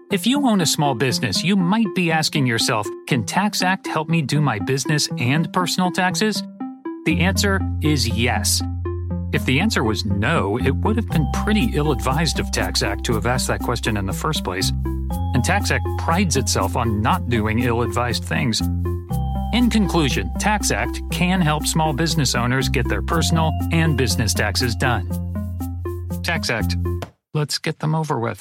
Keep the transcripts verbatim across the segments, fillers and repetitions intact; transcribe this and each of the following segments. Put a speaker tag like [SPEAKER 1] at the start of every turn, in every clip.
[SPEAKER 1] If you own a small business, you might be asking yourself, can TaxAct help me do my business and personal taxes? The answer is yes. If the answer was no, it would have been pretty ill-advised of TaxAct to have asked that question in the first place. And TaxAct prides itself on not doing ill-advised things. In conclusion, TaxAct can help small business owners get their personal and business taxes done. TaxAct. Let's get them over with.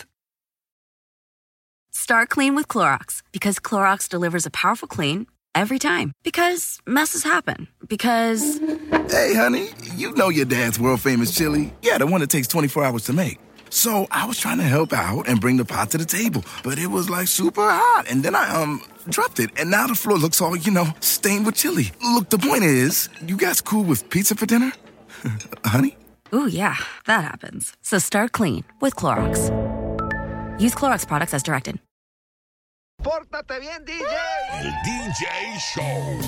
[SPEAKER 2] Start clean with Clorox, because Clorox delivers a powerful clean every time. Because messes happen. Because...
[SPEAKER 3] Hey, honey, you know your dad's world-famous chili. Yeah, the one that takes twenty-four hours to make. So I was trying to help out and bring the pot to the table, but it was like super hot. And then I, um, dropped it. And now the floor looks all, you know, stained with chili. Look, the point is, you guys cool with pizza for dinner? Honey?
[SPEAKER 2] Ooh, yeah, that happens. So start clean with Clorox. Use Clorox products as directed.
[SPEAKER 4] Pórtate bien, D J.
[SPEAKER 5] El D J Show.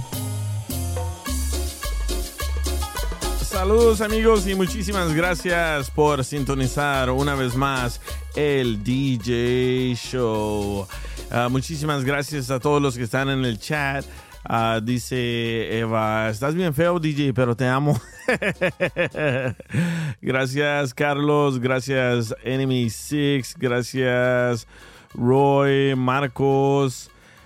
[SPEAKER 6] Saludos amigos y muchísimas gracias por sintonizar una vez más el D J Show. Uh, muchísimas gracias a todos los que están en el chat. Uh, dice Eva, estás bien feo D J, pero te amo. Gracias Carlos, gracias Enemy Six, gracias Roy, Marcos.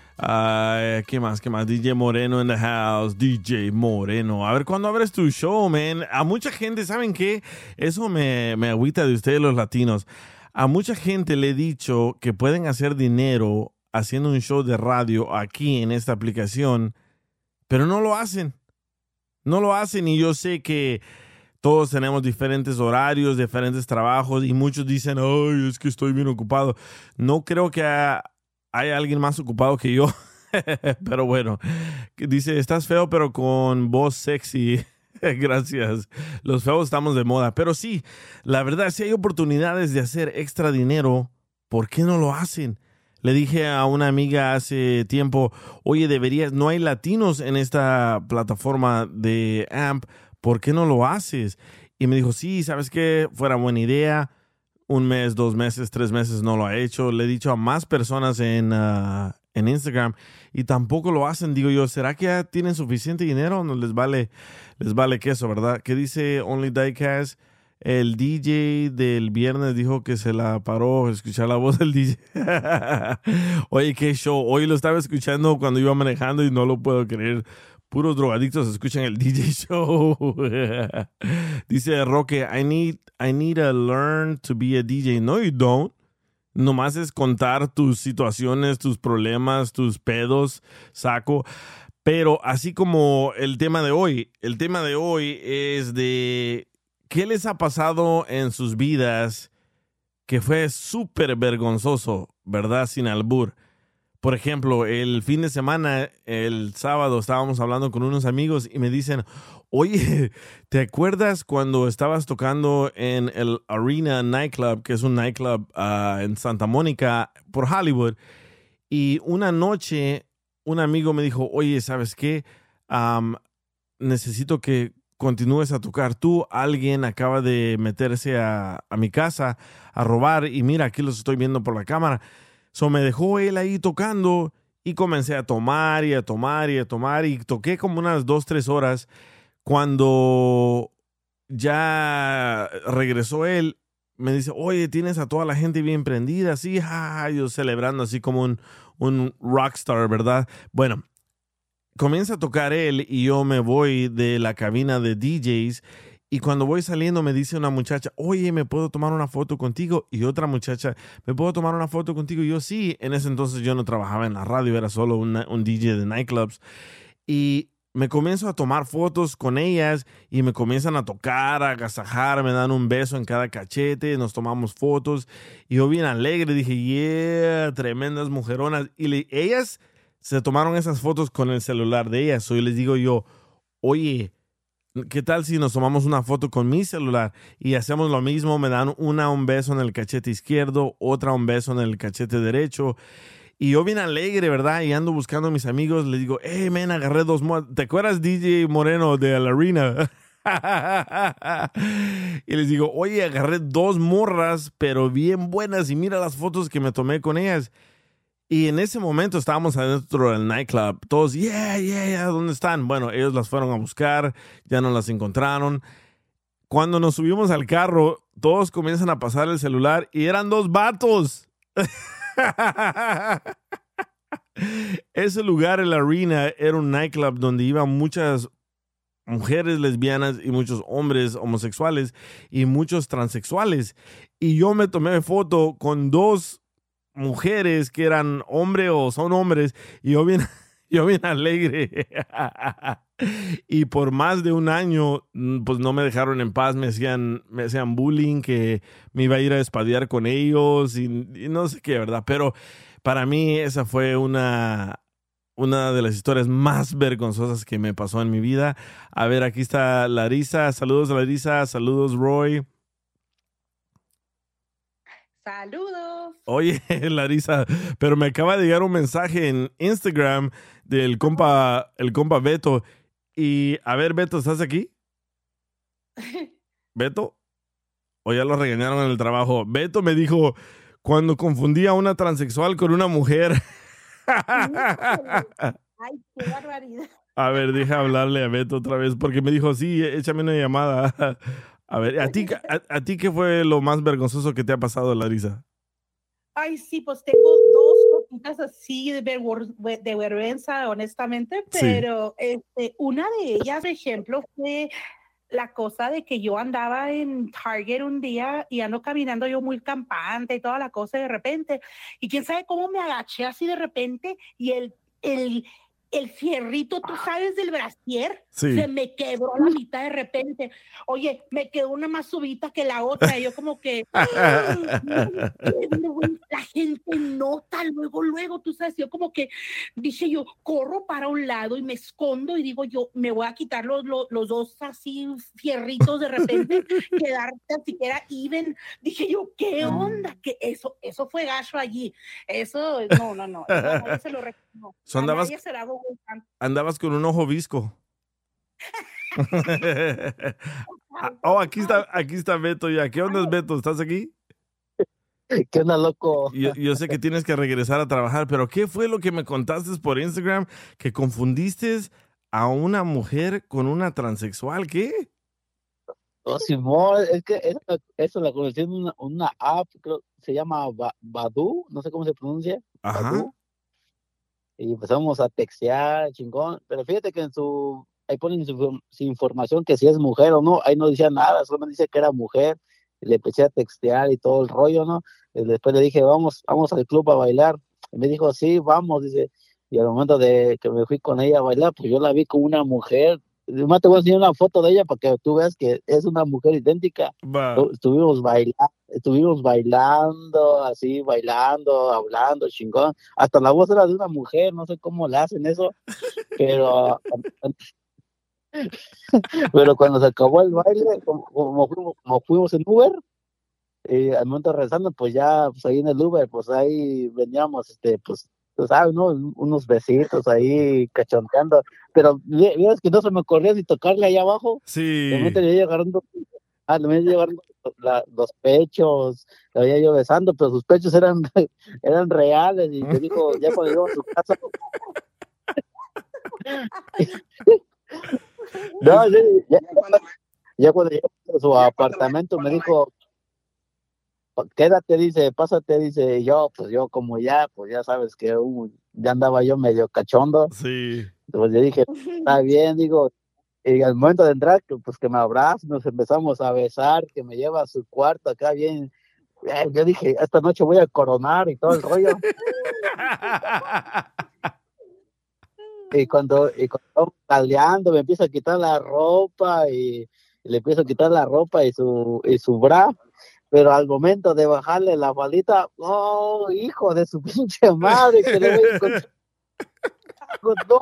[SPEAKER 6] Uh, ¿Qué más? ¿Qué más? D J Moreno in the house. D J Moreno. A ver, ¿cuándo abres tu show, man? A mucha gente, ¿saben qué? Eso me, me agüita de ustedes los latinos. A mucha gente le he dicho que pueden hacer dinero haciendo un show de radio aquí en esta aplicación, pero no lo hacen. No lo hacen y yo sé que todos tenemos diferentes horarios, diferentes trabajos y muchos dicen, ay, es que estoy bien ocupado. No creo que ha, hay alguien más ocupado que yo. Pero bueno, dice, estás feo pero con voz sexy. Gracias. Los feos estamos de moda. Pero sí, la verdad, si hay oportunidades de hacer extra dinero, ¿por qué no lo hacen? Le dije a una amiga hace tiempo, oye, deberías, no hay latinos en esta plataforma de A M P, ¿por qué no lo haces? Y me dijo, sí, ¿sabes qué? Fuera buena idea. Un mes, dos meses, tres meses no lo ha hecho. Le he dicho a más personas en, uh, en Instagram y tampoco lo hacen. Digo yo, ¿será que ya tienen suficiente dinero? No les vale, les vale queso, ¿verdad? ¿Qué dice Only Diecast? El D J del viernes dijo que se la paró escuchar la voz del D J. Oye, qué show. Hoy lo estaba escuchando cuando iba manejando y no lo puedo creer. Puros drogadictos escuchan el D J Show. Dice Roque, I need, I need to learn to be a D J. No, you don't. Nomás es contar tus situaciones, tus problemas, tus pedos, saco. Pero así como el tema de hoy, el tema de hoy es de qué les ha pasado en sus vidas que fue súper vergonzoso, ¿verdad? Sin albur. Por ejemplo, el fin de semana, el sábado, estábamos hablando con unos amigos y me dicen, oye, ¿te acuerdas cuando estabas tocando en el Arena Nightclub, que es un nightclub uh, en Santa Mónica, por Hollywood? Y una noche, un amigo me dijo, oye, ¿sabes qué? Um, necesito que continúes a tocar. Tú, alguien acaba de meterse a, a mi casa a robar y mira, aquí los estoy viendo por la cámara. So me dejó él ahí tocando y comencé a tomar y a tomar y a tomar y toqué como unas dos, tres horas. Cuando ya regresó él, me dice, oye, tienes a toda la gente bien prendida, así, ja, yo celebrando así como un, un rockstar, ¿verdad? Bueno, comienza a tocar él y yo me voy de la cabina de D Js y cuando voy saliendo me dice una muchacha, oye, ¿me puedo tomar una foto contigo? Y otra muchacha, ¿me puedo tomar una foto contigo? Y yo, sí. En ese entonces yo no trabajaba en la radio, era solo una, un D J de nightclubs. Y me comienzo a tomar fotos con ellas y me comienzan a tocar, a agasajar, me dan un beso en cada cachete, nos tomamos fotos. Y yo bien alegre dije, yeah, tremendas mujeronas. Y le, ellas se tomaron esas fotos con el celular de ellas. So, yo les digo yo, oye, ¿qué tal si nos tomamos una foto con mi celular y hacemos lo mismo? Me dan una un beso en el cachete izquierdo, otra un beso en el cachete derecho. Y yo bien alegre, ¿verdad? Y ando buscando a mis amigos. Les digo, hey, man, agarré dos... Mo- ¿Te acuerdas D J Moreno de la Arena? Y les digo, oye, agarré dos morras, pero bien buenas, y mira las fotos que me tomé con ellas. Y en ese momento estábamos adentro del nightclub. Todos, yeah, yeah, yeah, ¿dónde están? Bueno, ellos las fueron a buscar, ya no las encontraron. Cuando nos subimos al carro, todos comienzan a pasar el celular y eran dos vatos. Ese lugar, el Arena, era un nightclub donde iban muchas mujeres lesbianas y muchos hombres homosexuales y muchos transexuales. Y yo me tomé foto con dos mujeres que eran hombre o son hombres, y yo bien, yo bien alegre. Y por más de un año, pues no me dejaron en paz, me hacían, me hacían bullying, que me iba a ir a espadear con ellos y, y no sé qué, ¿verdad? Pero para mí esa fue una, una de las historias más vergonzosas que me pasó en mi vida. A ver, aquí está Larisa. Saludos, Larisa. Saludos, Roy.
[SPEAKER 7] Saludos.
[SPEAKER 6] Oye, Larisa, pero me acaba de llegar un mensaje en Instagram del compa, el compa Beto. Y, a ver, Beto, ¿estás aquí? ¿Beto? ¿O ya lo regañaron en el trabajo? Beto me dijo, cuando confundía a una transexual con una mujer.
[SPEAKER 7] Ay, qué barbaridad.
[SPEAKER 6] A ver, deja hablarle a Beto otra vez, porque me dijo, sí, échame una llamada. A ver, ¿a ti, a, a ti qué fue lo más vergonzoso que te ha pasado, Larisa?
[SPEAKER 7] Ay, sí, pues tengo dos cositas así de, vergor- de vergüenza, honestamente, pero sí. este, una de ellas, por ejemplo, fue la cosa de que yo andaba en Target un día y ando caminando yo muy campante y toda la cosa de repente, y quién sabe cómo me agaché así de repente y el, el, el fierrito, tú sabes, del brasier, sí. Se me quebró la mitad de repente. Oye, me quedó una más subida que la otra y yo como que la gente nota luego, luego, tú sabes, yo como que dije yo, corro para un lado y me escondo y digo yo, me voy a quitar los, los, los dos así fierritos de repente, quedar tan siquiera even. Dije yo, ¿qué onda? Que eso, eso fue gacho allí. Eso, no, no, no, eso a nadie se lo reconoce.
[SPEAKER 6] So andabas, andabas con un ojo visco. Oh, aquí está, aquí está Beto ya. ¿Qué onda, Beto? ¿Estás aquí?
[SPEAKER 8] ¿Qué onda, loco?
[SPEAKER 6] Yo, yo sé que tienes que regresar a trabajar, pero ¿qué fue lo que me contaste por Instagram? Que confundiste a una mujer con una transexual, ¿qué?
[SPEAKER 8] Oh, Simón, es que eso, eso la conocí en una, una app, creo, se llama ba, Badoo, no sé cómo se pronuncia.
[SPEAKER 6] Ajá.
[SPEAKER 8] Badoo. Y empezamos a textear, chingón, pero fíjate que en su, ahí ponen su, su información que si es mujer o no, ahí no decía nada, solo me dice que era mujer, y le empecé a textear y todo el rollo, ¿no? Y después le dije, vamos, vamos al club a bailar, y me dijo, sí, vamos, dice, y al momento de que me fui con ella a bailar, pues yo la vi como una mujer. Además te voy a enseñar una foto de ella para que tú veas que es una mujer idéntica.
[SPEAKER 6] Wow.
[SPEAKER 8] Estuvimos bailando, estuvimos bailando, así, bailando, hablando, chingón. Hasta la voz era de una mujer, no sé cómo la hacen eso, pero pero cuando se acabó el baile, como, como, fuimos, como fuimos en Uber, y al momento de regresando, pues ya, pues ahí en el Uber, pues ahí veníamos, este, pues, tú sabes, ¿no? Unos besitos ahí cachonteando, pero vieras que no se me ocurrió si tocarle allá abajo.
[SPEAKER 6] Sí.
[SPEAKER 8] De repente le llegaron, ah, le llegaron la, los pechos, le había yo besando, pero sus pechos eran, eran reales, y me dijo, ya cuando llegó a su casa. No, ya, ya, ya cuando llegó a su apartamento me dijo, quédate, dice, pásate, dice, y yo, pues yo como ya, pues ya sabes que uh, ya andaba yo medio cachondo.
[SPEAKER 6] Sí.
[SPEAKER 8] Pues yo dije, está bien, digo, y al momento de entrar, pues que me abraza, nos empezamos a besar, que me lleva a su cuarto acá bien, eh, yo dije, esta noche voy a coronar y todo el rollo. Y cuando, y cuando estamos taleando, me empieza a quitar la ropa, y, y le empiezo a quitar la ropa y su, y su bra. Pero al momento de bajarle la faldita, oh, hijo de su pinche madre, que le voy a encontrar. No,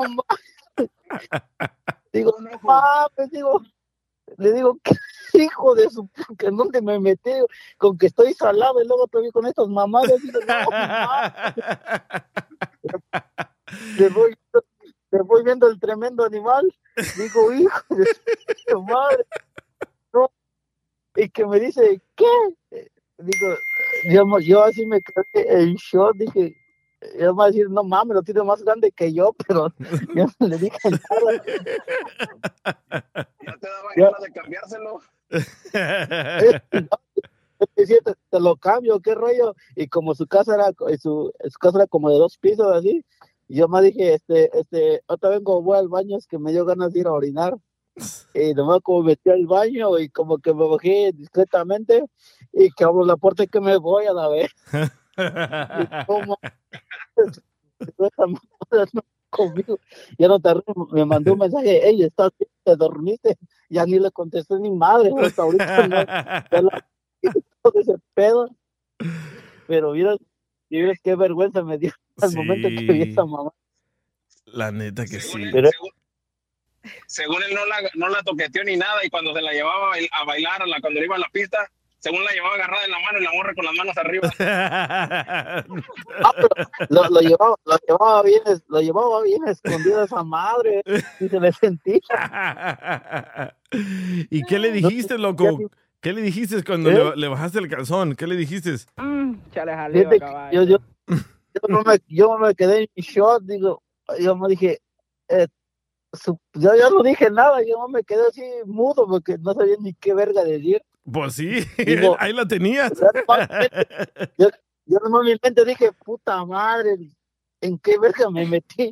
[SPEAKER 8] digo, no mames, digo, le digo, hijo de su, que dónde me metí, con que estoy salado y luego todavía con estas mamadas, digo, no, mames. Le voy, le voy viendo el tremendo animal, digo, hijo de su... madre, no. Y que me dice, ¿qué? Digo, yo, yo así me quedé en shock, dije, yo me voy a decir, no mames, lo tiene más grande que yo, pero yo no le dije nada.
[SPEAKER 9] Ya te daba
[SPEAKER 8] Ya.
[SPEAKER 9] ganas de cambiárselo.
[SPEAKER 8] Decía, te, te lo cambio, qué rollo. Y como su casa era su, su casa era como de dos pisos así, y yo me dije, este, este, otra vez como voy al baño, es que me dio ganas de ir a orinar. Y nomás como metí al baño y como que me bajé discretamente y que abro la puerta y que me voy a la vez. Y como conmigo, ya no te me mandó un mensaje, hey, ¿estás bien? ¿Te dormiste? Ya ni le contesté ni madre, hasta ahorita no, ya la, todo ese pedo. Pero miras, miras qué vergüenza me dio al
[SPEAKER 6] Sí.
[SPEAKER 8] momento que vi a esa mamá.
[SPEAKER 6] La neta que
[SPEAKER 9] Según
[SPEAKER 6] sí.
[SPEAKER 9] él,
[SPEAKER 8] Pero-
[SPEAKER 9] según, según él no la, no la toqueteó ni nada, y cuando se la llevaba a bail- a bailar, a la, cuando iba a la pista, según la llevaba agarrada en la mano y la morra con las manos arriba.
[SPEAKER 8] Ah, pero lo, lo llevaba, lo llevaba bien, es- lo llevaba bien escondido esa madre, y se le sentía.
[SPEAKER 6] ¿Y qué le dijiste, loco? ¿Qué le dijiste cuando
[SPEAKER 8] ¿Eh?
[SPEAKER 6] le, le bajaste el calzón? ¿Qué le dijiste?
[SPEAKER 8] Fíjate que yo, yo, yo, no me, yo me quedé en shock, digo, yo me dije, eh, su- yo, yo no dije nada, yo no me quedé así mudo porque no sabía ni qué verga decir.
[SPEAKER 6] Pues sí,
[SPEAKER 8] Digo,
[SPEAKER 6] ahí la tenías.
[SPEAKER 8] Yo, yo nomás en mi mente dije, puta madre, ¿en qué verga me metí?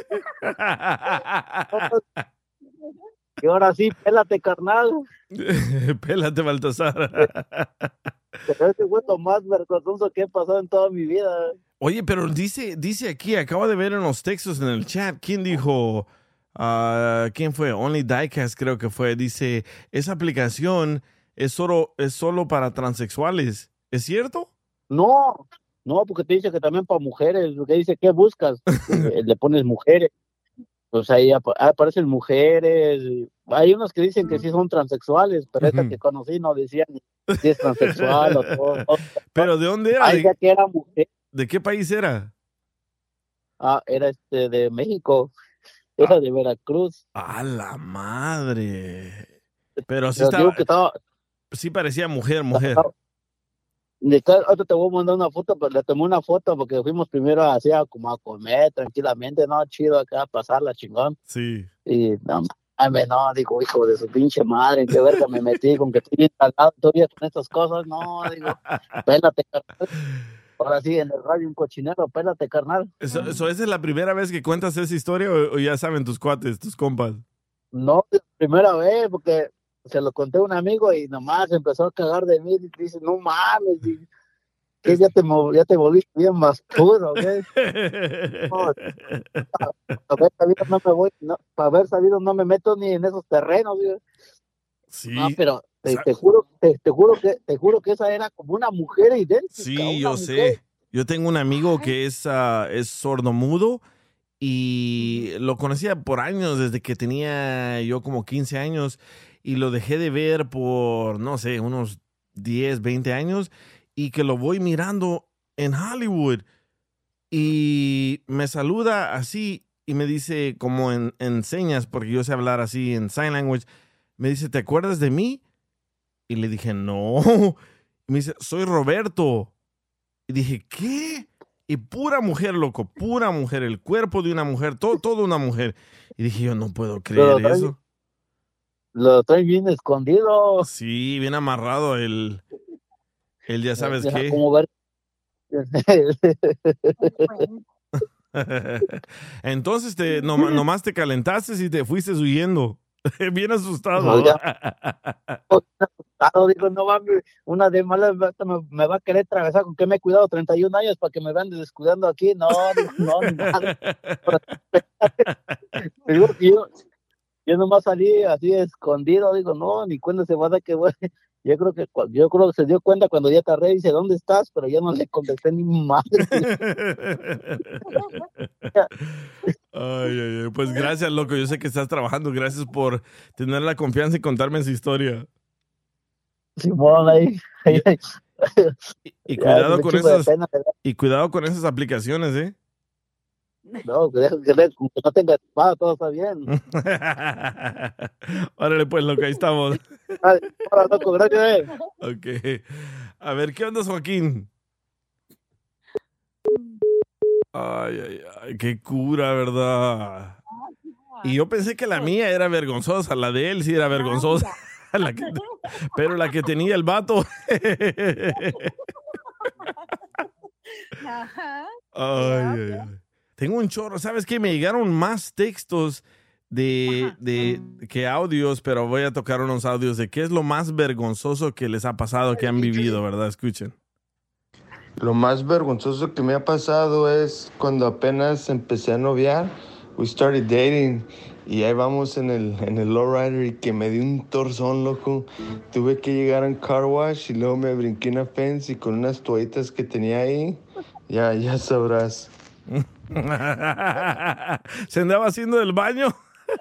[SPEAKER 8] Y ahora sí, pélate, carnal.
[SPEAKER 6] Pélate, Baltasar.
[SPEAKER 8] Pero ese fue lo más vergonzoso que he pasado en toda mi vida.
[SPEAKER 6] Oye, pero dice, dice aquí, acabo de ver en los textos en el chat, ¿quién dijo? ah, ¿Quién fue? Only Diecast creo que fue. Dice, esa aplicación es solo, es solo para transexuales. ¿Es cierto?
[SPEAKER 8] No, no, porque te dice que también para mujeres, porque dice, ¿qué buscas? Eh, Le pones mujeres. Pues ahí ap- aparecen mujeres. Hay unos que dicen que sí son transexuales, pero esta que conocí no decía ni si es transexual o todo.
[SPEAKER 6] ¿Pero de dónde era?
[SPEAKER 8] Ah,
[SPEAKER 6] ¿De,
[SPEAKER 8] decía que era mujer.
[SPEAKER 6] de qué país era?
[SPEAKER 8] Ah, era este de México. Era de Veracruz.
[SPEAKER 6] ¡A la madre! Pero sí,
[SPEAKER 8] Pero digo
[SPEAKER 6] estaba,
[SPEAKER 8] que estaba,
[SPEAKER 6] sí parecía mujer, mujer.
[SPEAKER 8] estaba- de cada- ahorita te voy a mandar una foto, pero le tomé una foto porque fuimos primero así a, como a comer tranquilamente, no, chido acá, a pasarla chingón.
[SPEAKER 6] Sí.
[SPEAKER 8] Y no, mames, no, digo, hijo de su pinche madre, en qué verga me metí, con que estoy bien calado todavía con estas cosas, no, digo, pélate, carnal. Ahora sí, en el radio un cochinero, pélate, carnal.
[SPEAKER 6] Eso, eso, ¿esa es la primera vez que cuentas esa historia o, o ya saben tus cuates, tus compas?
[SPEAKER 8] No, es la primera vez, porque se lo conté a un amigo y nomás empezó a cagar de mí y dice, no mames, y- que ya te, mo- ya te volviste bien más puro, ¿ves? No, para haber sabido no me voy, no, para haber sabido no me meto ni en esos terrenos, ¿sí?
[SPEAKER 6] Sí,
[SPEAKER 8] No, pero te,
[SPEAKER 6] Sa-
[SPEAKER 8] te juro, te, te juro que, te juro que esa era como una mujer idéntica.
[SPEAKER 6] sí,
[SPEAKER 8] una
[SPEAKER 6] yo
[SPEAKER 8] mujer.
[SPEAKER 6] sé. Yo tengo un amigo que es, ah, es sordomudo y lo conocía por años, desde que tenía yo como quince años y lo dejé de ver por, no sé, unos diez, veinte años y que lo voy mirando en Hollywood y me saluda así y me dice como en, en señas, porque yo sé hablar así en sign language, me dice, ¿te acuerdas de mí? Y le dije, no. Y me dice, soy Roberto. Y dije, ¿qué? Y pura mujer, loco, pura mujer, el cuerpo de una mujer, todo, todo una mujer. Y dije, yo no puedo creer
[SPEAKER 8] Pero trae-
[SPEAKER 6] eso.
[SPEAKER 8] Lo trae bien escondido.
[SPEAKER 6] Sí, bien amarrado el, el ya sabes
[SPEAKER 8] Deja
[SPEAKER 6] qué.
[SPEAKER 8] como ver.
[SPEAKER 6] Entonces te, no, nomás te calentaste y te fuiste huyendo. Bien asustado.
[SPEAKER 8] No, ya. Claro, digo, no va, una de malas me, me va a querer atravesar con que me he cuidado treinta y un años para que me vean descuidando aquí. No, digo, no, ni madre. Digo que yo, yo nomás salí así escondido, digo, no, ni cuenta se va a dar que voy. Yo creo que cu- yo creo que se dio cuenta cuando ya tardé y dice, ¿dónde estás? Pero yo no le contesté ni madre.
[SPEAKER 6] Ay, ay, ay. Pues gracias, loco. Yo sé que estás trabajando. Gracias por tener la confianza y contarme esa historia.
[SPEAKER 8] Simón, ahí, ahí, ahí.
[SPEAKER 6] Y
[SPEAKER 8] Ya,
[SPEAKER 6] cuidado
[SPEAKER 8] me
[SPEAKER 6] con
[SPEAKER 8] chingo de
[SPEAKER 6] esas
[SPEAKER 8] pena, ¿verdad?
[SPEAKER 6] y cuidado con esas aplicaciones, ¿eh?
[SPEAKER 8] No, que, deja, que, deja, que no tenga espada, todo está bien.
[SPEAKER 6] Órale, pues, loco, ahí estamos.
[SPEAKER 8] Ay, hola, loco, gracias.
[SPEAKER 6] Ok. A ver, ¿qué onda, Joaquín? Ay, ay, ay, qué cura, ¿verdad? Y yo pensé que la mía era vergonzosa, la de él sí era vergonzosa. La que, pero la que tenía el vato.
[SPEAKER 7] Ajá.
[SPEAKER 6] Ay, ay, ay. Tengo un chorro. ¿Sabes qué? Me llegaron más textos de, de que audios, pero voy a tocar unos audios de qué es lo más vergonzoso que les ha pasado, que han vivido, ¿verdad? Escuchen.
[SPEAKER 10] Lo más vergonzoso que me ha pasado es cuando apenas empecé a noviar. We started dating. Y ahí vamos en el, en el lowrider y que me di un torzón, loco. Tuve que llegar a un car wash y luego me brinqué una fence y con unas toallitas que tenía ahí, ya, ya sabrás.
[SPEAKER 6] ¿Se andaba haciendo del baño?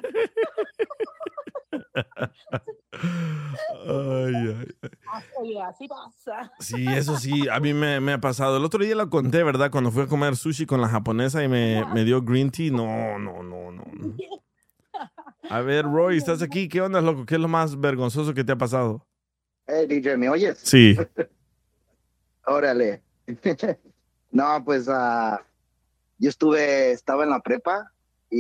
[SPEAKER 6] Ay, ay, ay.
[SPEAKER 7] Oye, así pasa.
[SPEAKER 6] Sí, eso sí, a mí me, me ha pasado. El otro día lo conté, ¿verdad? Cuando fui a comer sushi con la japonesa y me, me dio green tea. No, no, no, no. no. A ver, Roy, ¿estás aquí? ¿Qué onda, loco? ¿Qué es lo más vergonzoso que te ha pasado?
[SPEAKER 11] Hey, D J, ¿me oyes?
[SPEAKER 6] Sí.
[SPEAKER 11] Órale. No, pues uh, yo estuve, estaba en la prepa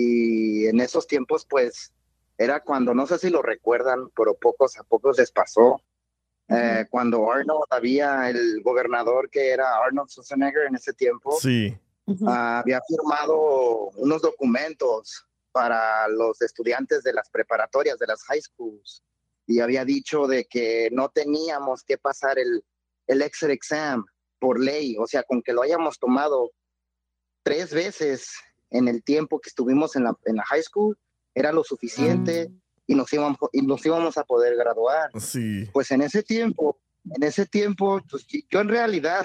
[SPEAKER 11] y en esos tiempos, pues, era cuando, no sé si lo recuerdan, pero pocos a pocos les pasó, uh-huh. eh, cuando Arnold había, el gobernador que era Arnold Schwarzenegger en ese tiempo,
[SPEAKER 6] sí.
[SPEAKER 11] uh, había firmado unos documentos para los estudiantes de las preparatorias, de las high schools, y había dicho de que no teníamos que pasar el, el exit exam por ley, o sea, con que lo hayamos tomado tres veces en el tiempo que estuvimos en la, en la high school, era lo suficiente mm. y, nos íbamos, y nos íbamos a poder graduar.
[SPEAKER 6] Sí.
[SPEAKER 11] Pues en ese tiempo, en ese tiempo, pues yo en realidad,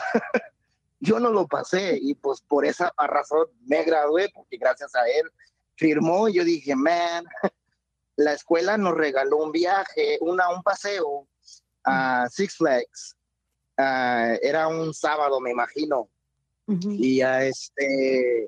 [SPEAKER 11] yo no lo pasé, y pues por esa razón me gradué, porque gracias a él firmó, y yo dije, man, la escuela nos regaló un viaje, una, un paseo a Six Flags. Uh, era un sábado, me imagino. Uh-huh. Y a este,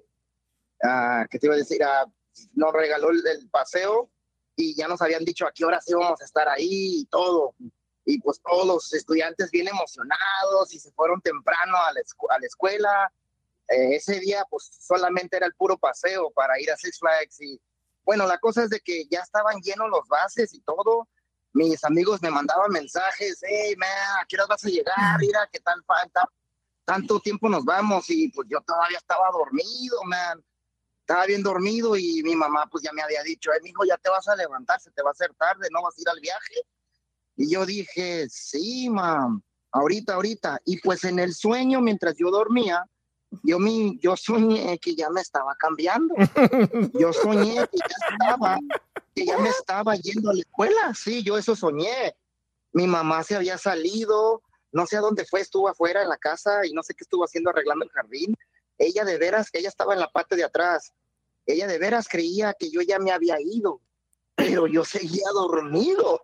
[SPEAKER 11] uh, ¿qué te iba a decir? Uh, nos regaló el, el paseo y ya nos habían dicho a qué horas íbamos a estar ahí y todo. Y pues todos los estudiantes bien emocionados y se fueron temprano a la, escu- a la escuela. Eh, ese día pues solamente era el puro paseo para ir a Six Flags y bueno, la cosa es de que ya estaban llenos los bases y todo. Mis amigos me mandaban mensajes, hey man, ¿a qué horas vas a llegar? Mira, ¿qué tal falta? Tanto tiempo nos vamos, y pues yo todavía estaba dormido, man, estaba bien dormido, y mi mamá pues ya me había dicho, eh, mijo, ya te vas a levantar, se te va a hacer tarde, ¿no vas a ir al viaje? Y yo dije, sí, mam, ahorita, ahorita, y pues en el sueño, mientras yo dormía, Yo, mi, yo soñé que ya me estaba cambiando. Yo soñé que ya estaba, que ya me estaba yendo a la escuela. Sí, yo eso soñé. Mi mamá se había salido, no sé a dónde fue, estuvo afuera en la casa y no sé qué estuvo haciendo arreglando el jardín. Ella de veras, ella estaba en la parte de atrás. Ella de veras creía que yo ya me había ido, pero yo seguía dormido.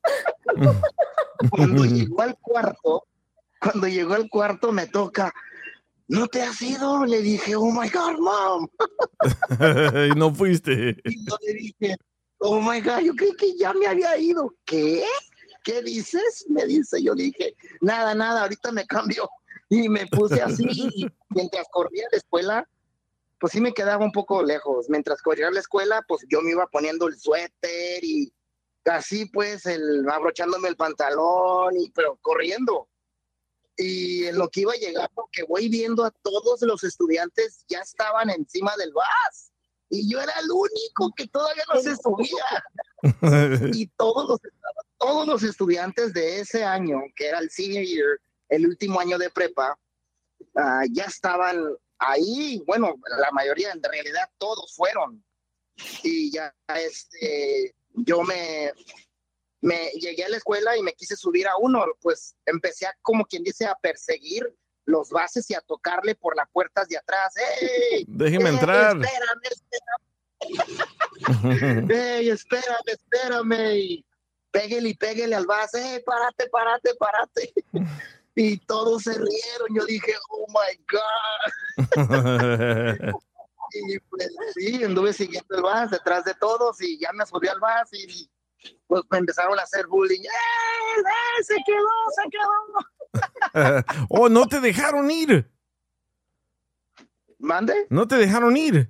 [SPEAKER 11] Cuando llegó al cuarto, cuando llegó al cuarto me toca... ¿No te has ido? Le dije, oh my God, mom.
[SPEAKER 6] Y no fuiste.
[SPEAKER 11] Y yo le dije, oh my God, yo creí que ya me había ido. ¿Qué? ¿Qué dices? Me dice, yo dije, nada, nada, ahorita me cambio. Y me puse así, y mientras corría a la escuela, pues sí me quedaba un poco lejos. Mientras corría a la escuela, pues yo me iba poniendo el suéter y así pues, el, abrochándome el pantalón, y pero corriendo. Y en lo que iba llegando, que voy viendo a todos los estudiantes ya estaban encima del bus y yo era el único que todavía no se subía. Y todos los, todos los estudiantes de ese año, que era el senior year, el último año de prepa, uh, ya estaban ahí. Bueno, la mayoría, en realidad todos fueron. Y ya este, yo me... Me llegué a la escuela y me quise subir a uno, pues empecé a, como quien dice, a perseguir los bases y a tocarle por las puertas de atrás. ¡Ey!
[SPEAKER 6] Déjeme
[SPEAKER 11] ey,
[SPEAKER 6] entrar.
[SPEAKER 11] Espérame, espérame. ¡Ey, espérame, espérame! Y pégale y pégale al base. ¡Ey, párate, párate, párate! Y todos se rieron. Yo dije, oh my God. Y pues sí, anduve siguiendo el bus detrás de todos y ya me subí al bus y pues me empezaron a hacer bullying. ¡Eh, eh, se quedó, se quedó!
[SPEAKER 6] Oh, no te dejaron ir.
[SPEAKER 11] ¿Mande?
[SPEAKER 6] No te dejaron ir.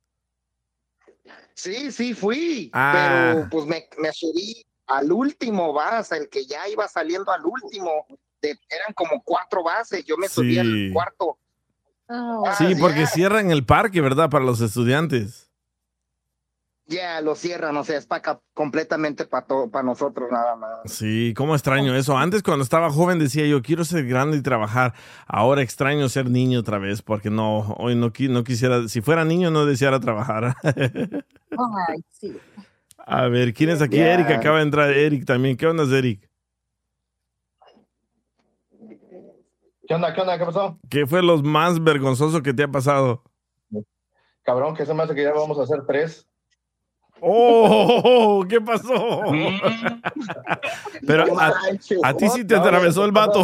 [SPEAKER 11] Sí, sí, fui,
[SPEAKER 6] Ah.
[SPEAKER 11] pero pues me, me subí al último bus, el que ya iba saliendo al último. De, eran como cuatro bases, yo me subí
[SPEAKER 6] Sí.
[SPEAKER 11] al cuarto.
[SPEAKER 6] Sí, porque
[SPEAKER 11] ya.
[SPEAKER 6] cierran el parque, ¿verdad? Para los estudiantes.
[SPEAKER 11] Ya, lo cierran, o sea, es para completamente para nosotros nada más.
[SPEAKER 6] Sí, cómo extraño eso. Antes cuando estaba joven decía yo, quiero ser grande y trabajar. Ahora extraño ser niño otra vez porque no, hoy no, qui- no quisiera, si fuera niño no deseara trabajar.
[SPEAKER 12] Ay, sí.
[SPEAKER 6] A ver, ¿quién es aquí?
[SPEAKER 11] Ya.
[SPEAKER 6] Eric, acaba de entrar Eric también. ¿Qué onda, Eric?
[SPEAKER 13] ¿Qué onda? ¿Qué onda? ¿Qué pasó?
[SPEAKER 6] ¿Qué fue lo más vergonzoso que te ha pasado?
[SPEAKER 13] Cabrón, que se me hace que ya vamos a hacer tres.
[SPEAKER 6] ¡Oh! ¿Qué pasó? Pero a, a ti sí te atravesó el vato.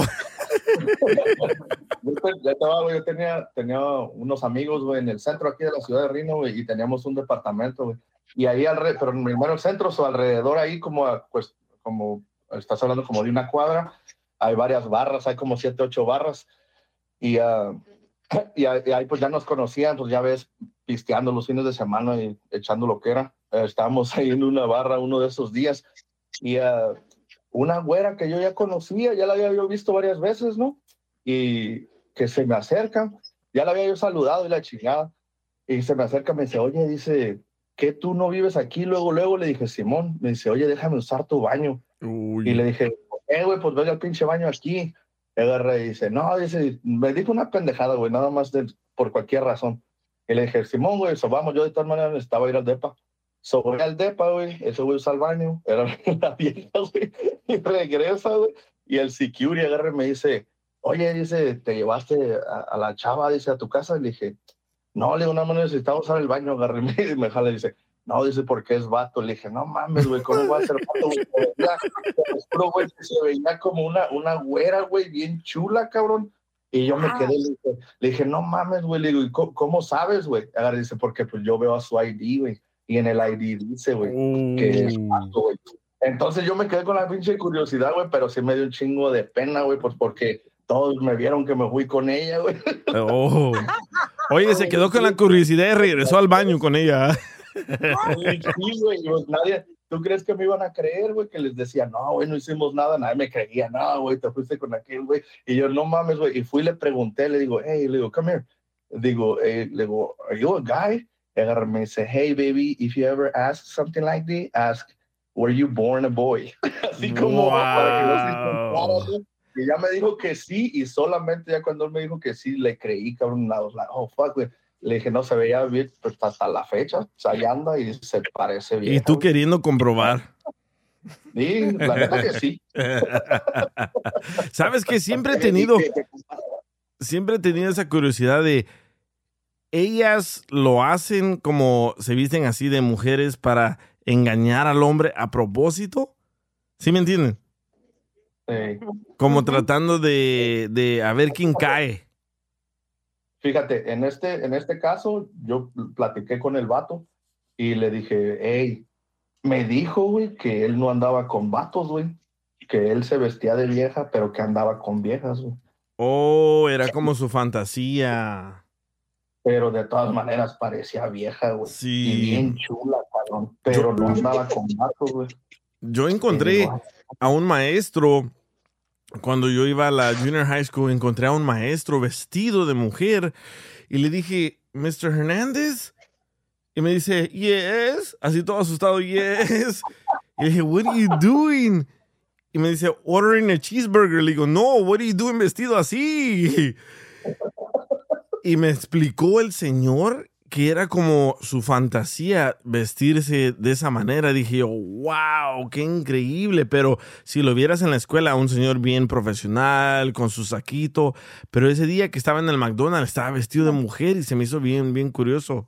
[SPEAKER 13] Yo te- ya te va, güey, yo tenía, tenía unos amigos, güey, en el centro aquí de la ciudad de Reno, güey, y teníamos un departamento, güey. Y ahí alrededor, pero en el mero centro, o alrededor ahí, como, a, pues, como, estás hablando como de una cuadra, hay varias barras, hay como siete, ocho barras. Y, ah, y, ah, y ahí pues ya nos conocían, pues ya ves, pisteando los fines de semana y echando lo que era. Eh, estábamos ahí en una barra uno de esos días. Y ah, una güera que yo ya conocía, ya la había yo visto varias veces, ¿no? Y que se me acerca, ya la había yo saludado y la chingada. Y se me acerca, me dice, oye, dice, ¿qué tú no vives aquí? Luego, luego le dije, Simón, me dice, oye, déjame usar tu baño.
[SPEAKER 6] Uy.
[SPEAKER 13] Y le dije, eh, güey, pues vete al pinche baño aquí. Y agarra y dice, no, dice, me dijo una pendejada, güey, nada más de, por cualquier razón. Y le dije, Simón, güey, eso vamos, yo de todas maneras necesitaba ir al depa. So, voy al depa, güey, eso voy a usar el baño, era la vieja, güey, y regresa, güey, y el security agarra y me dice, oye, dice, ¿te llevaste a, a la chava, dice, a tu casa? Y le dije, no, le digo, nada más necesitaba usar el baño, agarré y me, y me jala y dice, no, dice, porque es vato. Le dije, no mames, güey, ¿cómo va a ser vato, güey? Se veía, te lo juro, güey, que se veía como una, una güera, güey, bien chula, cabrón. Y yo me quedé, le dije, le dije, no mames, güey, le digo, ¿y cómo, cómo sabes, güey? Agarra y dice, porque pues yo veo a su I D, güey, y en el I D dice, güey, que es vato, güey. Entonces yo me quedé con la pinche curiosidad, güey, pero sí me dio un chingo de pena, güey, pues porque todos me vieron que me fui con ella, güey.
[SPEAKER 6] Oh. Oye, se quedó con la curiosidad y regresó al baño con ella.
[SPEAKER 13] Sí, güey, pues nadie, ¿tú crees que me iban a creer, güey? Que les decía, no, güey, no hicimos nada, nadie me creía, no, güey, te fuiste con aquel, güey. Y yo, no mames, güey, y fui y le pregunté, le digo, hey, le digo, come here. Digo, eh, le digo, are you a guy? Y agarra, me dice, hey, baby, if you ever ask something like this, ask, were you born a boy? Así como
[SPEAKER 6] Wow.
[SPEAKER 13] para que no se intentara, güey. Y ya me dijo que sí, y solamente ya cuando él me dijo que sí, le creí, cabrón, I was like, oh, fuck, güey. Le dije, no, se veía bien, pues, hasta la fecha, o sea, ahí anda y se parece bien.
[SPEAKER 6] Y tú queriendo comprobar.
[SPEAKER 13] Sí, la verdad que sí.
[SPEAKER 6] ¿Sabes que siempre he tenido, siempre he tenido esa curiosidad de, ellas lo hacen como se visten así de mujeres para engañar al hombre a propósito? ¿Sí me entienden?
[SPEAKER 13] Sí.
[SPEAKER 6] Como tratando de, de a ver quién cae.
[SPEAKER 13] Fíjate, en este, en este caso, yo platiqué con el vato y le dije, hey, me dijo, güey, que él no andaba con vatos, güey, que él se vestía de vieja, pero que andaba con viejas, güey.
[SPEAKER 6] Oh, era como su fantasía.
[SPEAKER 13] Pero de todas maneras parecía vieja, güey.
[SPEAKER 6] Sí.
[SPEAKER 13] Y bien chula, cabrón. Pero no andaba con vatos, güey.
[SPEAKER 6] Yo encontré a un maestro, cuando yo iba a la junior high school, encontré a un maestro vestido de mujer y le dije, mister Hernández, y me dice, yes, así todo asustado, yes. Y le dije, what are you doing? Y me dice, ordering a cheeseburger. Le digo, no, what are you doing vestido así? Y me explicó el señor que era como su fantasía vestirse de esa manera. Dije yo, wow, qué increíble. Pero si lo vieras en la escuela, un señor bien profesional, con su saquito. Pero ese día que estaba en el McDonald's, estaba vestido de mujer y se me hizo bien, bien curioso.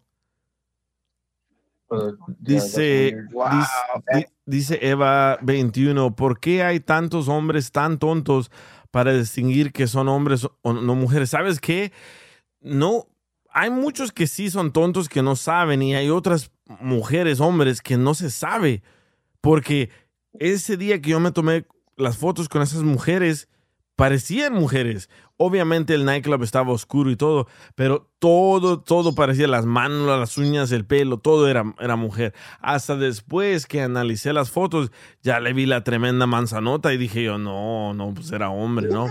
[SPEAKER 6] Dice,
[SPEAKER 11] Wow.
[SPEAKER 6] dice, dice Eva veintiuno, ¿por qué hay tantos hombres tan tontos para distinguir que son hombres o no mujeres? ¿Sabes qué? No, hay muchos que sí son tontos que no saben y hay otras mujeres, hombres que no se sabe. Porque ese día que yo me tomé las fotos con esas mujeres, parecían mujeres. Obviamente el nightclub estaba oscuro y todo, pero todo, todo parecía, las manos, las uñas, el pelo, todo era, era mujer. Hasta después que analicé las fotos, ya le vi la tremenda manzanota y dije yo, no, no, pues era hombre, ¿no?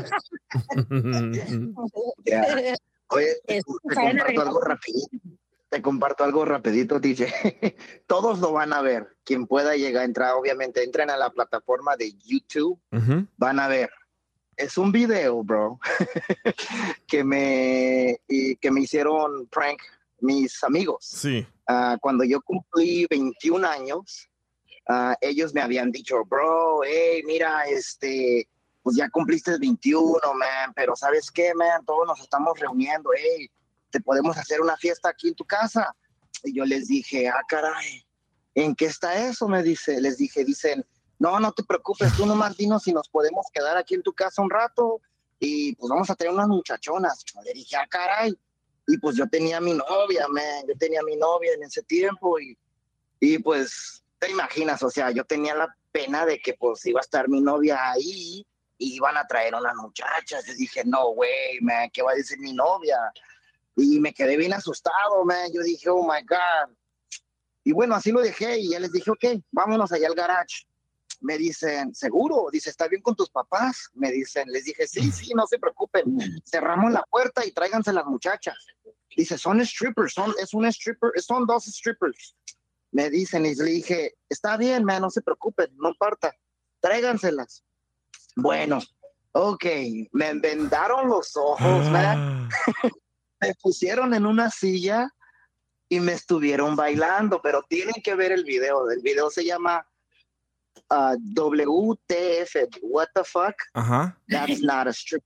[SPEAKER 11] Yeah. Oye, te, te comparto algo rapidito. Te comparto algo rapidito, D J. Todos lo van a ver. Quien pueda llegar a entrar, obviamente, entren a la plataforma de YouTube. Uh-huh. Van a ver. Es un video, bro, que me y que me hicieron prank mis amigos.
[SPEAKER 6] Sí.
[SPEAKER 11] Uh, cuando yo cumplí veintiún años, uh, ellos me habían dicho, bro, hey, mira, este, pues ya cumpliste veintiuno, man, pero ¿sabes qué, man? Todos nos estamos reuniendo, hey, te podemos hacer una fiesta aquí en tu casa. Y yo les dije, ah, caray, ¿en qué está eso? Me dice, les dije, dicen, no, no te preocupes, tú nomás dinos si nos podemos quedar aquí en tu casa un rato y pues vamos a tener unas muchachonas. Le dije, ah, caray. Y pues yo tenía mi novia, man, yo tenía mi novia en ese tiempo y, y pues te imaginas, o sea, yo tenía la pena de que pues iba a estar mi novia ahí y iban a traer unas muchachas. Yo dije, no, güey, man, ¿qué va a decir mi novia? Y me quedé bien asustado, man. Yo dije, oh my God. Y bueno, así lo dejé y ya les dije, ok, vámonos allá al garage. Me dicen, ¿seguro? Dice, ¿está bien con tus papás? Me dicen, les dije, sí, sí, no se preocupen. Cerramos la puerta y tráiganse las muchachas. Dice, son strippers, son, es un stripper, son dos strippers. Me dicen, y le dije, está bien, man, no se preocupen, no importa, tráiganselas. Bueno, ok, me vendaron los ojos, man. Me pusieron en una silla y me estuvieron bailando, pero tienen que ver el video. El video se llama Uh, W T F, what the fuck?
[SPEAKER 6] Uh-huh.
[SPEAKER 11] That's not a strip.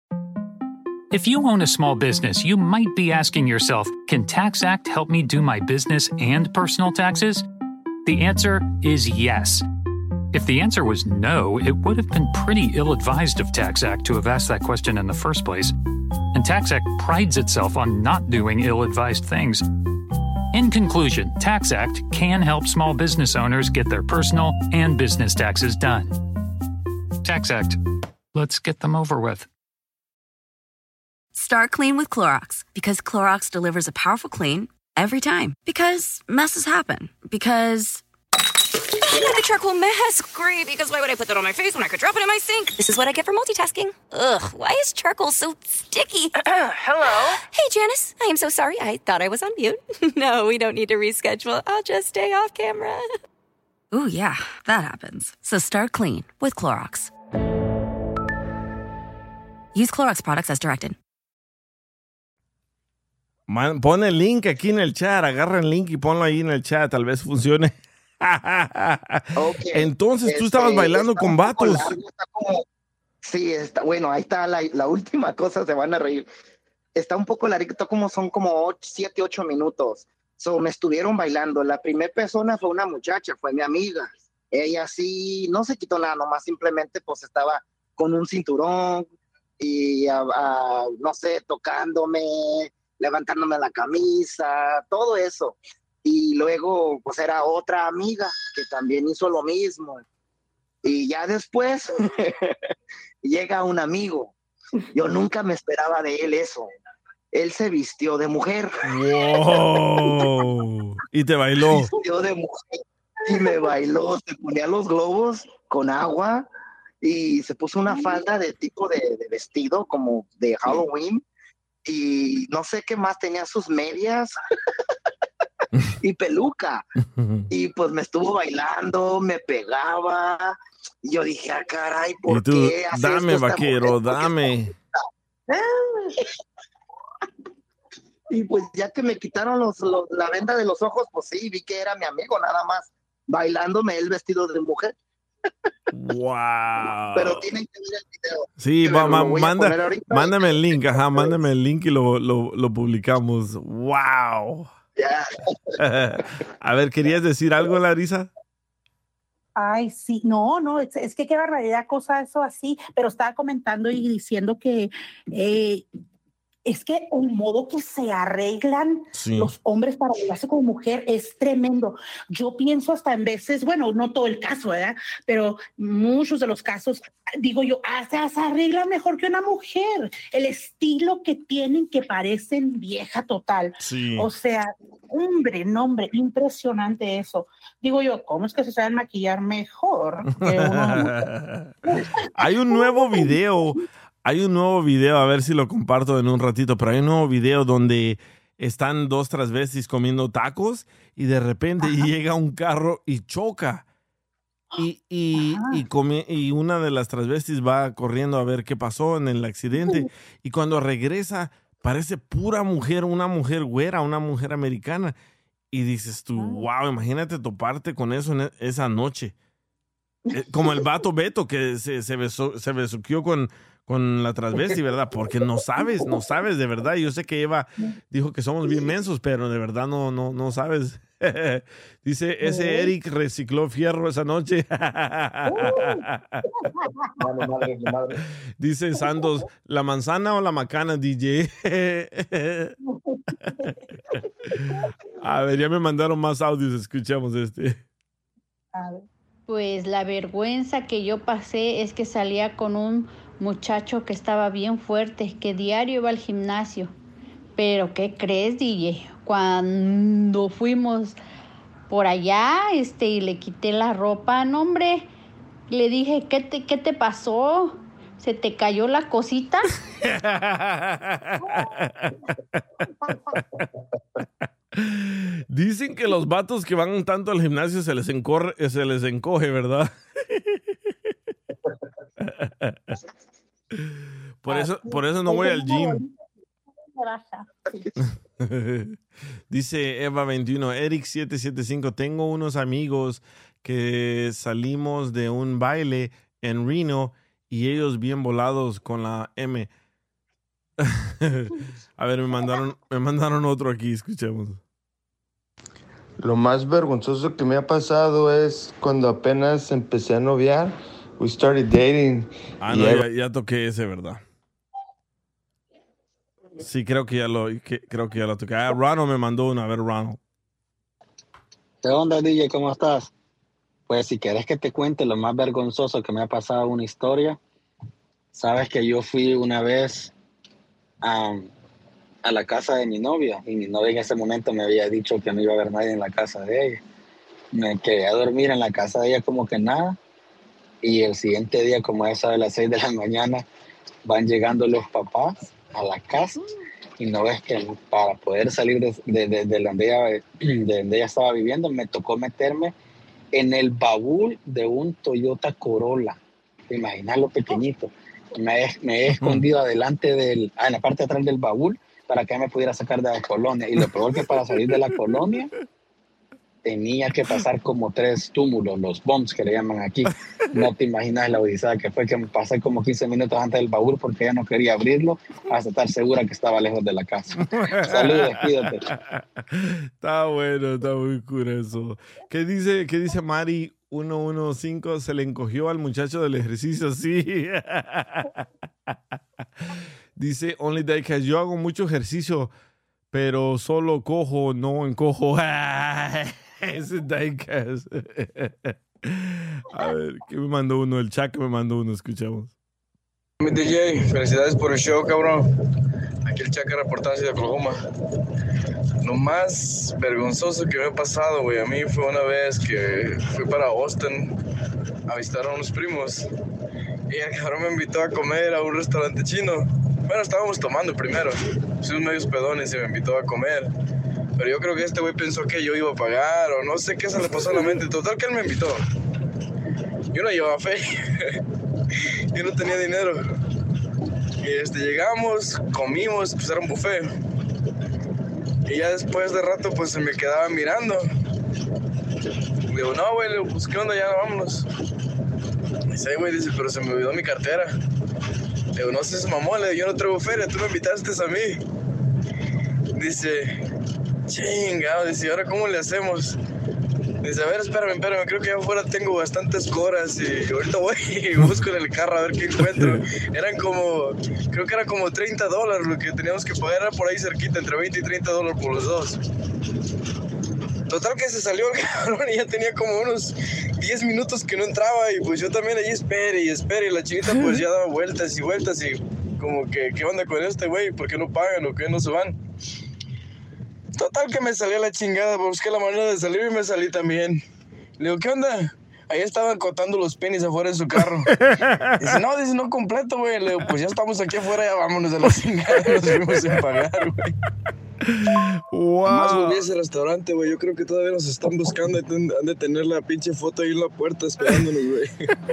[SPEAKER 1] If you own a small business, you might be asking yourself, can TaxAct help me do my business and personal taxes? The answer is yes. If the answer was no, it would have been pretty ill-advised of TaxAct to have asked that question in the first place. And TaxAct prides itself on not doing ill-advised things. In conclusion, TaxAct can help small business owners get their personal and business taxes done. TaxAct. Let's get them over with.
[SPEAKER 2] Start clean with Clorox because Clorox delivers a powerful clean every time. Because messes happen. Because
[SPEAKER 12] the charcoal mask. Great, because why would I put that on my face when I could drop it in my sink? This is what I get for multitasking. Ugh, why is charcoal so sticky?
[SPEAKER 14] Hello?
[SPEAKER 12] Hey, Janice. I am so sorry. I thought I was on mute. No, we don't need to reschedule. I'll just stay off camera.
[SPEAKER 2] ooh, yeah, that happens. So start clean with Clorox. Use Clorox products as directed.
[SPEAKER 6] Man, pon el link aquí en el chat. Agarra el link y ponlo ahí en el chat. Tal vez funcione.
[SPEAKER 11] Okay.
[SPEAKER 6] Entonces tú
[SPEAKER 11] Este,
[SPEAKER 6] estabas bailando
[SPEAKER 11] está
[SPEAKER 6] con
[SPEAKER 11] un poco
[SPEAKER 6] vatos.
[SPEAKER 11] largo, está como- Sí, está, bueno, ahí está la, la última cosa, se van a reír. Está un poco largo, está como son como siete, ocho minutos. So, me estuvieron bailando. La primera persona fue una muchacha, fue mi amiga. Ella sí, no se quitó nada, nomás simplemente pues estaba con un cinturón y, ah, ah, no sé, tocándome, levantándome la camisa, todo eso. Y luego, pues era otra amiga que también hizo lo mismo. Y ya después llega un amigo. Yo nunca me esperaba de él eso. Él se vistió de mujer.
[SPEAKER 6] Wow. Y te bailó.
[SPEAKER 11] Se vistió de mujer y me bailó. Se ponía los globos con agua y se puso una falda de tipo de, de vestido como de Halloween. Y no sé qué más, tenía sus medias y peluca. Y pues me estuvo bailando, me pegaba. Y yo dije, ah, caray, ¿por
[SPEAKER 6] Y tú,
[SPEAKER 11] qué hace
[SPEAKER 6] dame,
[SPEAKER 11] esto esta
[SPEAKER 6] vaquero,
[SPEAKER 11] mujer?
[SPEAKER 6] dame.
[SPEAKER 11] Y pues ya que me quitaron los, los- la venda de los ojos, pues sí, vi que era mi amigo nada más, bailándome él vestido de mujer.
[SPEAKER 6] Wow.
[SPEAKER 11] Pero tienen que ver el video.
[SPEAKER 6] Sí,
[SPEAKER 11] Pero
[SPEAKER 6] va, ma-
[SPEAKER 11] lo voy a
[SPEAKER 6] manda,
[SPEAKER 11] poner ahorita.
[SPEAKER 6] mándame el link, ajá, mándame el link y lo, lo, lo publicamos. Wow.
[SPEAKER 11] Ya.
[SPEAKER 6] A ver, ¿querías decir algo, Larisa?
[SPEAKER 7] Ay, sí, no, no, es, es que qué barbaridad cosa eso así, pero estaba comentando y diciendo que eh, es que el modo que se arreglan
[SPEAKER 6] sí.
[SPEAKER 7] los hombres para arreglarse como mujer es tremendo. Yo pienso hasta en veces, bueno, no todo el caso, ¿verdad? Pero muchos de los casos, digo yo, hasta se arreglan mejor que una mujer. El estilo que tienen que parecen vieja total.
[SPEAKER 6] Sí.
[SPEAKER 7] O sea, hombre, no, hombre, impresionante eso. Digo yo, ¿cómo es que se saben maquillar mejor que una mujer?
[SPEAKER 6] Hay un nuevo video. Hay un nuevo video, a ver si lo comparto en un ratito, pero hay un nuevo video donde están dos transvestis comiendo tacos y de repente Ajá. llega un carro y choca. Y, y, y, come, y una de las transvestis va corriendo a ver qué pasó en el accidente. Y cuando regresa, parece pura mujer, una mujer güera, una mujer americana. Y dices tú, wow, imagínate toparte con eso en esa noche. Como el vato Beto que se, se, besó, se besuqueó con... con la transvesti, ¿verdad? Porque no sabes, no sabes de verdad. Yo sé que Eva dijo que somos bien mensos, pero de verdad no, no, no sabes. Dice, ese Eric recicló fierro esa noche.
[SPEAKER 13] Madre, madre, madre.
[SPEAKER 6] Dice Santos, ¿la manzana o la macana, D J? A ver, ya me mandaron más audios, escuchamos este.
[SPEAKER 14] Pues la vergüenza que yo pasé es que salía con un muchacho que estaba bien fuerte, que diario iba al gimnasio. Pero ¿qué crees, D J? Cuando fuimos por allá, este, y le quité la ropa, no, hombre, le dije, ¿qué te, qué te pasó? ¿Se te cayó la cosita?
[SPEAKER 6] Dicen que los vatos que van tanto al gimnasio se les encorre, se les encoge, ¿verdad? Por eso, por eso no voy al gym. Dice Eva veintiuno, Eric siete siete cinco, tengo unos amigos que salimos de un baile en Reno y ellos bien volados con la M. A ver, me mandaron, me mandaron otro aquí, escuchemos.
[SPEAKER 10] Lo más vergonzoso que me ha pasado es cuando apenas empecé a noviar. We started dating.
[SPEAKER 6] Ah, no, ya, ya toqué ese, ¿verdad? Sí, creo que ya lo, que, creo que ya lo toqué. Ah, Ronald me mandó una. A ver, Ronald.
[SPEAKER 15] ¿Qué onda, D J? ¿Cómo estás? Pues si quieres que te cuente lo más vergonzoso que me ha pasado una historia, sabes que yo fui una vez um, a la casa de mi novia y mi novia en ese momento me había dicho que no iba a haber nadie en la casa de ella. Me quedé a dormir en la casa de ella como que nada. Y el siguiente día, como a eso de las seis de la mañana, van llegando los papás a la casa y no ves que para poder salir de, de, de, de, donde ella, de donde ella estaba viviendo, me tocó meterme en el baúl de un Toyota Corolla. ¿Te imaginas lo pequeñito? Me, me he escondido adelante del, ah, en la parte de atrás del baúl para que me pudiera sacar de la colonia. Y lo peor que para salir de la colonia tenía que pasar como tres túmulos, los bumps que le llaman aquí. No te imaginas la odisea que fue, que me pasé como quince minutos antes del baúl porque ella no quería abrirlo hasta estar segura que estaba lejos de la casa. Saludos, cuídate.
[SPEAKER 6] Está bueno, está muy curioso. ¿Qué dice, qué dice Mari ciento quince? Se le encogió al muchacho del ejercicio, sí. Dice Only Diecast, yo hago mucho ejercicio, pero solo cojo, no encojo. Ese Diecast. A ver, ¿qué me mandó uno? El chat que me mandó uno, escuchamos.
[SPEAKER 16] Mi D J, felicidades por el show, cabrón. Aquí el Chaca reportando de Oklahoma. Lo más vergonzoso que me ha pasado, güey, a mí fue una vez que fui para Austin a visitar a unos primos. Y el cabrón me invitó a comer a un restaurante chino. Bueno, estábamos tomando primero. Fuimos medios pedones y me invitó a comer. Pero yo creo que este güey pensó que yo iba a pagar o no sé qué se le pasó a la mente. Total que él me invitó. Yo no llevaba fe. Yo no tenía dinero. Y este, llegamos, comimos, pues era un buffet. Y ya después de rato pues se me quedaba mirando. Y digo, no, güey, pues qué onda, ya vámonos. Y dice, güey, dice, pero se me olvidó mi cartera. Le digo, no seas mamón, le digo, yo no traigo feria, tú me invitaste a mí. Dice, chingado, dice, ¿ahora cómo le hacemos? Dice, a ver, espérame, espérame, creo que allá afuera tengo bastantes coras y ahorita voy y busco en el carro a ver qué encuentro. Eran como, creo que era como treinta dólares lo que teníamos que pagar, era por ahí cerquita, entre veinte y treinta dólares por los dos. Total que se salió el cabrón y ya tenía como unos diez minutos que no entraba y pues yo también allí espere y espere y la chinita pues ya daba vueltas y vueltas y como que, ¿qué onda con este güey? ¿Por qué no pagan o qué no se van? Total que me salí a la chingada, busqué la manera de salir y me salí también. Le digo, ¿qué onda? Ahí estaban cotando los penis afuera de su carro. Dice, no, dice, no completo, güey. Le digo, pues ya estamos aquí afuera, ya vámonos de la chingada. Nos fuimos sin pagar, güey.
[SPEAKER 6] Wow.
[SPEAKER 16] Más volví a ese restaurante, güey. Yo creo que todavía nos están buscando. Han de tener la pinche foto ahí en la puerta esperándonos, güey.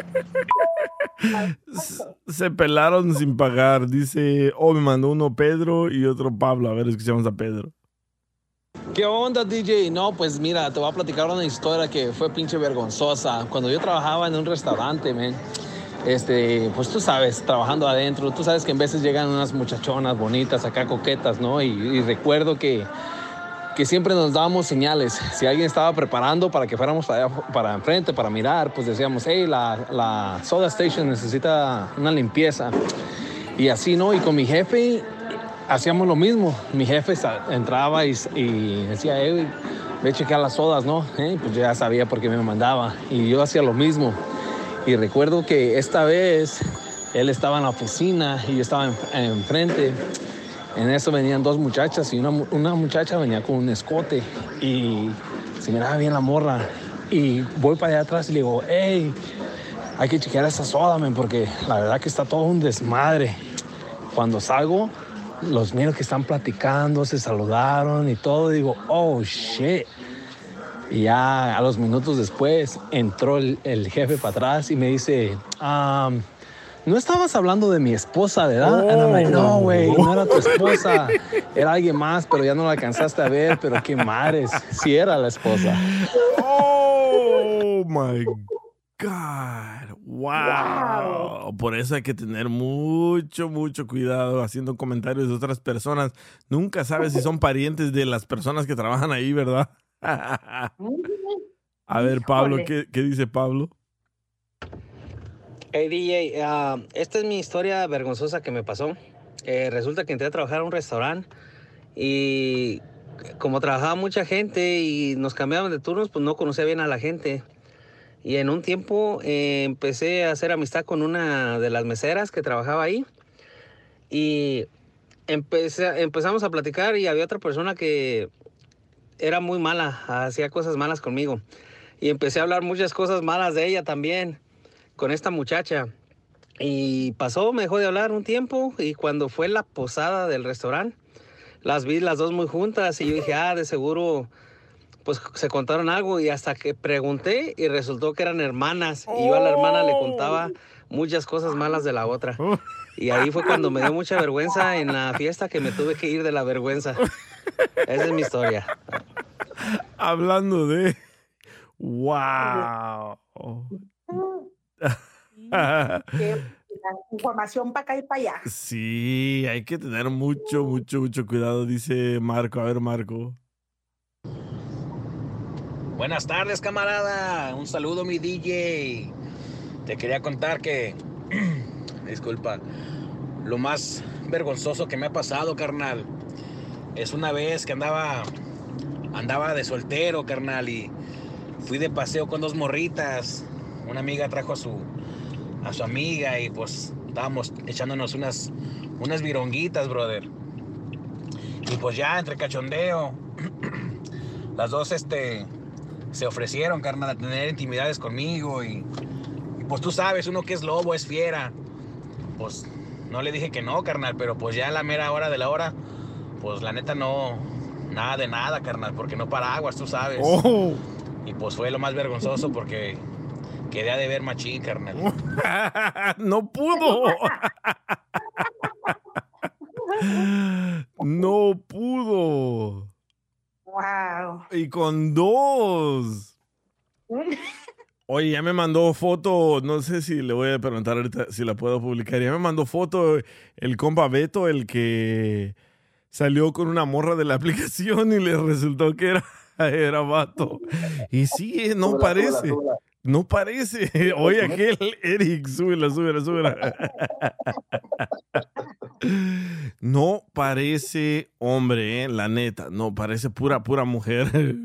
[SPEAKER 6] Se pelaron sin pagar. Dice, oh, me mandó uno Pedro y otro Pablo. A ver, escuchamos a Pedro.
[SPEAKER 17] ¿Qué onda, D J? No, pues mira, te voy a platicar una historia que fue pinche vergonzosa. Cuando yo trabajaba en un restaurante, man, este, pues tú sabes, trabajando adentro, tú sabes que en veces llegan unas muchachonas bonitas, acá coquetas, ¿no? Y, y recuerdo que, que siempre nos dábamos señales. Si alguien estaba preparando para que fuéramos para, allá, para enfrente, para mirar, pues decíamos, hey, la, la soda station necesita una limpieza. Y así, ¿no? Y con mi jefe hacíamos lo mismo. Mi jefe entraba y, y decía, hey, ve a checar las sodas, ¿no? Eh, pues ya sabía por qué me mandaba. Y yo hacía lo mismo. Y recuerdo que esta vez él estaba en la oficina y yo estaba en, enfrente. En eso venían dos muchachas y una, una muchacha venía con un escote y se miraba bien la morra. Y voy para allá atrás y le digo, hey, hay que chequear esa soda, man, porque la verdad que está todo un desmadre. Cuando salgo, los miro que están platicando, se saludaron y todo. Y digo, oh, shit. Y ya a los minutos después entró el, el jefe para atrás y me dice, um, ¿no estabas hablando de mi esposa, verdad? Oh. And I'm like, no, güey, no era tu esposa. Era alguien más, pero ya no la alcanzaste a ver. Pero qué madres, sí era la esposa.
[SPEAKER 6] Oh, my God. Wow. wow. Por eso hay que tener mucho, mucho cuidado haciendo comentarios de otras personas. Nunca sabes si son parientes de las personas que trabajan ahí, ¿verdad? A ver, Pablo, ¿qué, qué dice Pablo?
[SPEAKER 17] Hey, D J, uh, esta es mi historia vergonzosa que me pasó. Eh, resulta que entré a trabajar a un restaurante y como trabajaba mucha gente y nos cambiaban de turnos, pues no conocía bien a la gente. Y en un tiempo eh, empecé a hacer amistad con una de las meseras que trabajaba ahí. Y empecé, empezamos a platicar y había otra persona que era muy mala, hacía cosas malas conmigo. Y empecé a hablar muchas cosas malas de ella también, con esta muchacha. Y pasó, me dejó de hablar un tiempo y cuando fue la posada del restaurante, las vi las dos muy juntas y yo dije, ah, de seguro, pues se contaron algo y hasta que pregunté y resultó que eran hermanas y yo a la hermana le contaba muchas cosas malas de la otra. Y ahí fue cuando me dio mucha vergüenza en la fiesta que me tuve que ir de la vergüenza. Esa es mi historia.
[SPEAKER 6] Hablando de... ¡Wow!
[SPEAKER 7] Información para acá y para allá.
[SPEAKER 6] Sí, hay que tener mucho, mucho, mucho cuidado, dice Marco. A ver, Marco.
[SPEAKER 18] Buenas tardes, camarada. Un saludo, mi D J. Te quería contar que... Disculpa. Lo más vergonzoso que me ha pasado, carnal, es una vez que andaba... Andaba de soltero, carnal, y fui de paseo con dos morritas. Una amiga trajo a su... a su amiga y pues estábamos echándonos unas unas vironguitas, brother. Y pues ya entre cachondeo las dos este se ofrecieron, carnal, a tener intimidades conmigo y, y pues tú sabes, uno que es lobo, es fiera. Pues no le dije que no, carnal, pero pues ya a la mera hora de la hora, pues la neta no, nada de nada, carnal, porque no paraguas, tú sabes. Oh. Y pues fue lo más vergonzoso porque quedé a deber machín, carnal.
[SPEAKER 6] ¡No pudo! ¡No pudo!
[SPEAKER 7] ¡Wow!
[SPEAKER 6] Y con dos. Oye, ya me mandó foto, no sé si le voy a preguntar ahorita si la puedo publicar. Ya me mandó foto el compa Beto, el que salió con una morra de la aplicación y le resultó que era Era vato. Y sí, no
[SPEAKER 13] Súbela,
[SPEAKER 6] parece.
[SPEAKER 13] súbela, súbela.
[SPEAKER 6] No parece. Oye, aquel Eric, súbela, súbela, súbela. No parece hombre, eh, la neta. No, parece pura, pura mujer.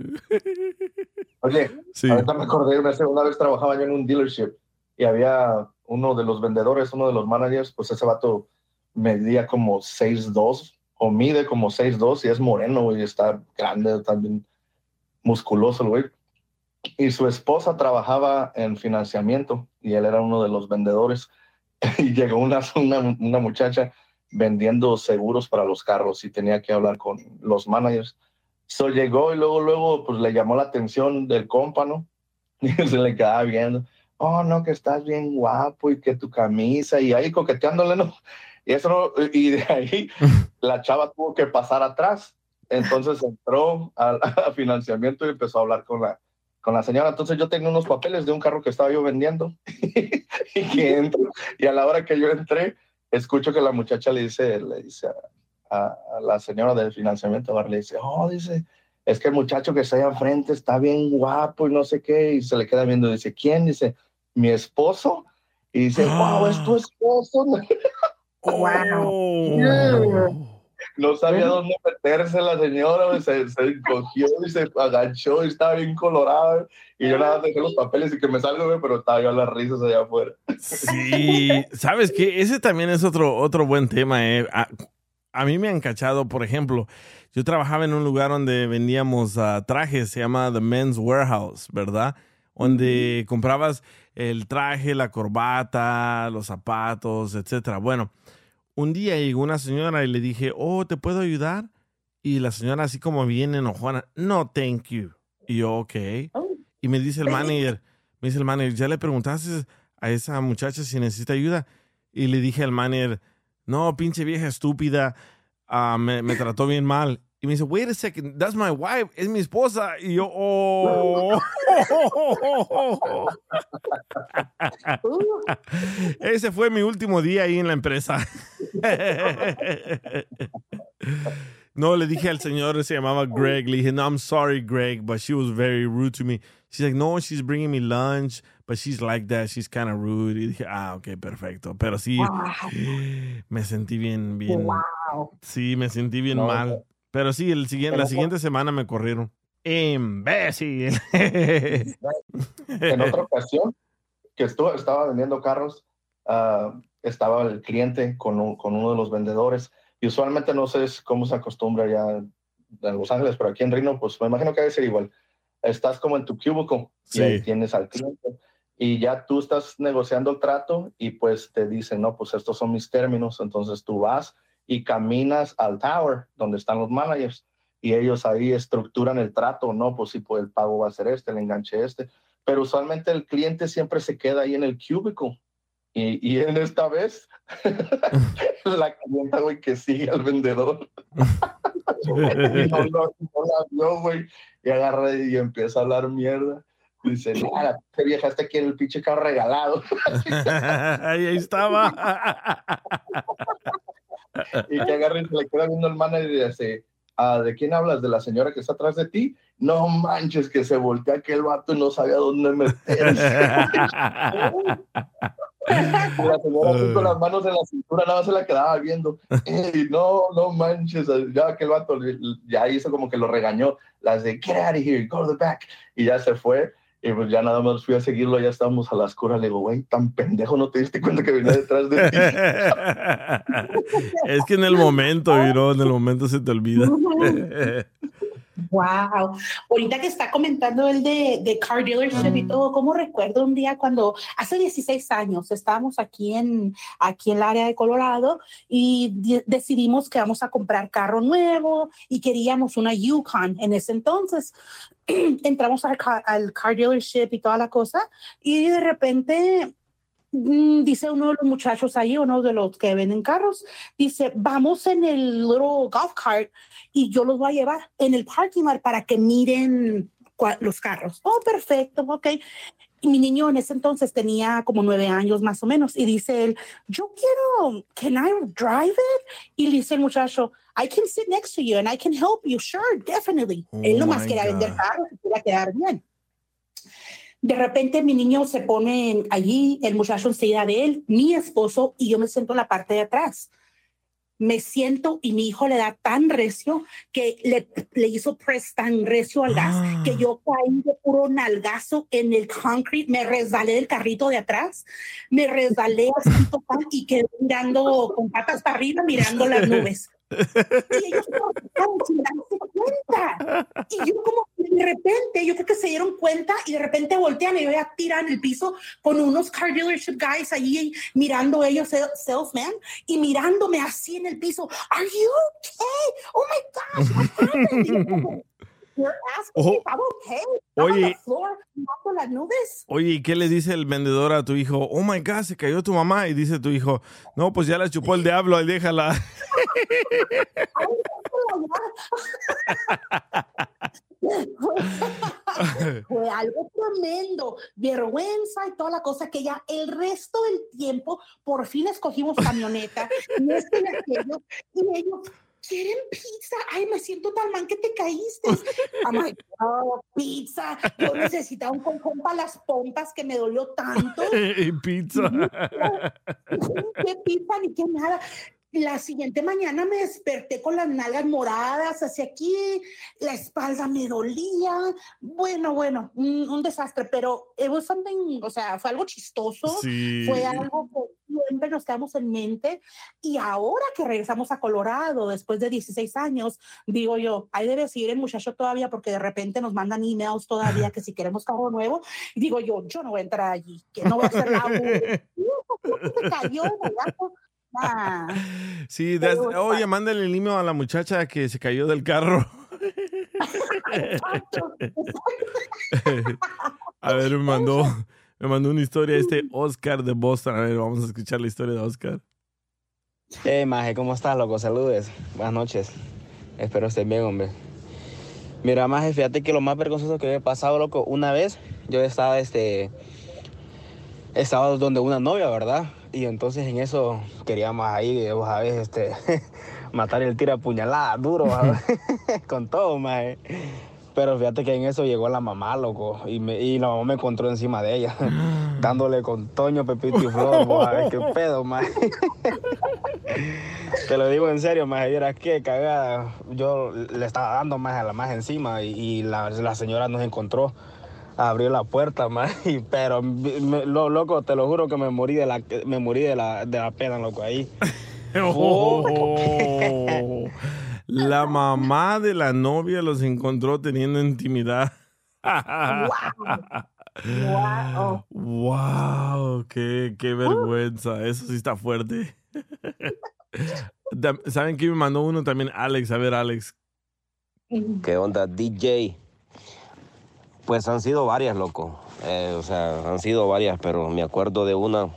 [SPEAKER 13] Oye,
[SPEAKER 6] Sí.
[SPEAKER 13] ahorita me acordé, una, una vez trabajaba yo en un dealership y había uno de los vendedores, uno de los managers, pues ese vato medía como seis dos o mide como seis dos y es moreno y está grande, también musculoso el güey. Y su esposa trabajaba en financiamiento y él era uno de los vendedores. Y llegó una, una, una muchacha vendiendo seguros para los carros y tenía que hablar con los managers. So llegó y luego, luego, pues le llamó la atención del compa, ¿no? Y se le quedaba viendo. Oh, no, que estás bien guapo y que tu camisa y ahí coqueteándole, ¿no? Y eso no, y de ahí la chava tuvo que pasar atrás. Entonces entró a, a financiamiento y empezó a hablar con la, con la señora. Entonces yo tenía unos papeles de un carro que estaba yo vendiendo y que entro. Y a la hora que yo entré, escucho que la muchacha le dice, le dice a, a, a la señora del financiamiento, le dice, oh, dice, es que el muchacho que está ahí enfrente está bien guapo y no sé qué. Y se le queda viendo, dice, ¿quién? Dice, mi esposo. Y dice, wow, es tu esposo.
[SPEAKER 6] Wow.
[SPEAKER 13] Yeah. No sabía dónde meterse la señora, se, se encogió y se agachó y estaba bien colorada. Y yo nada, dejé los papeles y que me salga, güey, pero estaba yo a las risas allá afuera.
[SPEAKER 6] Sí, ¿sabes qué? Ese también es otro, otro buen tema, eh. A, a mí me han cachado, por ejemplo, yo trabajaba en un lugar donde vendíamos uh, trajes, se llama The Men's Warehouse, ¿verdad? Donde uh-huh. comprabas el traje, la corbata, los zapatos, etcétera. Bueno, un día llegó una señora y le dije, oh, ¿te puedo ayudar? Y la señora así como bien enojona, no, thank you. Y yo, ok. Y me dice el manager, me dice el manager, ¿ya le preguntaste a esa muchacha si necesita ayuda? Y le dije al manager, no, pinche vieja estúpida, uh, me, me trató bien mal. Y me dice, wait a second, that's my wife, es mi esposa. Y yo, oh. Ese fue mi último día ahí en la empresa. No, le dije al señor, se llamaba Greg, le dije, no, I'm sorry, Greg, but she was very rude to me. She's like, no, she's bringing me lunch, but she's like that, she's kind of rude. Y dije, ah, ok, perfecto. Pero sí, wow. me sentí bien, bien.
[SPEAKER 7] Wow.
[SPEAKER 6] Sí, me sentí bien
[SPEAKER 13] No,
[SPEAKER 6] mal. Pero sí, el siguiente, la siguiente semana me corrieron. ¡Imbécil!
[SPEAKER 13] En otra ocasión, que estuvo, estaba vendiendo carros, uh, estaba el cliente con, un, con uno de los vendedores. Y usualmente no sé cómo se acostumbra ya en Los Ángeles, pero aquí en Reno, pues me imagino que debe ser igual. Estás como en tu cubicle
[SPEAKER 6] sí.
[SPEAKER 13] y ahí tienes al cliente. Y ya tú estás negociando el trato y pues te dicen, no, pues estos son mis términos. Entonces tú vas y caminas al tower donde están los managers y ellos ahí estructuran el trato, no, pues sí, pues el pago va a ser este, el enganche este, pero usualmente el cliente siempre se queda ahí en el cubicle y, y en esta vez la clienta, güey, que sigue al vendedor y no, no, no la vio, güey, y agarra y empieza a hablar mierda. Dice, nada, te vieja, este quiere el pinche carro regalado.
[SPEAKER 6] Ahí estaba.
[SPEAKER 13] Y que agarre y se le queda viendo el manager y dice, ah, ¿de quién hablas? ¿De la señora que está atrás de ti? No manches, que se voltea aquel vato y no sabía dónde meterse. Y la señora así con las manos en la cintura nada más se la quedaba viendo. Y no, no manches, ya aquel vato ya hizo como que lo regañó. Las de, get out of here, go to the back. Y ya se fue. Y pues ya nada más fui a seguirlo, ya estábamos a la oscura. Le digo, güey, tan pendejo, ¿no te diste cuenta que venía detrás de ti?
[SPEAKER 6] Es que en el momento, you know, en el momento se te olvida.
[SPEAKER 7] Wow. Ahorita que está comentando el de, de car dealership mm. y todo, ¿cómo recuerdo un día cuando hace dieciséis años estábamos aquí en, aquí en el área de Colorado y de- decidimos que vamos a comprar carro nuevo y queríamos una Yukon en ese entonces. Entramos al car, al car dealership y toda la cosa y de repente mm, dice uno de los muchachos ahí, uno de los que venden carros, dice, vamos en el little golf cart y yo los voy a llevar en el parking lot para que miren cua- los carros. Oh, perfecto, ok. Y mi niño en ese entonces tenía como nueve años más o menos y dice él, yo quiero, can I drive it? Y le dice el muchacho, I can sit next to you and I can help you. Sure, definitely.
[SPEAKER 6] Oh
[SPEAKER 7] Él nomás
[SPEAKER 6] my
[SPEAKER 7] quería
[SPEAKER 6] God.
[SPEAKER 7] vender carros y quería quedar bien. De repente mi niño se pone allí, el muchacho enseguida de él, mi esposo, y yo me siento en la parte de atrás. Me siento y mi hijo le da tan recio que le, le hizo press tan recio al gas
[SPEAKER 6] Ah.
[SPEAKER 7] que yo caí de puro nalgazo en el concrete, me resbalé del carrito de atrás, me resbalé así total y quedé mirando con patas para arriba, mirando las nubes. Y ellos no estaban sin darse cuenta. Y yo como de repente, yo creo que se dieron cuenta y de repente voltean y yo ya tiran en el piso con unos car dealership guys allí mirando ellos, salesman, y mirándome así en el piso. Are you okay? Oh my gosh, what happened? Y yo como, you're asking me if I'm okay? I'm on
[SPEAKER 6] Oye.
[SPEAKER 7] the floor, mirando las nubes.
[SPEAKER 6] Oye, ¿y qué le dice el vendedor a tu hijo? Oh my God, se cayó tu mamá. Y dice tu hijo, no, pues ya la chupó el diablo, ahí déjala.
[SPEAKER 7] Fue algo tremendo, vergüenza y toda la cosa que ya el resto del tiempo por fin escogimos camioneta y esto y aquello y ellos quieren pizza. Ay, me siento tan mal que te caíste. I'm like, oh, pizza. Yo necesitaba un concón para las pompas que me dolió tanto.
[SPEAKER 6] Y pizza.
[SPEAKER 7] Qué pizza ni qué nada. La siguiente mañana me desperté con las nalgas moradas hacia aquí, la espalda me dolía. Bueno, bueno, un, un desastre, pero it was something, o sea, fue algo chistoso.
[SPEAKER 6] Sí.
[SPEAKER 7] Fue algo que siempre nos quedamos en mente. Y ahora que regresamos a Colorado, después de dieciséis años, digo yo, ahí debe seguir el muchacho todavía porque de repente nos mandan emails todavía que si queremos carro nuevo. Y digo yo, yo no voy a entrar allí, que no voy a hacer la se cayó, ¿verdad? Ah,
[SPEAKER 6] Sí, that's- oye, mándale el email a la muchacha que se cayó del carro. A ver, me mandó, me mandó una historia este Oscar de Boston. A ver, vamos a escuchar la historia de Oscar.
[SPEAKER 19] Hey, maje, ¿cómo estás, loco? Saludes. Buenas noches. Espero estés bien, hombre. Mira, maje, fíjate que lo más vergonzoso que me ha pasado, loco, una vez yo estaba, este... Estaba donde una novia, ¿verdad? Y entonces en eso queríamos ahí, vos sabés, este... matar el tiro a puñalada, duro, ¿verdad? Con todo, maje. Pero fíjate que en eso llegó la mamá, loco, y, me, y la mamá me encontró encima de ella, dándole con Toño, Pepito y Flor, vos sabés qué pedo, maje. Te lo digo en serio, maje, vieras qué cagada. Yo le estaba dando más a la más encima y, y la, la señora nos encontró, abrió la puerta, maje, y- pero me- lo, loco, te lo juro que me morí de la, me morí de la, de la pena, loco, ahí.
[SPEAKER 6] Oh, la mamá de la novia los encontró teniendo intimidad.
[SPEAKER 7] Wow.
[SPEAKER 6] Wow, qué, qué vergüenza. Eso sí está fuerte. Da- ¿Saben qué me mandó uno también? Alex. A ver, Alex.
[SPEAKER 20] ¿Qué onda, D J? Pues han sido varias, loco. Eh, o sea, han sido varias, pero me acuerdo de una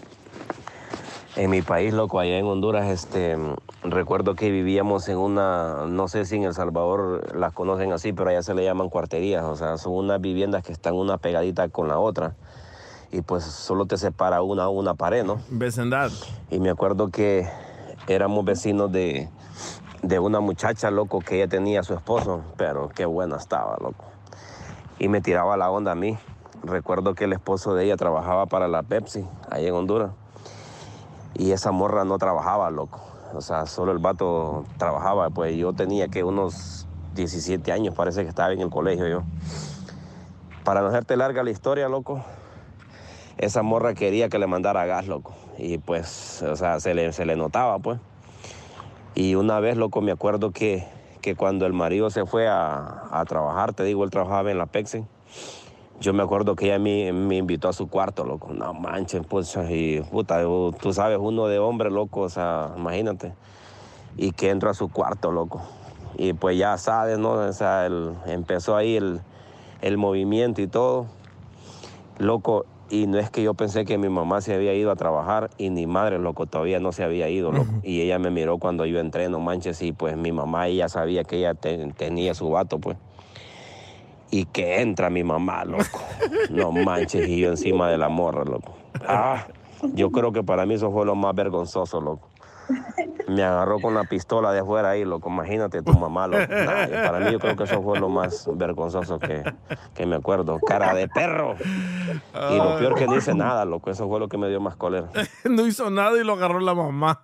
[SPEAKER 20] en mi país, loco, allá en Honduras. Este, recuerdo que vivíamos en una, no sé si en El Salvador las conocen así, pero allá se le llaman cuarterías. O sea, son unas viviendas que están una pegadita con la otra. Y pues solo te separa una una pared, ¿no?
[SPEAKER 6] Vecindad.
[SPEAKER 20] Y me acuerdo que éramos vecinos de, de una muchacha, loco, que ella tenía a su esposo, pero qué buena estaba, loco. Y me tiraba la onda a mí. Recuerdo que el esposo de ella trabajaba para la Pepsi, ahí en Honduras. Y esa morra no trabajaba, loco. O sea, solo el vato trabajaba. Pues yo tenía que unos diecisiete años, parece que estaba en el colegio yo. Para no hacerte larga la historia, loco, esa morra quería que le mandara gas, loco. Y pues, o sea, se le, se le notaba, pues. Y una vez, loco, me acuerdo que, que cuando el marido se fue a, a trabajar, te digo, él trabajaba en la Pepsi. Yo me acuerdo que ella me, me invitó a su cuarto, loco. No manches, pues, y puta, tú sabes, uno de hombre, loco, o sea, imagínate. Y que entro a su cuarto, loco. Y pues ya sabes, ¿no? O sea, el- empezó ahí el, el movimiento y todo. Loco, y no es que yo pensé que mi mamá se había ido a trabajar y ni madre, loco, todavía no se había ido, loco. Y ella me miró cuando yo entré, no manches, y pues mi mamá ella sabía que ella te- tenía su vato, pues. Y que entra mi mamá, loco. No manches, y yo encima de la morra, loco. Ah, yo creo que para mí eso fue lo más vergonzoso, loco. me agarró con la pistola de afuera ahí, loco. Imagínate tu mamá, loco. Nah, para mí yo creo que eso fue lo más vergonzoso que, que me acuerdo. Cara de perro. Y lo peor que no hice nada, loco. Eso fue lo que me dio más cólera.
[SPEAKER 6] No hizo nada y lo agarró la mamá.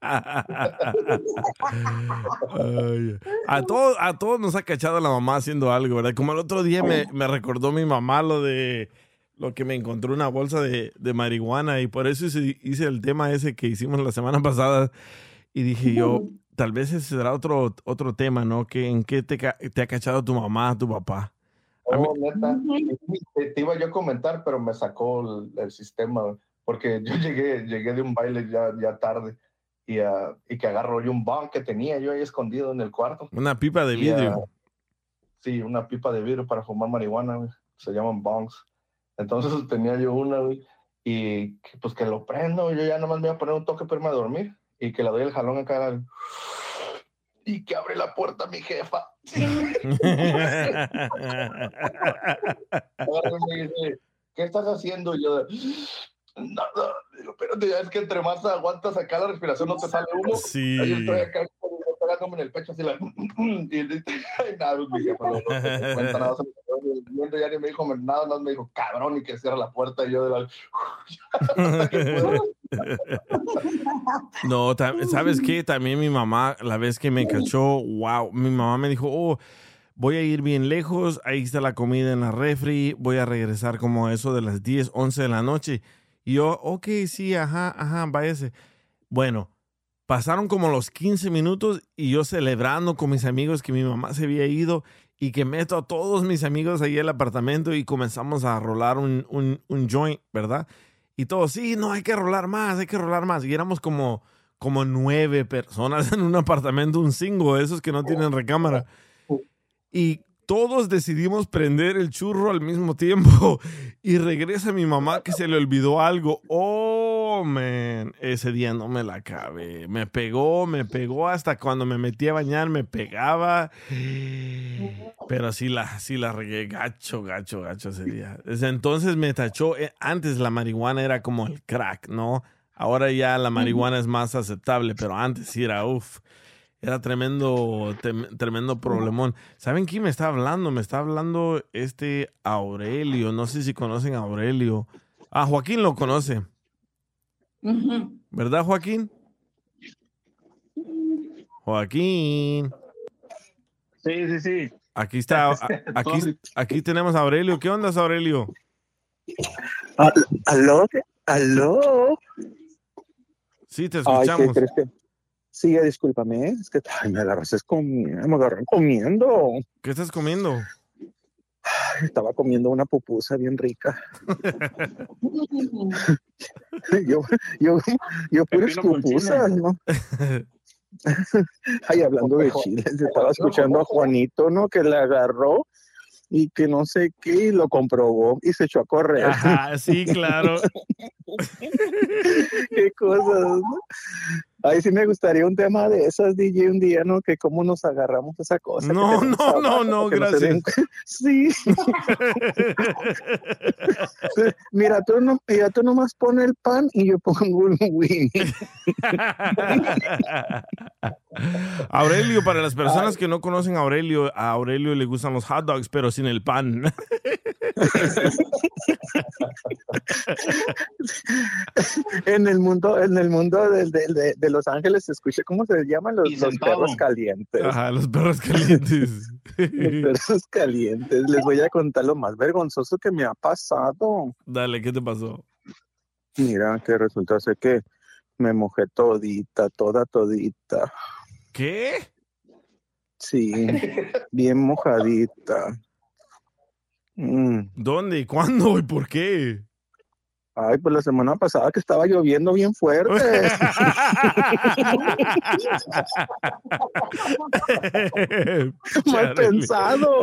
[SPEAKER 6] Ay, a todos a todos nos ha cachado la mamá haciendo algo, ¿verdad? Como el otro día me, me recordó mi mamá lo de lo que me encontró una bolsa de, de marihuana y por eso hice, hice el tema ese que hicimos la semana pasada y dije yo, tal vez ese será otro, otro tema, ¿no? Que ¿en qué te, te ha cachado tu mamá, tu papá?
[SPEAKER 13] Oh, neta, te, te iba yo a comentar, pero me sacó el, el sistema, porque yo llegué, llegué de un baile ya, ya tarde. Y, uh, y que agarro yo un bong que tenía yo ahí escondido en el cuarto.
[SPEAKER 6] Una pipa de
[SPEAKER 13] y,
[SPEAKER 6] vidrio.
[SPEAKER 13] Uh, sí, una pipa de vidrio para fumar marihuana, güey. Se llaman bongs. Entonces tenía yo una, güey, y pues que lo prendo, yo ya nomás me iba a poner un toque para irme a dormir, y que le doy el jalón acá, y que abre la puerta mi jefa. Ahora me dice, ¿qué estás haciendo? Y yo, nada. Digo, espérate, ya es que entre más aguantas acá la respiración no te sale humo.
[SPEAKER 6] Sí.
[SPEAKER 13] Ahí estoy acá pegándome en el pecho así la... y, y nada, mi jefa no, no se cuenta nada. Se ya ni me dijo nada, más me dijo, cabrón, y que cierra la puerta y yo de la...
[SPEAKER 6] No, ¿sabes qué? También mi mamá, la vez que me cachó, wow, mi mamá me dijo, oh, voy a ir bien lejos, ahí está la comida en la refri, voy a regresar como a eso de las diez, once de la noche. Y yo, ok, sí, ajá, ajá, váyase. Bueno, pasaron como los quince minutos y yo celebrando con mis amigos que mi mamá se había ido y que meto a todos mis amigos ahí al apartamento y comenzamos a rolar un, un, un joint, ¿verdad? Y todos, sí, no, hay que rolar más, hay que rolar más. Y éramos como, como nueve personas en un apartamento, un single, esos que no tienen recámara. Y todos decidimos prender el churro al mismo tiempo. Y regresa mi mamá que se le olvidó algo. Oh, man. Ese día no me la acabé. Me pegó, me pegó hasta cuando me metí a bañar, me pegaba. Pero sí la, sí la regué gacho, gacho, gacho ese día. Desde entonces me tachó. Antes la marihuana era como el crack, ¿no? Ahora ya la marihuana es más aceptable, pero antes sí era, uff. Era tremendo, tem, tremendo problemón. ¿Saben quién me está hablando? Me está hablando este Aurelio. No sé si conocen a Aurelio. Ah, Joaquín lo conoce. Uh-huh. ¿Verdad, Joaquín? Joaquín.
[SPEAKER 9] Sí, sí, sí.
[SPEAKER 6] Aquí está. A, aquí, aquí tenemos a Aurelio. ¿Qué onda, Aurelio?
[SPEAKER 21] ¿Aló? ¿Aló?
[SPEAKER 6] Sí, te escuchamos.
[SPEAKER 21] Ay, ¿qué crees que? Sí, discúlpame, es que ay, me agarras comiendo, me agarran comiendo.
[SPEAKER 6] ¿Qué estás comiendo?
[SPEAKER 21] Ay, estaba comiendo una pupusa bien rica. yo, yo, yo puras pupusas, ¿no? Ay, hablando de chiles, estaba escuchando a Juanito, ¿no? Que le agarró y que no sé qué, y lo comprobó y se echó a correr.
[SPEAKER 6] Ajá, sí, claro.
[SPEAKER 21] Qué cosas, ¿no? Ay, sí me gustaría un tema de esas, D J, un día, ¿no? Que cómo nos agarramos esa cosa.
[SPEAKER 6] No, no,
[SPEAKER 21] abajo,
[SPEAKER 6] no, no, gracias.
[SPEAKER 21] No den... Sí. Mira, tú, no, mira, tú nomás pones el pan y yo pongo un Winnie.
[SPEAKER 6] Aurelio, para las personas Ay. que no conocen a Aurelio, a Aurelio le gustan los hot dogs, pero sin el pan.
[SPEAKER 21] en el mundo, en el mundo de, de, de, de Los Ángeles se escucha, ¿cómo se llaman? Los, los perros calientes.
[SPEAKER 6] Ajá, los perros calientes.
[SPEAKER 21] Los perros calientes. Les voy a contar lo más vergonzoso que me ha pasado.
[SPEAKER 6] Dale, ¿qué te pasó?
[SPEAKER 21] Mira, que resulta ser que me mojé todita, toda todita.
[SPEAKER 6] ¿Qué?
[SPEAKER 21] Sí, bien mojadita.
[SPEAKER 6] Mm. ¿Dónde? ¿Cuándo? ¿Y por qué?
[SPEAKER 21] Ay, pues la semana pasada que estaba lloviendo bien fuerte. Mal pensado.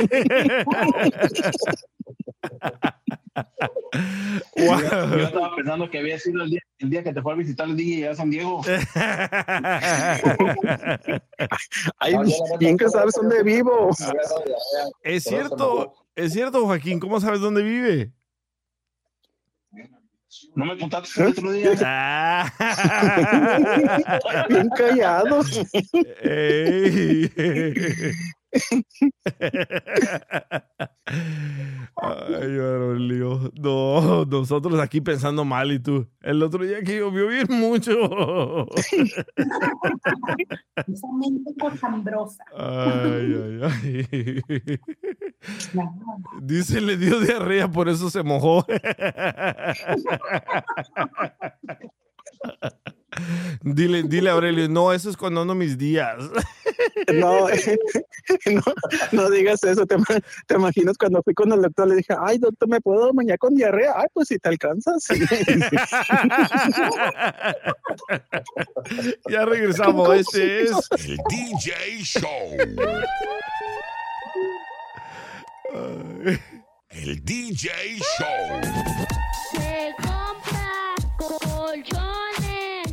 [SPEAKER 9] Wow. Yo, yo estaba pensando que había sido el día, el día que te fue a visitar el D J a San Diego.
[SPEAKER 21] Ay, bien que sabes dónde vivo.
[SPEAKER 6] Es cierto, es cierto, Joaquín. ¿Cómo sabes dónde vive?
[SPEAKER 9] ¿No me contaste el otro día?
[SPEAKER 21] Bien callado.
[SPEAKER 6] Ey. Ay, Manolio. No, nosotros aquí pensando mal y tú. El otro día que llovió bien mucho.
[SPEAKER 7] Esa mente cochambrosa.
[SPEAKER 6] Ay, ay, ay. Dice, le dio diarrea, por eso se mojó. Dile, dile a Aurelio, no, eso es cuando ando mis días.
[SPEAKER 21] No, no, no digas eso. Te, te imaginas cuando fui con el doctor, le dije, ay, doctor, ¿me puedo bañar con diarrea? Ay, pues si te alcanzas.
[SPEAKER 6] Ya regresamos, este es
[SPEAKER 5] el D J Show. El D J Show.
[SPEAKER 3] Se compra colchones,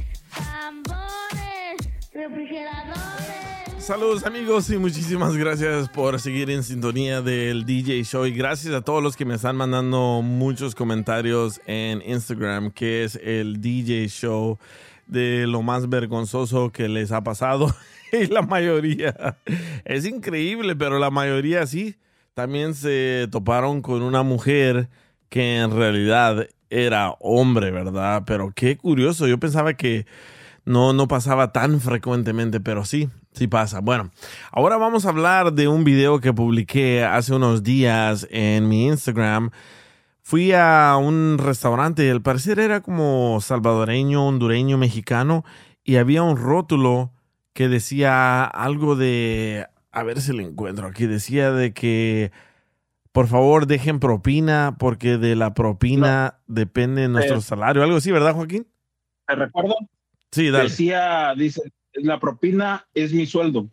[SPEAKER 3] tambores, refrigeradores.
[SPEAKER 6] Saludos amigos y muchísimas gracias por seguir en sintonía del D J Show y gracias a todos los que me están mandando muchos comentarios en Instagram, que es el D J Show, de lo más vergonzoso que les ha pasado. Y la mayoría, es increíble, pero la mayoría sí, también se toparon con una mujer que en realidad era hombre, ¿verdad? Pero qué curioso, yo pensaba que no, no pasaba tan frecuentemente, pero sí, sí pasa. Bueno, ahora vamos a hablar de un video que publiqué hace unos días en mi Instagram. Fui a un restaurante, al parecer era como salvadoreño, hondureño, mexicano, y había un rótulo que decía algo de, a ver si lo encuentro aquí, decía de que por favor dejen propina porque de la propina no. depende nuestro eh, salario, algo así, ¿verdad, Joaquín?
[SPEAKER 9] ¿Te recuerdo?
[SPEAKER 6] Sí, dale.
[SPEAKER 9] Decía, dice, la propina es mi sueldo.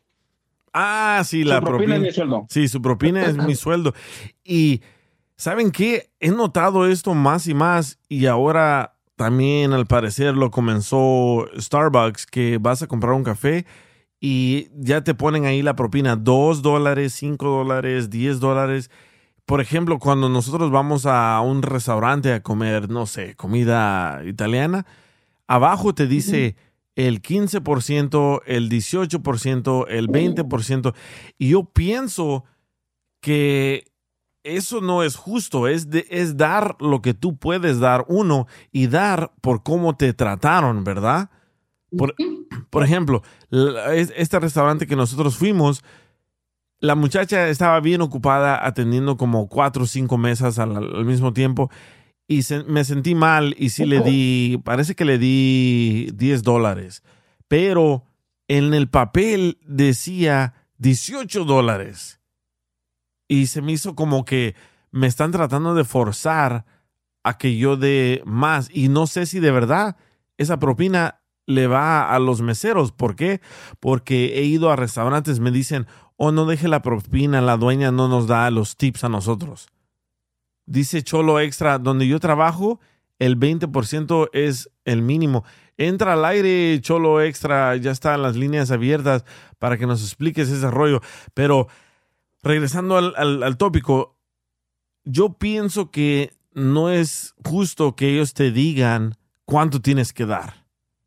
[SPEAKER 6] Ah, sí, la
[SPEAKER 9] su propina,
[SPEAKER 6] propina
[SPEAKER 9] es mi sueldo.
[SPEAKER 6] Sí, su propina es mi sueldo. Y ¿saben qué? He notado esto más y más y ahora también al parecer lo comenzó Starbucks, que vas a comprar un café y ya te ponen ahí la propina, dos dólares, cinco dólares, diez dólares. Por ejemplo, cuando nosotros vamos a un restaurante a comer, no sé, comida italiana, abajo te dice el quince por ciento, el dieciocho por ciento, el veinte por ciento. Y yo pienso que eso no es justo, es, de, es dar lo que tú puedes dar uno y dar por cómo te trataron, ¿verdad? Por, por ejemplo, este restaurante que nosotros fuimos, la muchacha estaba bien ocupada atendiendo como cuatro o cinco mesas al, al mismo tiempo y se, me sentí mal y sí le di, parece que le di diez dólares, pero en el papel decía dieciocho dólares. Y se me hizo como que me están tratando de forzar a que yo dé más. Y no sé si de verdad esa propina le va a los meseros. ¿Por qué? Porque he ido a restaurantes, me dicen, oh, no deje la propina, la dueña no nos da los tips a nosotros. Dice Cholo Extra, donde yo trabajo, el veinte por ciento es el mínimo. Entra al aire, Cholo Extra, ya están las líneas abiertas para que nos expliques ese rollo. Pero regresando al, al, al tópico, yo pienso que no es justo que ellos te digan cuánto tienes que dar.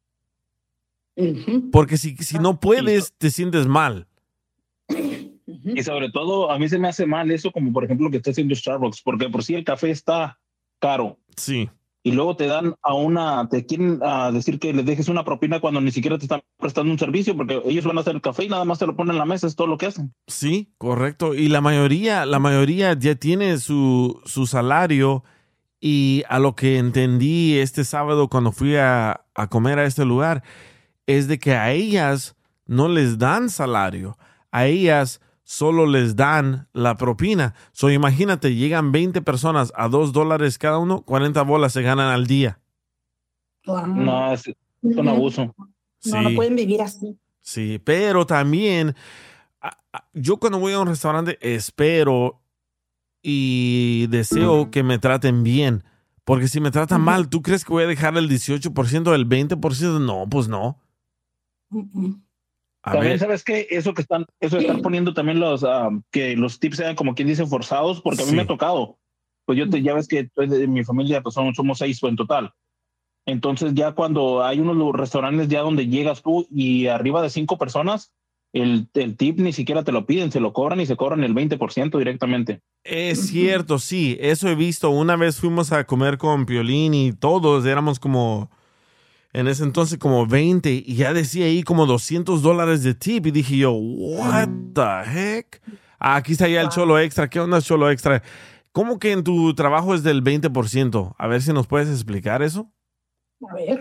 [SPEAKER 6] Porque si, si no puedes, te sientes mal.
[SPEAKER 9] Y sobre todo, a mí se me hace mal eso, como por ejemplo que está haciendo Starbucks, porque por sí el café está caro.
[SPEAKER 6] Sí.
[SPEAKER 9] Y luego te dan a una, te quieren a decir que les dejes una propina cuando ni siquiera te están prestando un servicio, porque ellos van a hacer el café y nada más te lo ponen en la mesa, es todo lo que hacen.
[SPEAKER 6] Sí, correcto. Y la mayoría, la mayoría ya tiene su, su salario, y a lo que entendí este sábado cuando fui a, a comer a este lugar, es de que a ellas no les dan salario, a ellas solo les dan la propina. So, imagínate, llegan veinte personas a dos dólares cada uno, cuarenta bolas se ganan al día.
[SPEAKER 9] No, es, es un abuso.
[SPEAKER 6] Sí.
[SPEAKER 7] No, no pueden vivir así.
[SPEAKER 6] Sí, pero también a, a, yo cuando voy a un restaurante espero y deseo que me traten bien. Porque si me tratan uh-huh. mal, ¿tú crees que voy a dejar el dieciocho por ciento, el veinte por ciento? No, pues no.
[SPEAKER 7] Uh-uh.
[SPEAKER 6] A
[SPEAKER 9] también
[SPEAKER 6] ver.
[SPEAKER 9] sabes que eso que están, eso están poniendo también los uh, que los tips sean como quien dice forzados, porque a mí
[SPEAKER 6] Sí.
[SPEAKER 9] me ha tocado
[SPEAKER 4] pues yo te, ya ves que pues, de mi familia pues somos, somos seis en total. Entonces ya cuando hay unos restaurantes ya donde llegas tú y arriba de cinco personas, el, el tip ni siquiera te lo piden, se lo cobran y se cobran el veinte por ciento directamente.
[SPEAKER 6] Es cierto, sí, eso he visto. Una vez fuimos a comer con Piolín y todos éramos como, en ese entonces como veinte y ya decía ahí como doscientos dólares de tip y dije yo, what the heck? Ah, aquí está ya el Cholo Extra. ¿Qué onda Cholo Extra? ¿Cómo que en tu trabajo es del veinte por ciento? A ver si nos puedes explicar eso.
[SPEAKER 7] A ver.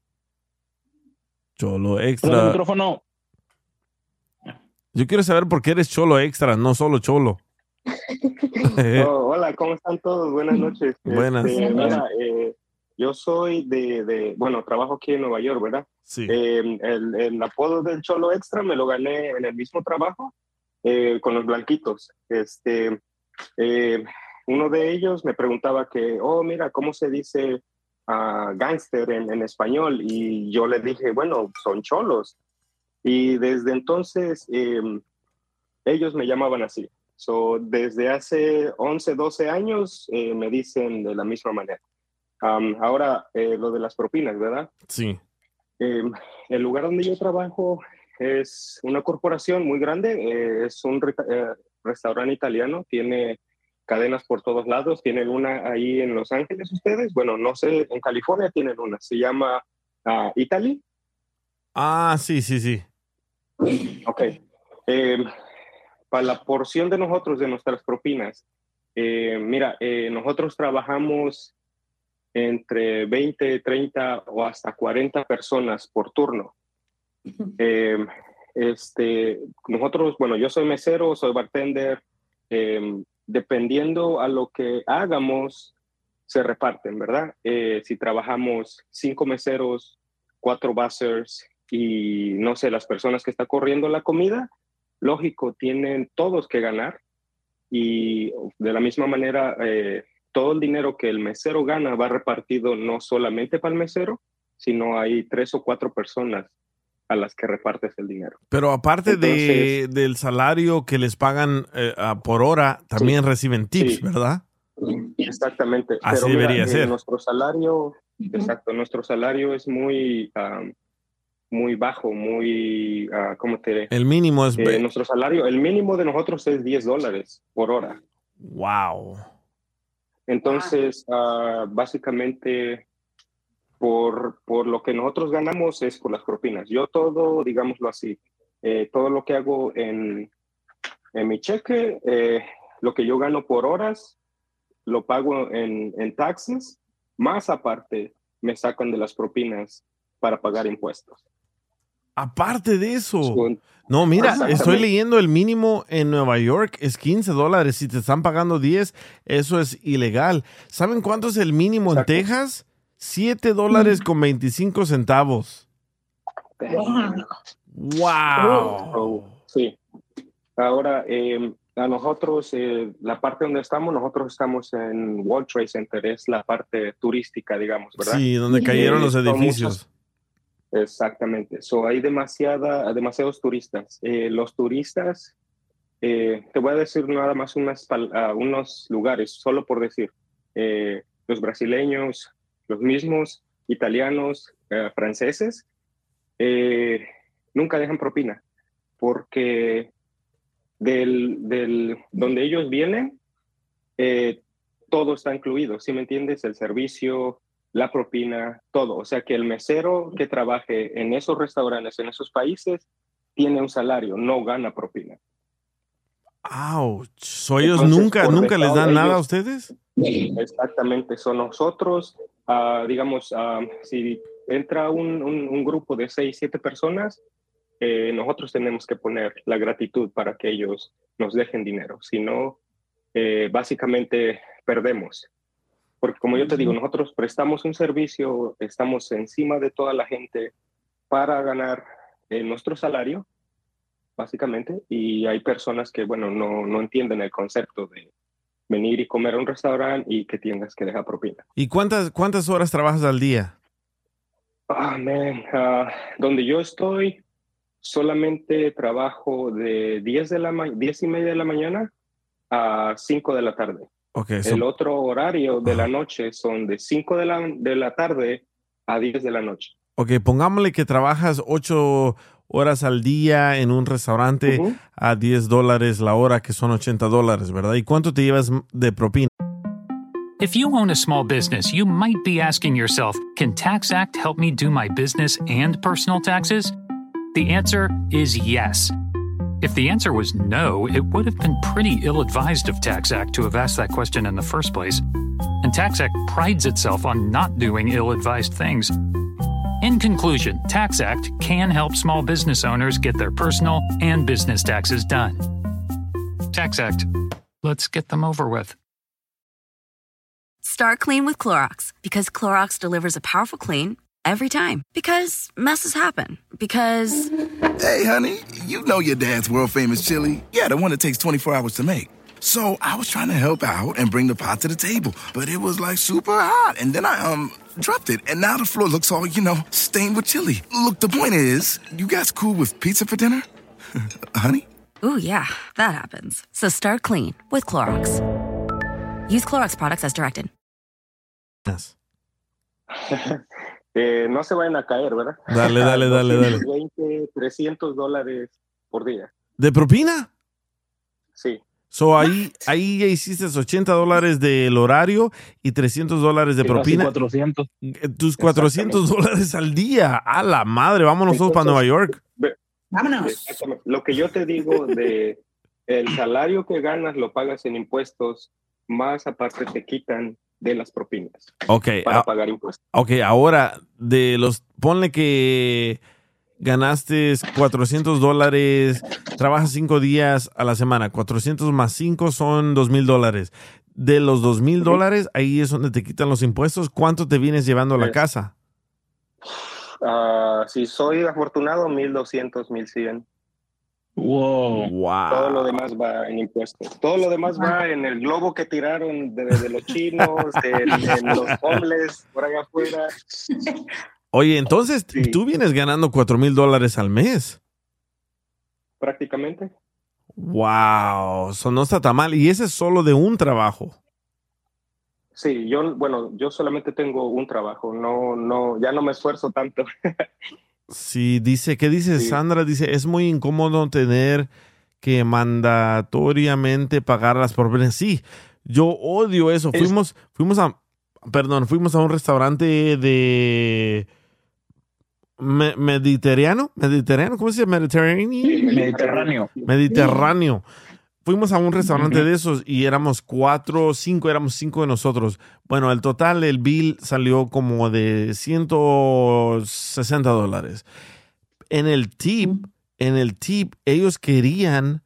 [SPEAKER 6] Cholo
[SPEAKER 4] El
[SPEAKER 6] Extra.
[SPEAKER 4] micrófono.
[SPEAKER 6] Yo quiero saber por qué eres Cholo Extra, no solo Cholo.
[SPEAKER 22] Oh, hola, ¿cómo están todos? Buenas noches.
[SPEAKER 6] Buenas.
[SPEAKER 22] Este, mira, eh, yo soy de, de, bueno, trabajo aquí en Nueva York, ¿verdad?
[SPEAKER 6] Sí.
[SPEAKER 22] Eh, el, el apodo del Cholo Extra me lo gané en el mismo trabajo eh, con los blanquitos. Este, eh, uno de ellos me preguntaba que, oh, mira, ¿cómo se dice uh, gangster en, en español? Y yo le dije, bueno, son cholos. Y desde entonces eh, ellos me llamaban así. So, desde hace once, doce años eh, me dicen de la misma manera. Um, ahora, eh, lo de las propinas, ¿verdad?
[SPEAKER 6] Sí.
[SPEAKER 22] Eh, el lugar donde yo trabajo es una corporación muy grande. Eh, es un re eh, restaurante italiano. Tiene cadenas por todos lados. Tienen una ahí en Los Ángeles ustedes. Bueno, no sé, en California tienen una. Se llama uh, Italy.
[SPEAKER 6] Ah, sí, sí, sí.
[SPEAKER 22] Ok. Eh, para la porción de nosotros, de nuestras propinas, eh, mira, eh, nosotros trabajamos entre veinte, treinta o hasta cuarenta personas por turno. Eh, este, nosotros, bueno, yo soy mesero, soy bartender. Eh, dependiendo a lo que hagamos, se reparten, ¿verdad? Eh, si trabajamos cinco meseros, cuatro buzzers, y no sé, las personas que están corriendo la comida, lógico, tienen todos que ganar y de la misma manera eh, todo el dinero que el mesero gana va repartido no solamente para el mesero, sino hay tres o cuatro personas a las que repartes el dinero.
[SPEAKER 6] Pero aparte
[SPEAKER 22] Entonces,
[SPEAKER 6] de, del salario que les pagan eh, por hora, también
[SPEAKER 22] sí,
[SPEAKER 6] reciben tips,
[SPEAKER 22] sí.
[SPEAKER 6] ¿verdad?
[SPEAKER 22] Exactamente.
[SPEAKER 6] Así
[SPEAKER 22] Pero mira,
[SPEAKER 6] debería
[SPEAKER 22] eh,
[SPEAKER 6] ser.
[SPEAKER 22] Nuestro salario, exacto, nuestro salario es muy, um, muy bajo, muy, uh, ¿cómo te diré?
[SPEAKER 6] El mínimo es...
[SPEAKER 22] Eh, nuestro salario, el mínimo de nosotros es diez dólares por hora.
[SPEAKER 6] Wow.
[SPEAKER 22] Entonces, uh, básicamente, por, por lo que nosotros ganamos es por las propinas. Yo todo, digámoslo así, eh, todo lo que hago en, en mi cheque, eh, lo que yo gano por horas, lo pago en, en taxes, más aparte me sacan de las propinas para pagar impuestos.
[SPEAKER 6] Aparte de eso. No, mira, estoy leyendo el mínimo en Nueva York es quince dólares. Si te están pagando diez, eso es ilegal. ¿Saben cuánto es el mínimo Exacto. en Texas? siete dólares con veinticinco centavos. ¡Wow!
[SPEAKER 22] Oh, sí. Ahora, eh, a nosotros, eh, la parte donde estamos, nosotros estamos en World Trade Center, es la parte turística, digamos, ¿verdad?
[SPEAKER 6] Sí, donde cayeron eh, los edificios.
[SPEAKER 22] Muchos, exactamente. So, hay demasiada, demasiados turistas. Eh, los turistas, eh, te voy a decir nada más unas, uh, unos lugares, solo por decir. Eh, los brasileños, los mismos italianos, uh, franceses, eh, nunca dejan propina, porque del, del, donde ellos vienen, eh, todo está incluido, ¿sí me entiendes? El servicio, la propina, todo. O sea que el mesero que trabaje en esos restaurantes, en esos países, tiene un salario, no gana propina.
[SPEAKER 6] ¡Auch! ¿So ellos Entonces, nunca, nunca les dan ellos, nada a ustedes?
[SPEAKER 22] Exactamente. Son nosotros, uh, digamos, uh, si entra un, un, un grupo de seis, siete personas, eh, nosotros tenemos que poner la gratitud para que ellos nos dejen dinero. Si no, eh, básicamente perdemos. Porque como yo te digo, nosotros prestamos un servicio, estamos encima de toda la gente para ganar eh, nuestro salario, básicamente, y hay personas que, bueno, no, no entienden el concepto de venir y comer a un restaurante y que tengas que dejar propina.
[SPEAKER 6] ¿Y cuántas, cuántas horas trabajas al día?
[SPEAKER 22] Ah, oh, man, uh, donde yo estoy, solamente trabajo de diez, de la diez y media de la mañana a cinco de la tarde.
[SPEAKER 6] Okay,
[SPEAKER 22] El
[SPEAKER 6] so,
[SPEAKER 22] otro horario de la noche son de cinco de la, de la tarde a diez de la noche.
[SPEAKER 6] ok, pongámosle que trabajas ocho horas al día en un restaurante
[SPEAKER 22] Ujú.
[SPEAKER 6] a diez dólares la hora, que son ochenta dólares, ¿verdad? ¿Y cuánto te llevas de propina?
[SPEAKER 1] If you own a small business, you might be asking yourself, can TaxAct help me do my business and personal taxes? The answer is yes. If the answer was no, it would have been pretty ill-advised of TaxAct to have asked that question in the first place. And TaxAct prides itself on not doing ill-advised things. In conclusion, TaxAct can help small business owners get their personal and business taxes done. TaxAct, let's get them over with.
[SPEAKER 2] Start clean with Clorox because Clorox delivers a powerful clean every time. Because messes happen. Because...
[SPEAKER 8] Hey, honey, you know your dad's world-famous chili. Yeah, the one that takes twenty-four hours to make. So I was trying to help out and bring the pot to the table, but it was like super hot. And then I, um, dropped it. And now the floor looks all, you know, stained with chili. Look, the point is, you guys cool with pizza for dinner? Honey?
[SPEAKER 2] Ooh, yeah, that happens. So start clean with Clorox. Use Clorox products as directed.
[SPEAKER 6] Yes.
[SPEAKER 22] eh, no se vayan a caer, ¿verdad?
[SPEAKER 6] Dale, dale, dale, dale.
[SPEAKER 22] veinte, trescientos dólares por día.
[SPEAKER 6] ¿De propina?
[SPEAKER 22] Sí.
[SPEAKER 6] So, ahí, ahí ya hiciste ochenta dólares del horario y trescientos dólares de
[SPEAKER 4] Sí,
[SPEAKER 6] propina.
[SPEAKER 4] casi cuatrocientos.
[SPEAKER 6] Tus cuatrocientos dólares al día. A la madre, vámonos todos para Nueva York.
[SPEAKER 7] Vámonos.
[SPEAKER 22] Exactamente. Lo que yo te digo de el salario que ganas lo pagas en impuestos, más aparte te quitan de las propinas
[SPEAKER 6] Ok.
[SPEAKER 22] para
[SPEAKER 6] ah,
[SPEAKER 22] pagar impuestos.
[SPEAKER 6] Ok, ahora, de los, ponle que ganaste cuatrocientos dólares, trabajas cinco días a la semana, cuatrocientos más cinco son dos mil dólares. De los dos mil dólares, ahí es donde te quitan los impuestos. ¿Cuánto te vienes llevando a la
[SPEAKER 22] Es-
[SPEAKER 6] casa?
[SPEAKER 22] Ah, si soy afortunado, mil doscientos, mil cien.
[SPEAKER 4] Wow.
[SPEAKER 6] Wow.
[SPEAKER 22] Todo lo demás va en impuestos. Todo lo demás va en el globo que tiraron de, de los chinos, en, en los homeless por allá afuera.
[SPEAKER 6] Oye, entonces tú vienes ganando cuatro mil dólares al mes.
[SPEAKER 22] Prácticamente.
[SPEAKER 6] Wow, eso no está tan mal. Y ese es solo de un trabajo.
[SPEAKER 22] Sí, yo, bueno, yo solamente tengo un trabajo, no, no, ya no me esfuerzo tanto.
[SPEAKER 6] Sí, dice, ¿qué dice
[SPEAKER 22] Sí.
[SPEAKER 6] Sandra? Dice, es muy incómodo tener que mandatoriamente pagar las propinas. Sí, yo odio eso.
[SPEAKER 4] Es-
[SPEAKER 6] Fuimos, fuimos a, perdón, fuimos a un restaurante de me- mediterráneo, mediterráneo, ¿cómo se dice? Mediterráneo.
[SPEAKER 4] Mediterráneo.
[SPEAKER 6] Mediterráneo. Fuimos a un restaurante de esos y éramos cuatro, cinco, éramos cinco de nosotros. Bueno, el total, el bill salió como de ciento sesenta dólares. En el tip, en el tip, ellos querían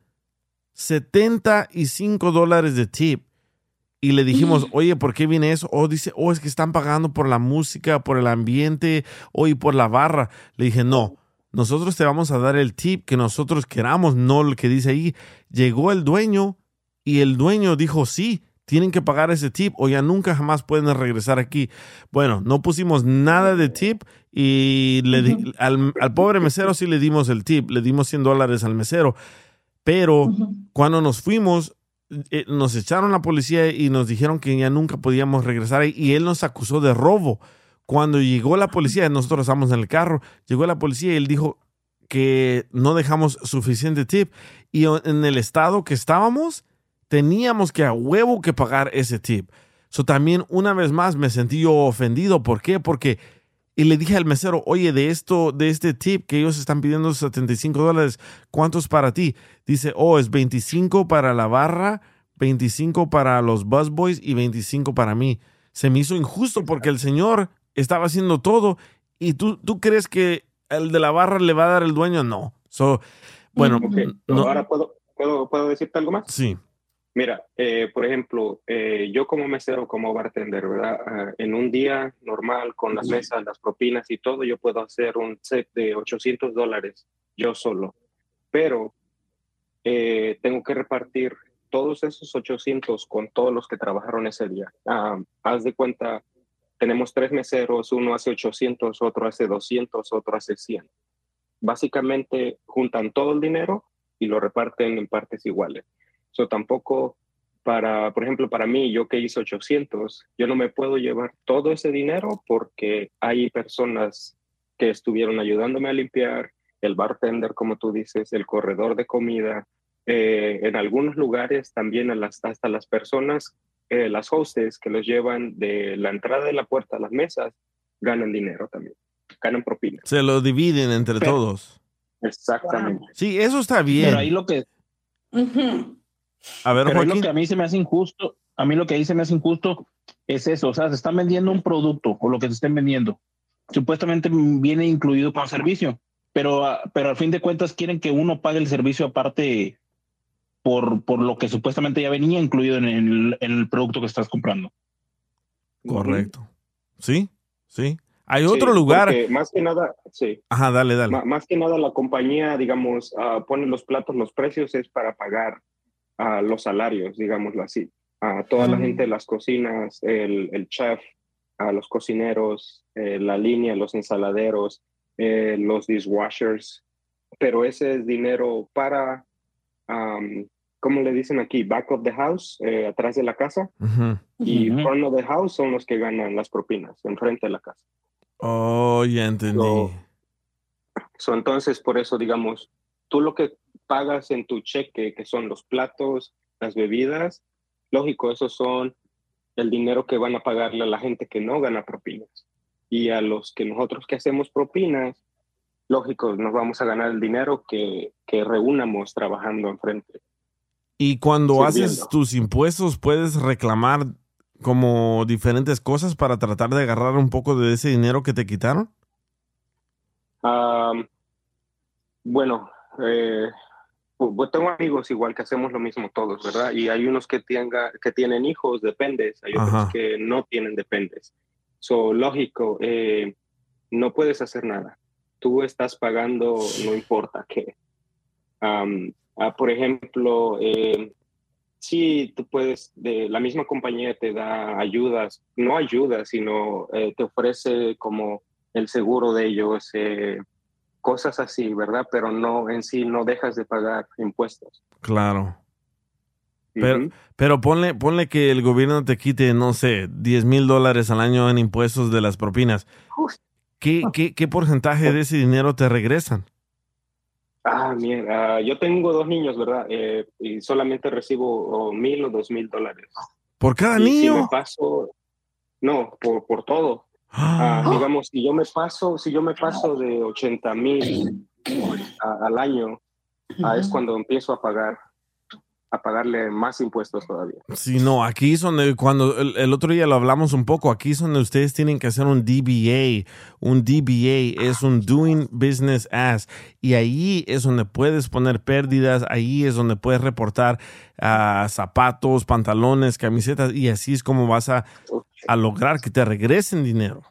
[SPEAKER 6] setenta y cinco dólares de tip. Y le dijimos, oye, ¿por qué viene eso? Oh, dice, oh, es que están pagando por la música, por el ambiente, o y por la barra. Le dije, no, nosotros te vamos a dar el tip que nosotros queramos, no el que dice ahí. Llegó el dueño y el dueño dijo, sí, tienen que pagar ese tip o ya nunca jamás pueden regresar aquí. Bueno, no pusimos nada de tip y le di- al, al pobre mesero sí le dimos el tip, le dimos cien dólares al mesero. Pero cuando nos fuimos, eh, nos echaron la policía y nos dijeron que ya nunca podíamos regresar ahí y él nos acusó de robo. Cuando llegó la policía, nosotros estábamos en el carro, llegó la policía y él dijo que no dejamos suficiente tip y en el estado que estábamos teníamos que a huevo que pagar ese tip. So, también una vez más me sentí yo ofendido. ¿Por qué? Porque y le dije al mesero, oye, de esto, de este tip que ellos están pidiendo setenta y cinco dólares, ¿cuánto es para ti? Dice, oh, es veinticinco para la barra, veinticinco para los busboys y veinticinco para mí. Se me hizo injusto porque el señor estaba haciendo todo y tú, ¿tú crees que el de la barra le va a dar el dueño? No. So, bueno,
[SPEAKER 22] Ok,
[SPEAKER 6] no-
[SPEAKER 22] ahora puedo, puedo, puedo decirte algo más.
[SPEAKER 6] sí.
[SPEAKER 22] Mira, eh, por ejemplo, eh, yo como mesero, como bartender, ¿verdad? Ah, en un día normal, con las mesas, las propinas y todo, yo puedo hacer un set de ochocientos dólares yo solo. Pero eh, tengo que repartir todos esos ochocientos con todos los que trabajaron ese día. Ah, haz de cuenta, tenemos tres meseros, uno hace ochocientos, otro hace doscientos, otro hace cien. Básicamente juntan todo el dinero y lo reparten en partes iguales. So, tampoco para, por ejemplo, para mí, yo que hice ochocientos, yo no me puedo llevar todo ese dinero porque hay personas que estuvieron ayudándome a limpiar, el bartender, como tú dices, el corredor de comida. Eh, en algunos lugares también a las, hasta las personas, eh, las hostes que los llevan de la entrada de la puerta a las mesas, ganan dinero también, ganan propina.
[SPEAKER 6] Se lo dividen entre
[SPEAKER 22] Pero-
[SPEAKER 6] todos.
[SPEAKER 22] Exactamente.
[SPEAKER 6] Sí, eso está bien.
[SPEAKER 4] Pero ahí lo que,
[SPEAKER 6] A ver,
[SPEAKER 4] pero ahí lo
[SPEAKER 6] Joaquín.
[SPEAKER 4] que a mí se me hace injusto, a mí lo que ahí se me hace injusto es eso, o sea, se están vendiendo un producto o lo que se estén vendiendo. Supuestamente viene incluido con servicio, pero, ah, pero al fin de cuentas quieren que uno pague el servicio aparte por, por lo que supuestamente ya venía incluido en el, en el producto que estás comprando.
[SPEAKER 6] Correcto. ¿Sí? Sí. Hay
[SPEAKER 22] Sí,
[SPEAKER 6] otro lugar.
[SPEAKER 22] porque más que nada, sí.
[SPEAKER 6] Ajá, dale, dale.
[SPEAKER 22] Ma- Más que nada la compañía, digamos, ah, pone los platos, los precios es para pagar ah, los salarios, digámoslo así. A toda la
[SPEAKER 6] Mm.
[SPEAKER 22] gente de las cocinas, el, el chef, a los cocineros, eh, la línea, los ensaladeros, eh, los dishwashers. Pero ese es dinero para, um, ¿cómo le dicen aquí? Back of the house, eh, atrás de la casa.
[SPEAKER 6] Ujú.
[SPEAKER 22] Y
[SPEAKER 6] Ujú.
[SPEAKER 22] front of the house son los que ganan las propinas, enfrente de la casa.
[SPEAKER 6] Oh, ya entendí.
[SPEAKER 22] So, so, entonces, por eso, digamos, tú lo que pagas en tu cheque, que son los platos, las bebidas, lógico, esos son el dinero que van a pagarle a la gente que no gana propinas. Y a los que nosotros que hacemos propinas, lógico, nos vamos a ganar el dinero que, que reunamos trabajando enfrente.
[SPEAKER 6] Y cuando
[SPEAKER 22] Sirviendo.
[SPEAKER 6] haces tus impuestos, puedes reclamar como diferentes cosas para tratar de agarrar un poco de ese dinero que te quitaron.
[SPEAKER 22] Am, bueno, eh, pu- pues tengo amigos igual que hacemos lo mismo todos, ¿verdad? Y hay unos que, tenga, que tienen hijos, dependes, hay otros
[SPEAKER 6] Ajá.
[SPEAKER 22] que no tienen dependes. So, lógico, eh, no puedes hacer nada. Tú estás pagando, no importa qué. Am, ah, por ejemplo, eh, sí, tú puedes, de, la misma compañía te da ayudas, no ayudas, sino eh, te ofrece como el seguro de ellos, eh, cosas así, ¿verdad? Pero no, en sí no dejas de pagar impuestos.
[SPEAKER 6] Claro. Pero,
[SPEAKER 22] Ujú.
[SPEAKER 6] pero ponle, ponle que el gobierno te quite, no sé, diez mil dólares al año en impuestos de las propinas. ¿Qué, qué, qué porcentaje de ese dinero te regresan?
[SPEAKER 22] Ah, mira, ah, yo tengo dos niños, ¿verdad? Eh, y solamente recibo oh, mil o dos mil dólares.
[SPEAKER 6] ¿Por cada
[SPEAKER 22] Y si
[SPEAKER 6] niño?
[SPEAKER 22] me paso, no, por, por todo. Ah, digamos, si yo me paso, si yo me paso de ochenta mil al año, ah, es cuando empiezo a pagar, a pagarle más impuestos todavía.
[SPEAKER 6] Sí, no, aquí es donde, cuando el, el otro día lo hablamos un poco, aquí es donde ustedes tienen que hacer un D B A. Un D B A es un Doing Business As. Y ahí es donde puedes poner pérdidas, ahí es donde puedes reportar ah, zapatos, pantalones, camisetas, y así es como vas a, a lograr que te regresen dinero.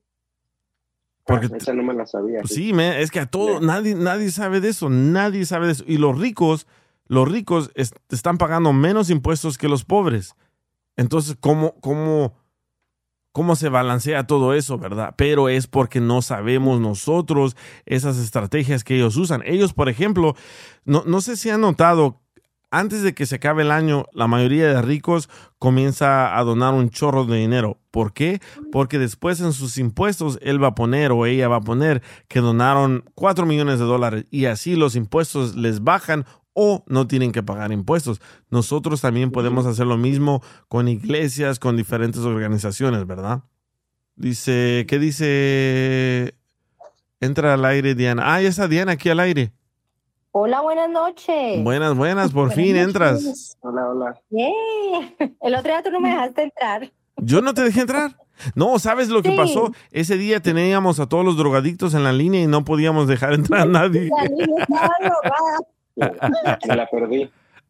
[SPEAKER 6] Porque
[SPEAKER 22] Ah, esa no me la sabía.
[SPEAKER 6] sí, me, es que a todo, nadie, nadie sabe de eso, nadie sabe de eso. Y los ricos, los ricos es- están pagando menos impuestos que los pobres. Entonces, ¿cómo, cómo, cómo se balancea todo eso, verdad? Pero es porque no sabemos nosotros esas estrategias que ellos usan. Ellos, por ejemplo, no, no sé si han notado, antes de que se acabe el año, la mayoría de ricos comienza a donar un chorro de dinero. ¿Por qué? Porque después en sus impuestos él va a poner o ella va a poner que donaron cuatro millones de dólares y así los impuestos les bajan o no tienen que pagar impuestos. Nosotros también podemos hacer lo mismo con iglesias, con diferentes organizaciones, ¿verdad? Dice, ¿qué dice? Entra al aire Diana. Ah, ya está Diana aquí al aire.
[SPEAKER 11] Hola, buenas noches.
[SPEAKER 6] Buenas, buenas, por
[SPEAKER 11] Buenas
[SPEAKER 6] fin
[SPEAKER 11] noches.
[SPEAKER 6] entras.
[SPEAKER 22] Hola, hola.
[SPEAKER 11] Yeah. El otro día tú no me dejaste entrar.
[SPEAKER 6] ¿Yo no te dejé entrar? No, ¿sabes lo que
[SPEAKER 11] Sí.
[SPEAKER 6] pasó? Ese día teníamos a todos los drogadictos en la línea y no podíamos dejar entrar a nadie.
[SPEAKER 11] La línea estaba drogada.
[SPEAKER 22] Me la perdí.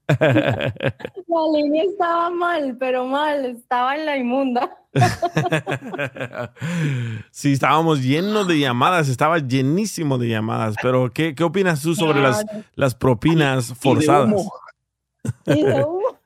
[SPEAKER 11] La línea estaba mal, pero mal. Estaba en la inmunda.
[SPEAKER 6] Sí, estábamos llenos de llamadas, estaba llenísimo de llamadas, pero ¿qué, qué opinas tú sobre las, las propinas forzadas?
[SPEAKER 11] Y de humo.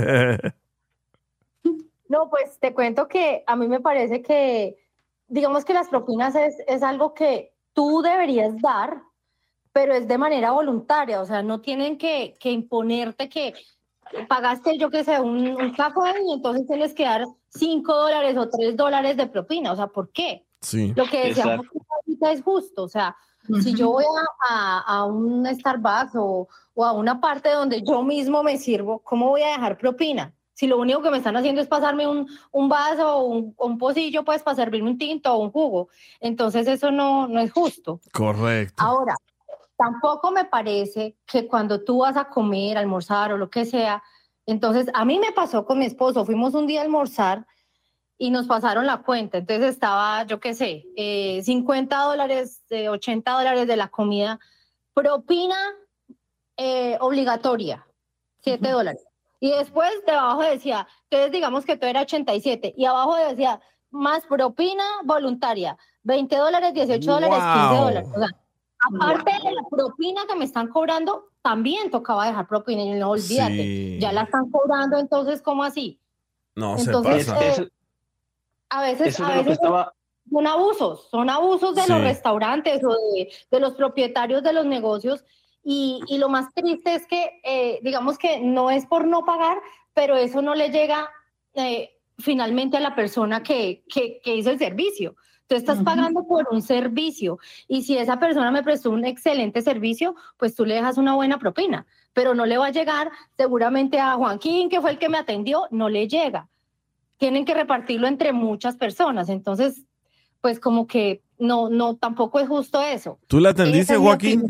[SPEAKER 11] No, pues te cuento que a mí me parece que, digamos que las propinas es, es algo que tú deberías dar, pero es de manera voluntaria, o sea, no tienen que, que imponerte que pagaste, yo qué sé, un, un café y entonces tienes que dar cinco dólares o tres dólares de propina. O sea, ¿por qué?
[SPEAKER 6] Sí.
[SPEAKER 11] Lo que decíamos ahorita es justo. O sea, uh-huh. si yo voy a, a, a un Starbucks o, o a una parte donde yo mismo me sirvo, ¿cómo voy a dejar propina? Si lo único que me están haciendo es pasarme un, un vaso o un, un pocillo, pues para servirme un tinto o un jugo. Entonces eso no, no es justo.
[SPEAKER 6] Correcto.
[SPEAKER 11] Ahora, tampoco me parece que cuando tú vas a comer, almorzar o lo que sea, entonces a mí me pasó con mi esposo, fuimos un día a almorzar y nos pasaron la cuenta, entonces estaba, yo qué sé, eh, cincuenta dólares, eh, ochenta dólares de la comida, propina eh, obligatoria, siete uh-huh. dólares. Y después debajo decía, entonces digamos que todo era ochenta y siete, y abajo decía, más propina voluntaria, veinte dólares, dieciocho dólares, wow. quince dólares. O sea, aparte wow. de la propina que me están cobrando, también tocaba dejar propina, y no olvídate, sí. ya la están cobrando, entonces, ¿cómo así?
[SPEAKER 6] No,
[SPEAKER 11] entonces,
[SPEAKER 6] se pasa.
[SPEAKER 11] Eh,
[SPEAKER 6] Eso,
[SPEAKER 11] a veces,
[SPEAKER 4] eso
[SPEAKER 11] a veces
[SPEAKER 4] estaba...
[SPEAKER 11] son abusos, son abusos de sí. los restaurantes o de, de los propietarios de los negocios. Y, y lo más triste es que, eh, digamos que no es por no pagar, pero eso no le llega eh, finalmente a la persona que, que, que hizo el servicio. Tú estás uh-huh. pagando por un servicio y si esa persona me prestó un excelente servicio, pues tú le dejas una buena propina, pero no le va a llegar seguramente a Joaquín, que fue el que me atendió, no le llega. Tienen que repartirlo entre muchas personas, entonces, pues como que no, no, tampoco es justo eso.
[SPEAKER 6] ¿Tú le atendiste, es Joaquín?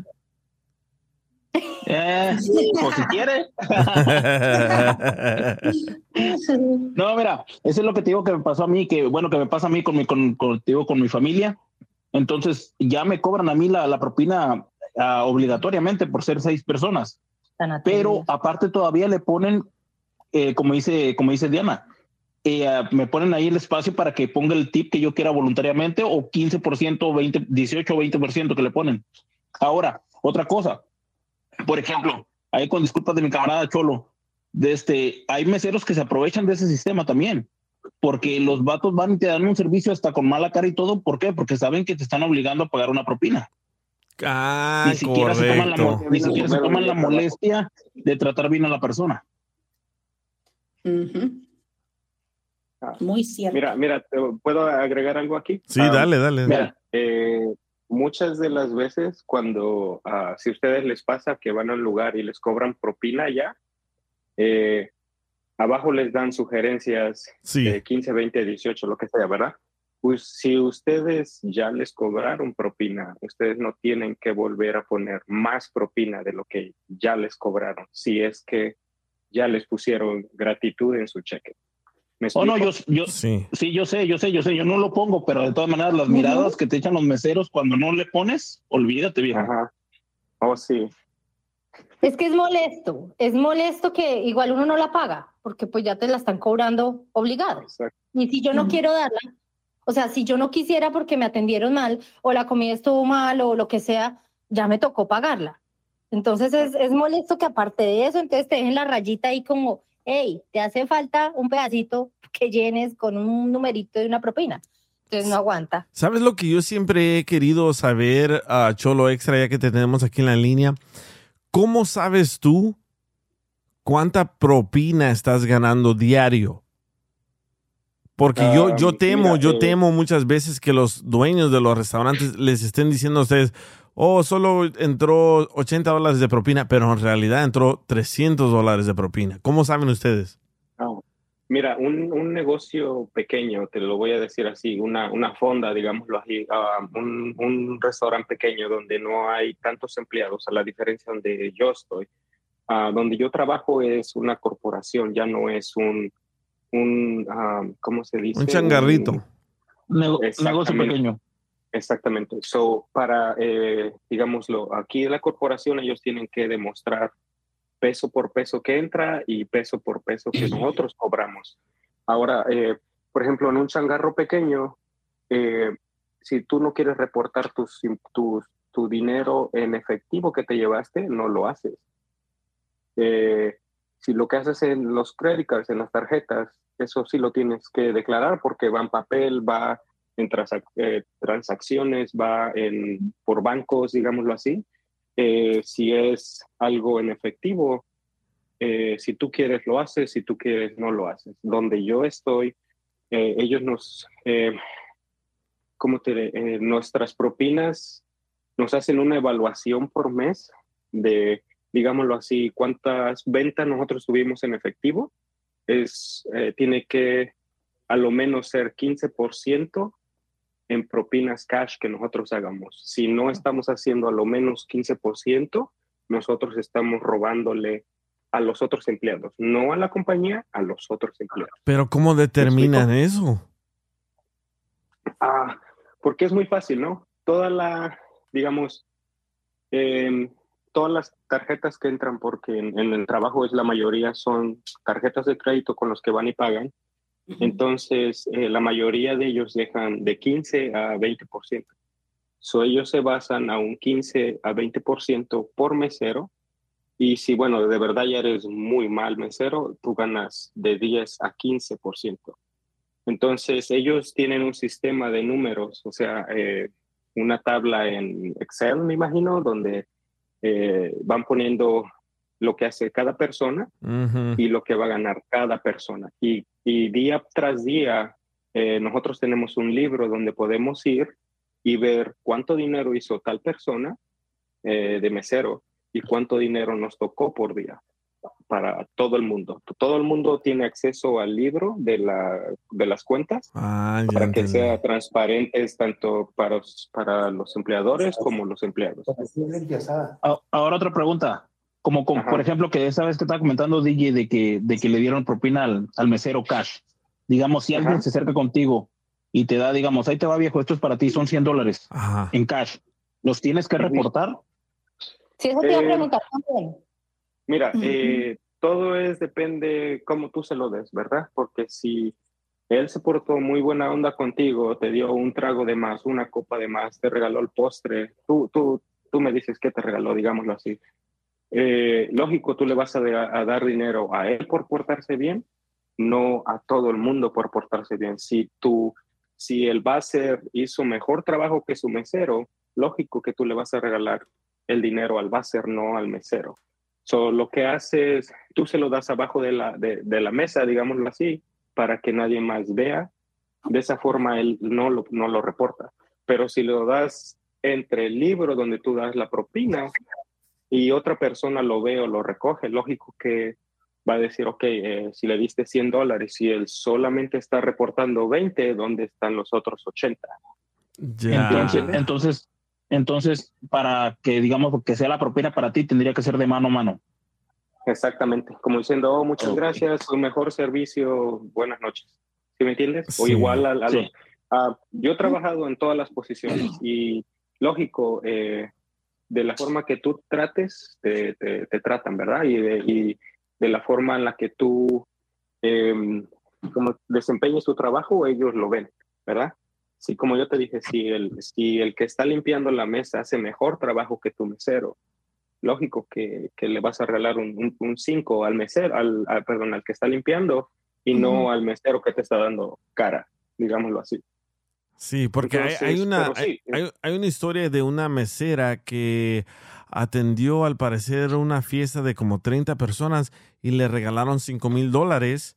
[SPEAKER 4] Eh, pues si quiere. No, mira, eso es lo que te digo que me pasó a mí, que bueno, que me pasa a mí con mi, con, con, digo, con mi familia. Entonces ya me cobran a mí la, la propina uh, obligatoriamente por ser seis personas. Pero aparte todavía le ponen, eh, como dice, como dice Diana, eh, uh, me ponen ahí el espacio para que ponga el tip que yo quiera voluntariamente o quince por ciento, veinte, dieciocho o veinte por ciento que le ponen. Ahora, otra cosa. Por ejemplo, ahí con disculpas de mi camarada Cholo, de este, hay meseros que se aprovechan de ese sistema también, porque los vatos van y te dan un servicio hasta con mala cara y todo. ¿Por qué? Porque saben que te están obligando a pagar una propina.
[SPEAKER 6] Ah,
[SPEAKER 4] ni siquiera
[SPEAKER 6] correcto.
[SPEAKER 4] se toman la, ni siquiera se toman la molestia de tratar bien a la persona.
[SPEAKER 7] Uh-huh. Muy cierto.
[SPEAKER 22] Mira, mira, ¿puedo agregar algo aquí?
[SPEAKER 6] Sí, um, dale, dale.
[SPEAKER 22] Mira,
[SPEAKER 6] dale.
[SPEAKER 22] Eh, muchas de las veces cuando, uh, si a ustedes les pasa que van a un lugar y les cobran propina ya, eh, abajo les dan sugerencias
[SPEAKER 6] sí.
[SPEAKER 22] de quince, veinte, dieciocho, lo que sea, ¿verdad? Pues si ustedes ya les cobraron propina, ustedes no tienen que volver a poner más propina de lo que ya les cobraron, si es que ya les pusieron gratitud en su cheque. ¿Me
[SPEAKER 4] Oh,
[SPEAKER 22] explico?
[SPEAKER 4] no, yo, yo sí. sí, yo sé, yo sé, yo sé, yo no lo pongo, pero de todas maneras las uh-huh. miradas que te echan los meseros cuando no le pones, olvídate, viejo.
[SPEAKER 22] Ajá. Oh, sí.
[SPEAKER 11] Es que es molesto, es molesto que igual uno no la paga, porque pues ya te la están cobrando obligado. Exacto. Y si yo no uh-huh. quiero darla, o sea, si yo no quisiera porque me atendieron mal, o la comida estuvo mal, o lo que sea, ya me tocó pagarla. Entonces es, es molesto que aparte de eso, entonces te dejen la rayita ahí como... hey, te hace falta un pedacito que llenes con un numerito de una propina. Entonces no aguanta.
[SPEAKER 6] ¿Sabes lo que yo siempre he querido saber, uh, Cholo Extra, ya que te tenemos aquí en la línea? ¿Cómo sabes tú cuánta propina estás ganando diario? Porque uh, yo, yo temo, mira, yo eh, temo muchas veces que los dueños de los restaurantes les estén diciendo a ustedes, oh, solo entró ochenta dólares de propina, pero en realidad entró trescientos dólares de propina. ¿Cómo saben ustedes?
[SPEAKER 22] Oh, mira, un, un negocio pequeño, te lo voy a decir así, una, una fonda, digámoslo así, uh, un, un restaurante pequeño donde no hay tantos empleados, a la diferencia donde yo estoy. Uh, donde yo trabajo es una corporación, ya no es un, un uh, ¿cómo se dice?
[SPEAKER 6] Un changarrito.
[SPEAKER 4] Un nego- negocio pequeño.
[SPEAKER 22] Exactamente. So, para, eh, digámoslo, aquí en la corporación ellos tienen que demostrar peso por peso que entra y peso por peso que nosotros cobramos. Ahora, eh, por ejemplo, en un changarro pequeño, eh, si tú no quieres reportar tus, tus, tu dinero en efectivo que te llevaste, no lo haces. Eh, si lo que haces en los credit cards, en las tarjetas, eso sí lo tienes que declarar porque va en papel, va en transac- eh, transacciones, va en, por bancos, digámoslo así. Eh, si es algo en efectivo, eh, si tú quieres lo haces, si tú quieres no lo haces. Donde yo estoy, eh, ellos nos, eh, ¿cómo te diré? Eh, nuestras propinas nos hacen una evaluación por mes de, digámoslo así, cuántas ventas nosotros tuvimos en efectivo. Es, eh, tiene que a lo menos ser quince por ciento en propinas cash que nosotros hagamos. Si no estamos haciendo a lo menos quince por ciento, nosotros estamos robándole a los otros empleados, no a la compañía, a los otros empleados.
[SPEAKER 6] Pero ¿cómo determinan eso?
[SPEAKER 22] Ah, porque es muy fácil, ¿no? Toda la, digamos, eh, todas las tarjetas que entran, porque en, en el trabajo es la mayoría son tarjetas de crédito con los que van y pagan. Entonces, eh, la mayoría de ellos dejan de quince a veinte por ciento. So, ellos se basan a un quince a veinte por ciento por mesero. Y si, bueno, de verdad ya eres muy mal mesero, tú ganas de diez a quince por ciento. Entonces, ellos tienen un sistema de números, o sea, eh, una tabla en Excel, me imagino, donde eh, van poniendo lo que hace cada persona uh-huh. y lo que va a ganar cada persona. Y, y día tras día, eh, nosotros tenemos un libro donde podemos ir y ver cuánto dinero hizo tal persona eh, de mesero y cuánto dinero nos tocó por día para todo el mundo. Todo el mundo tiene acceso al libro de, la, de las cuentas
[SPEAKER 6] ah,
[SPEAKER 22] para
[SPEAKER 6] entendí.
[SPEAKER 22] que sea transparente tanto para, para los empleadores como los empleados.
[SPEAKER 4] Ahora otra pregunta. Como, como por ejemplo, que esa vez que estaba comentando D J de que, de que le dieron propina al, al mesero cash. Digamos, si alguien Ajá. se acerca contigo y te da, digamos, ahí te va viejo, esto es para ti, son cien dólares Ajá. en cash. ¿Los tienes que reportar?
[SPEAKER 11] Sí, eso te iba a preguntar también.
[SPEAKER 22] Mira, uh-huh. eh, todo es, depende cómo tú se lo des, ¿verdad? Porque si él se portó muy buena onda contigo, te dio un trago de más, una copa de más, te regaló el postre, tú, tú, tú me dices que te regaló, digámoslo así. Eh, lógico, tú le vas a, de, a dar dinero a él por portarse bien, no a todo el mundo por portarse bien. Si tú, si el buzzer hizo mejor trabajo que su mesero, lógico que tú le vas a regalar el dinero al buzzer, no al mesero. So, lo que haces, tú se lo das abajo de la, de, de la mesa, digámoslo así, para que nadie más vea. De esa forma él no lo, no lo reporta. Pero si lo das entre el libro donde tú das la propina y otra persona lo ve o lo recoge, lógico que va a decir, ok, eh, si le diste cien dólares y él solamente está reportando veinte, ¿dónde están los otros ochenta?
[SPEAKER 6] Ya.
[SPEAKER 4] Entonces, entonces, entonces, para que, digamos, que sea la propina para ti, tendría que ser de mano a mano.
[SPEAKER 22] Exactamente, como diciendo, oh, muchas okay. gracias, su mejor servicio, buenas noches. ¿Sí me entiendes?
[SPEAKER 6] Sí.
[SPEAKER 22] O igual a, a
[SPEAKER 4] sí.
[SPEAKER 22] los, a, yo he trabajado en todas las posiciones y lógico, eh, de la forma que tú trates, te, te, te tratan, ¿verdad? Y de, y de la forma en la que tú eh, como desempeñes tu trabajo, ellos lo ven, ¿verdad? Sí, como yo te dije, si el, si el que está limpiando la mesa hace mejor trabajo que tu mesero, lógico que, que le vas a regalar un cinco al mesero, al, al, perdón, al que está limpiando y uh-huh. no al mesero que te está dando cara, digámoslo así.
[SPEAKER 6] Sí, porque Entonces, hay, hay, una, sí. hay, hay una historia de una mesera que atendió al parecer una fiesta de como treinta personas y le regalaron cinco mil dólares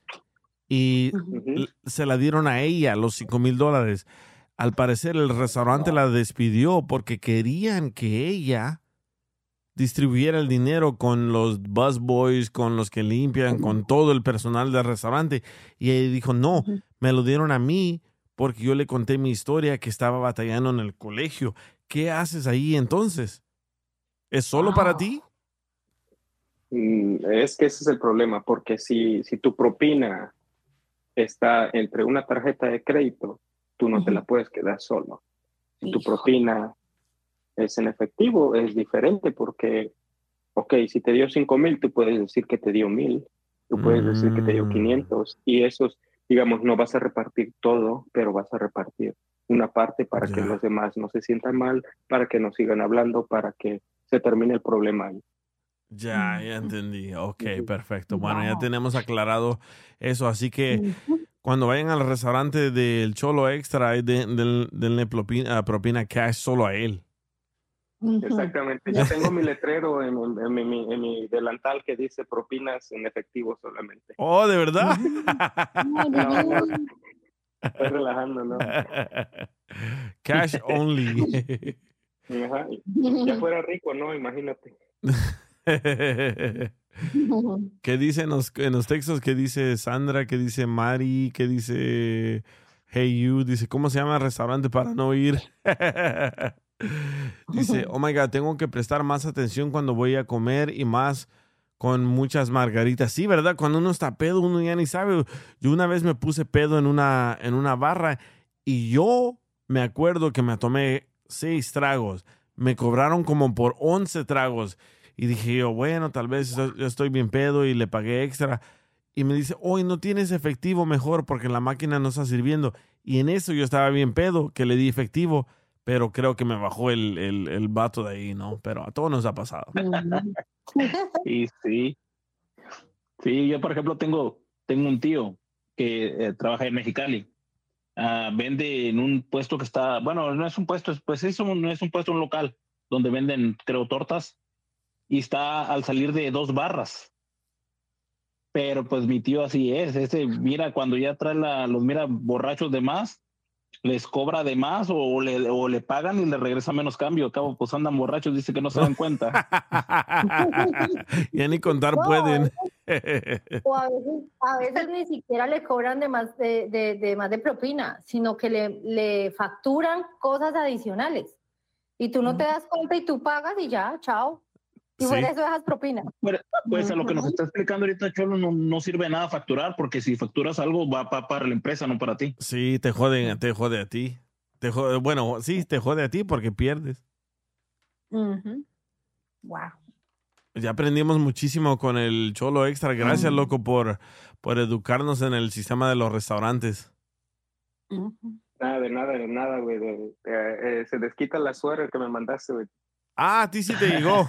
[SPEAKER 6] y uh-huh. se la dieron a ella los cinco mil dólares. Al parecer el restaurante la despidió porque querían que ella distribuyera el dinero con los busboys, con los que limpian, con todo el personal del restaurante. Y ella dijo, no, uh-huh. me lo dieron a mí porque yo le conté mi historia que estaba batallando en el colegio. ¿Qué haces ahí entonces? ¿Es solo ah. para ti?
[SPEAKER 22] Es que ese es el problema, porque si, si tu propina está entre una tarjeta de crédito, tú no uh-huh. te la puedes quedar solo. Si Hijo. tu propina es en efectivo, es diferente porque, ok, si te dio cinco mil, tú puedes decir que te dio mil, tú puedes mm. decir que te dio quinientos, y esos, digamos, no vas a repartir todo, pero vas a repartir una parte para yeah. que los demás no se sientan mal, para que no sigan hablando, para que se termine el problema ahí.
[SPEAKER 6] Ya, ya entendí. Ok, perfecto. Bueno, ya tenemos aclarado eso, así que cuando vayan al restaurante del Cholo Extra, de, de, denle propina, propina cash solo a él.
[SPEAKER 22] Exactamente. Yo tengo mi letrero en, en, en mi, en mi delantal que dice propinas en efectivo solamente.
[SPEAKER 6] Oh, ¿de verdad?
[SPEAKER 22] No, no. Estoy relajando, ¿no?
[SPEAKER 6] Cash only.
[SPEAKER 22] Ajá. Ya fuera rico, ¿no? Imagínate.
[SPEAKER 6] ¿Qué dice en los, en los textos? ¿Qué dice Sandra? ¿Qué dice Mari? ¿Qué dice Hey You? Dice, ¿cómo se llama el restaurante para no ir? Dice, oh my God, tengo que prestar más atención cuando voy a comer y más con muchas margaritas. Sí, ¿verdad? Cuando uno está pedo, uno ya ni sabe. Yo una vez me puse pedo en una, en una barra y yo me acuerdo que me tomé seis tragos. Me cobraron como por once tragos. Y dije yo, bueno, tal vez yo estoy bien pedo y le pagué extra. Y me dice, hoy no tienes efectivo, mejor porque la máquina no está sirviendo. Y en eso yo estaba bien pedo, que le di efectivo. Pero creo que me bajó el, el, el vato de ahí, ¿no? Pero a todos nos ha pasado.
[SPEAKER 4] Sí, sí. Sí, yo, por ejemplo, tengo, tengo un tío que eh, trabaja en Mexicali. Uh, vende en un puesto que está... Bueno, no es un puesto, pues es un, no es un puesto, un local donde venden, creo, tortas. Y está al salir de dos barras. Pero pues mi tío así es. Ese, mira, cuando ya trae la, los mira borrachos de más, les cobra de más o le, o le pagan y le regresa menos cambio. Al cabo, pues andan borrachos, dice que no se dan cuenta.
[SPEAKER 6] Ya ni contar
[SPEAKER 11] No,
[SPEAKER 6] pueden.
[SPEAKER 11] O a veces, a veces ni siquiera le cobran de más de, de, de más de propina, sino que le, le facturan cosas adicionales. Y tú no te das cuenta y tú pagas y ya, chao. Y
[SPEAKER 4] Sí.
[SPEAKER 11] fuera eso dejas propina.
[SPEAKER 4] Pero, pues a lo que nos está explicando ahorita Cholo, no, no sirve de nada facturar, porque si facturas algo va pa, para la empresa, no para ti.
[SPEAKER 6] Sí, te joden, te jode a ti. Te jode, bueno, sí, te jode a ti porque pierdes.
[SPEAKER 11] Ujú. Wow.
[SPEAKER 6] Ya aprendimos muchísimo con el Cholo Extra. Gracias, loco, por, por educarnos en el sistema de los restaurantes.
[SPEAKER 22] Nada, de nada, de nada, güey. de- de- eh, se desquita la suerte que me mandaste, güey.
[SPEAKER 6] Ah, a ti sí te llegó.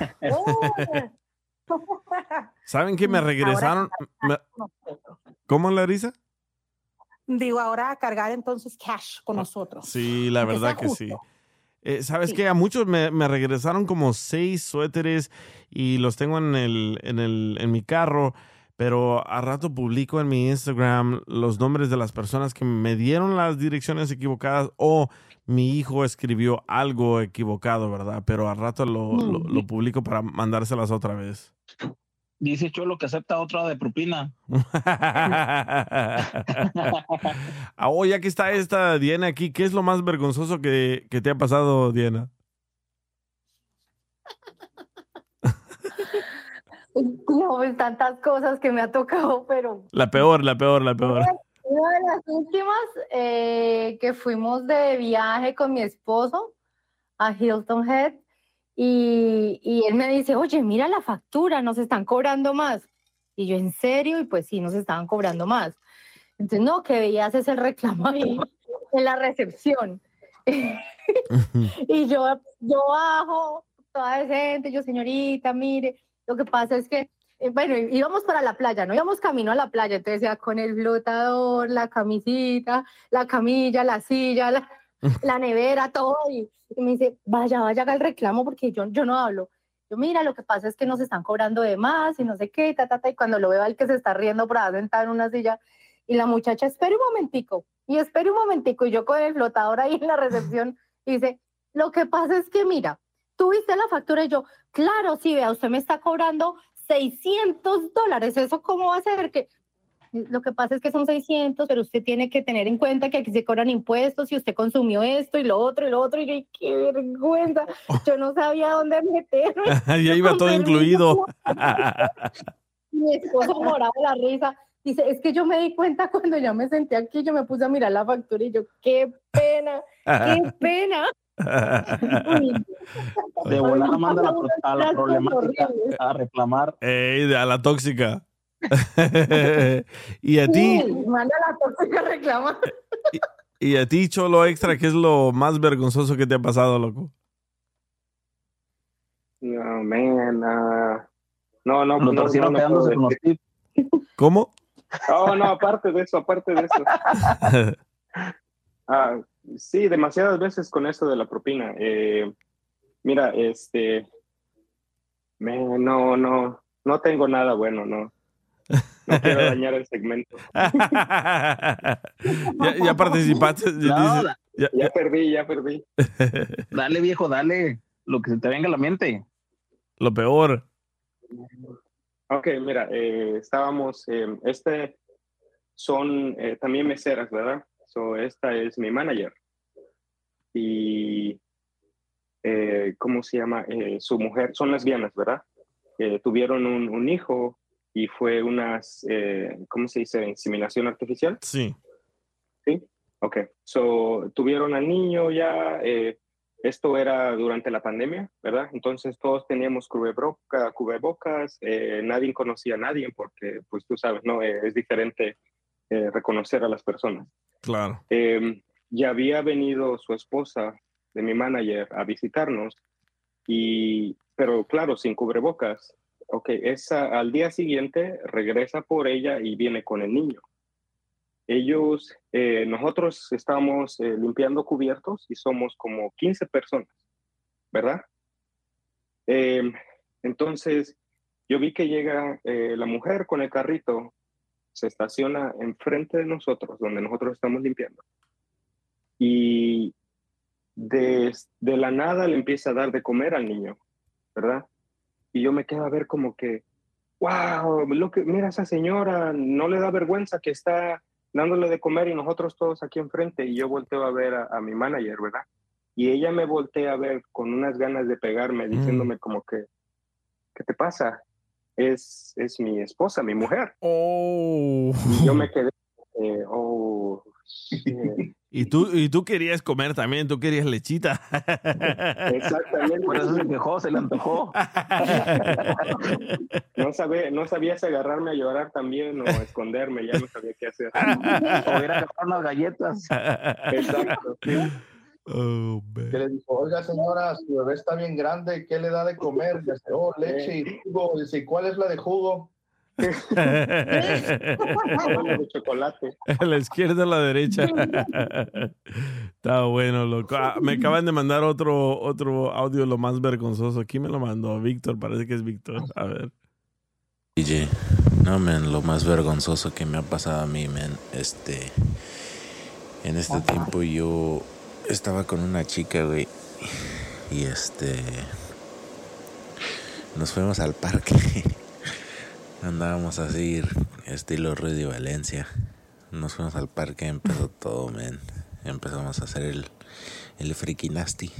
[SPEAKER 6] ¿Saben qué? Me regresaron. me- ¿Cómo, Larisa?
[SPEAKER 7] Digo, ahora a cargar entonces cash con nosotros.
[SPEAKER 6] Sí, la
[SPEAKER 7] Aunque
[SPEAKER 6] verdad
[SPEAKER 7] sea
[SPEAKER 6] que
[SPEAKER 7] justo.
[SPEAKER 6] sí. Eh, ¿Sabes
[SPEAKER 7] Sí.
[SPEAKER 6] qué? A muchos me, me regresaron como seis suéteres y los tengo en, el, en, el, en mi carro, pero a rato publico en mi Instagram los nombres de las personas que me dieron las direcciones equivocadas o mi hijo escribió algo equivocado, ¿verdad? Pero a rato lo, lo, lo publico para mandárselas otra vez.
[SPEAKER 4] Dice Cholo que acepta otra de propina.
[SPEAKER 6] Ah, oh, ya que está esta Diana aquí, ¿qué es lo más vergonzoso que, que te ha pasado, Diana?
[SPEAKER 11] No, pues tantas cosas que me ha tocado, pero
[SPEAKER 6] La peor, la peor, la peor.
[SPEAKER 11] una de las últimas eh, que fuimos de viaje con mi esposo a Hilton Head y, y él me dice, oye, mira la factura, nos están cobrando más. Y yo, ¿en serio? Y pues sí, nos estaban cobrando más. Entonces, no, que veías ese reclamo ahí en la recepción. Y yo, yo bajo, toda decente, yo, señorita, mire, lo que pasa es que, eh, bueno, íbamos para la playa, no íbamos camino a la playa, entonces ya con el flotador, la camisita, la camilla, la silla, la, la nevera, todo, y, y me dice, vaya, vaya, haga el reclamo porque yo, yo no hablo. Yo, mira, lo que pasa es que nos están cobrando de más y no sé qué, ta, ta, ta, y cuando lo veo al que se está riendo por ahí sentado en una silla, y la muchacha, espere un momentico, y espere un momentico, y yo con el flotador ahí en la recepción, y dice, lo que pasa es que, mira, tú viste la factura, y yo, claro, sí, vea, usted me está cobrando seiscientos dólares, ¿eso cómo va a ser? Que lo que pasa es que son seiscientos, pero usted tiene que tener en cuenta que aquí se cobran impuestos y usted consumió esto y lo otro y lo otro, y yo, ¡ay, qué vergüenza! Yo no sabía dónde meterme.
[SPEAKER 6] Ya iba
[SPEAKER 11] Con
[SPEAKER 6] todo
[SPEAKER 11] permiso,
[SPEAKER 6] incluido.
[SPEAKER 11] mi esposo morado de la risa. Dice, es que yo me di cuenta cuando ya me senté aquí, yo me puse a mirar la factura y yo, qué pena, qué pena.
[SPEAKER 4] De volada manda a la, pro- a la problemática a reclamar.
[SPEAKER 6] Ey, de- a la tóxica. Y a ti,
[SPEAKER 11] Sí, manda la tóxica a reclamar.
[SPEAKER 6] y a ti, Cholo Extra, ¿qué es lo más vergonzoso que te ha pasado, loco?
[SPEAKER 22] No, man. ah, no, no,
[SPEAKER 4] Lo
[SPEAKER 22] no,
[SPEAKER 4] torcieron
[SPEAKER 22] no, no
[SPEAKER 4] quedándose
[SPEAKER 22] puedo
[SPEAKER 4] con los
[SPEAKER 22] decir.
[SPEAKER 4] tips.
[SPEAKER 6] ¿Cómo?
[SPEAKER 22] Oh, no, aparte de eso, aparte de eso. Ah, sí, demasiadas veces con eso de la propina. Eh, Mira, este, me, no, no, no tengo nada bueno, no. No quiero dañar el segmento.
[SPEAKER 6] ya, ya participaste.
[SPEAKER 4] No,
[SPEAKER 6] dice-
[SPEAKER 4] da-
[SPEAKER 6] ya-
[SPEAKER 22] Ya perdí, ya perdí.
[SPEAKER 4] dale, viejo, dale. Lo que se te venga a la mente.
[SPEAKER 6] Lo peor.
[SPEAKER 22] Ok, mira, eh, estábamos, eh, este son eh, también meseras, ¿verdad? So, esta es mi manager. Y, eh, ¿cómo se llama? Eh, su mujer, son lesbianas, ¿verdad? Eh, tuvieron un, un hijo y fue unas, eh, ¿cómo se dice? Inseminación artificial.
[SPEAKER 6] Sí.
[SPEAKER 22] Sí, ok. So, tuvieron al niño ya, eh, esto era durante la pandemia, ¿verdad? Entonces todos teníamos cubreboca, cubrebocas, eh, nadie conocía a nadie porque, pues tú sabes, ¿no? Eh, es diferente eh, reconocer a las personas.
[SPEAKER 6] Claro.
[SPEAKER 22] Eh, ya había venido su esposa de mi manager a visitarnos, y, pero claro, sin cubrebocas. Ok, esa, al día siguiente regresa por ella y viene con el niño. Ellos, eh, nosotros estábamos eh, limpiando cubiertos y somos como quince personas, ¿verdad? Eh, entonces, yo vi que llega eh, la mujer con el carrito, se estaciona enfrente de nosotros, donde nosotros estamos limpiando. Y de, de la nada le empieza a dar de comer al niño, ¿verdad? Y yo me quedo a ver como que, wow, lo que, mira esa señora, no le da vergüenza que está dándole de comer y nosotros todos aquí enfrente. Y yo volteo a ver a, a mi manager, ¿verdad? Y ella me voltea a ver con unas ganas de pegarme, diciéndome como que, ¿qué te pasa? Es, es mi esposa, mi mujer.
[SPEAKER 6] Oh.
[SPEAKER 22] Y yo me quedé, eh, oh, shit.
[SPEAKER 6] Y tú, y tú querías comer también, tú querías lechita.
[SPEAKER 22] Exactamente.
[SPEAKER 4] Por eso se quejó, se le antojó.
[SPEAKER 22] No sabía, no sabía si agarrarme a llorar también o esconderme, ya no sabía qué hacer.
[SPEAKER 4] O ir a comprar unas galletas.
[SPEAKER 22] Exacto, sí.
[SPEAKER 6] Oh,
[SPEAKER 13] Que le dijo, oiga señora, su bebé está bien grande, ¿qué le da de comer? Y dice, oh, leche y jugo. Dice, ¿y cuál es la de jugo?
[SPEAKER 22] De chocolate.
[SPEAKER 6] A la izquierda, a la derecha. Está bueno, loco. Ah, me acaban de mandar otro, otro audio, lo más vergonzoso. ¿Quién me lo mandó? Víctor, parece que es Víctor. A ver.
[SPEAKER 12] D J, no, man, lo más vergonzoso que me ha pasado a mí, man, este, en este tiempo yo estaba con una chica, güey, y este, nos fuimos al parque, andábamos así, estilo Rudy Valencia, nos fuimos al parque, empezó todo, man, empezamos a hacer el, el freaky nasty.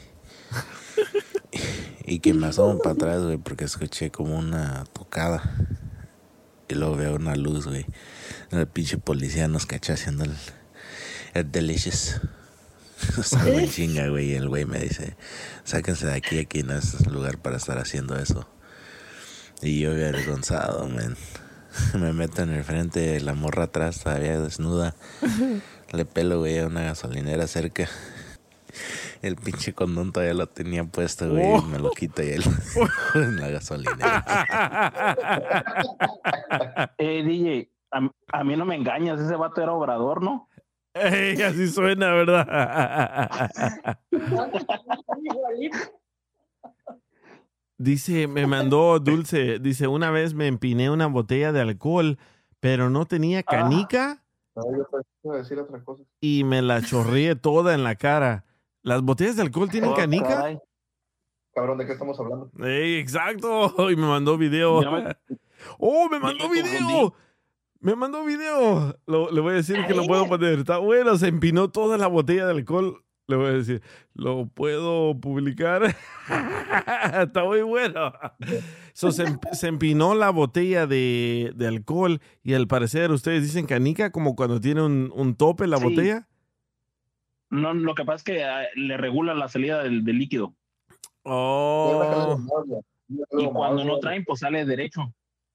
[SPEAKER 12] Y que me asomo para atrás, güey, porque escuché como una tocada. Y luego veo una luz, güey. El pinche policía nos cachó haciendo el, el delicious. Salgo en chinga, güey. Y el güey me dice, sáquense de aquí, aquí no es lugar para estar haciendo eso. Y yo avergonzado, man. Me meto en el frente, la morra atrás, todavía desnuda. Le pelo, güey, a una gasolinera cerca. El pinche condón todavía lo tenía puesto, güey.
[SPEAKER 6] Oh.
[SPEAKER 12] Me lo quita y él en la gasolinera.
[SPEAKER 4] Eh, D J, a, a mí no me engañas, ese vato era obrador, ¿no?
[SPEAKER 6] Ey, así suena, ¿verdad? Dice, me mandó Dulce, dice, una vez me empiné una botella de alcohol, pero no tenía canica
[SPEAKER 13] No, yo iba a decir otra cosa.
[SPEAKER 6] y me la chorreé toda en la cara. ¿Las botellas de alcohol tienen
[SPEAKER 13] Oh,
[SPEAKER 6] canica?
[SPEAKER 13] caray. Cabrón, ¿de qué estamos hablando?
[SPEAKER 6] Ey, exacto. Y me mandó video.
[SPEAKER 13] Ya me-
[SPEAKER 6] ¡Oh, me mandó
[SPEAKER 13] Ya me
[SPEAKER 6] video!
[SPEAKER 13] confundí.
[SPEAKER 6] Me mandó video. Lo- le voy a decir que lo puedo poner. Está bueno, se empinó toda la botella de alcohol. Le voy a decir, ¿lo puedo publicar? Está muy bueno. So, se, emp- se empinó la botella de, de alcohol y al parecer ustedes dicen canica como cuando tiene un, un tope la
[SPEAKER 4] Sí.
[SPEAKER 6] botella.
[SPEAKER 4] No, lo que pasa es que ah, le regula la salida del, del líquido.
[SPEAKER 6] Oh.
[SPEAKER 4] Y cuando no traen, pues sale derecho.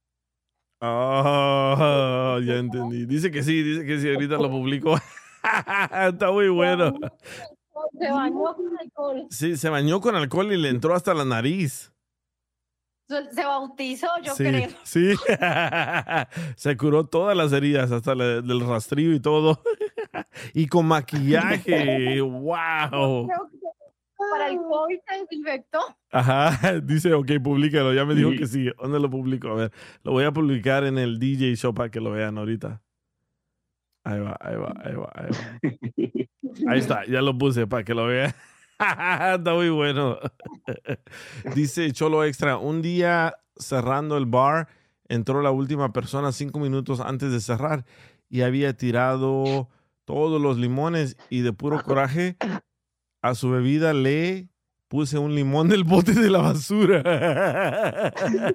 [SPEAKER 6] Ah, ya entendí. Dice que sí, dice que sí, ahorita lo publicó. Está muy bueno.
[SPEAKER 11] Se bañó con alcohol.
[SPEAKER 6] Sí, se bañó con alcohol y le entró hasta la nariz.
[SPEAKER 11] Se se bautizó, yo
[SPEAKER 6] Sí,
[SPEAKER 11] creo.
[SPEAKER 6] sí. Se curó todas las heridas, hasta la- del rastrillo y todo. Y con maquillaje. ¡Wow!
[SPEAKER 11] Creo que Para el COVID se desinfectó.
[SPEAKER 6] Ajá, dice, ok, públicalo. Ya me dijo que sí. ¿Dónde lo publico? A ver, lo voy a publicar en el D J Show para que lo vean ahorita. Ahí va, ahí va, ahí va, ahí va. Ahí está, ya lo puse para que lo vean. Está muy bueno. Dice Cholo Extra, un día cerrando el bar, entró la última persona cinco minutos antes de cerrar y había tirado todos los limones y de puro coraje a su bebida le puse un limón del bote de la basura.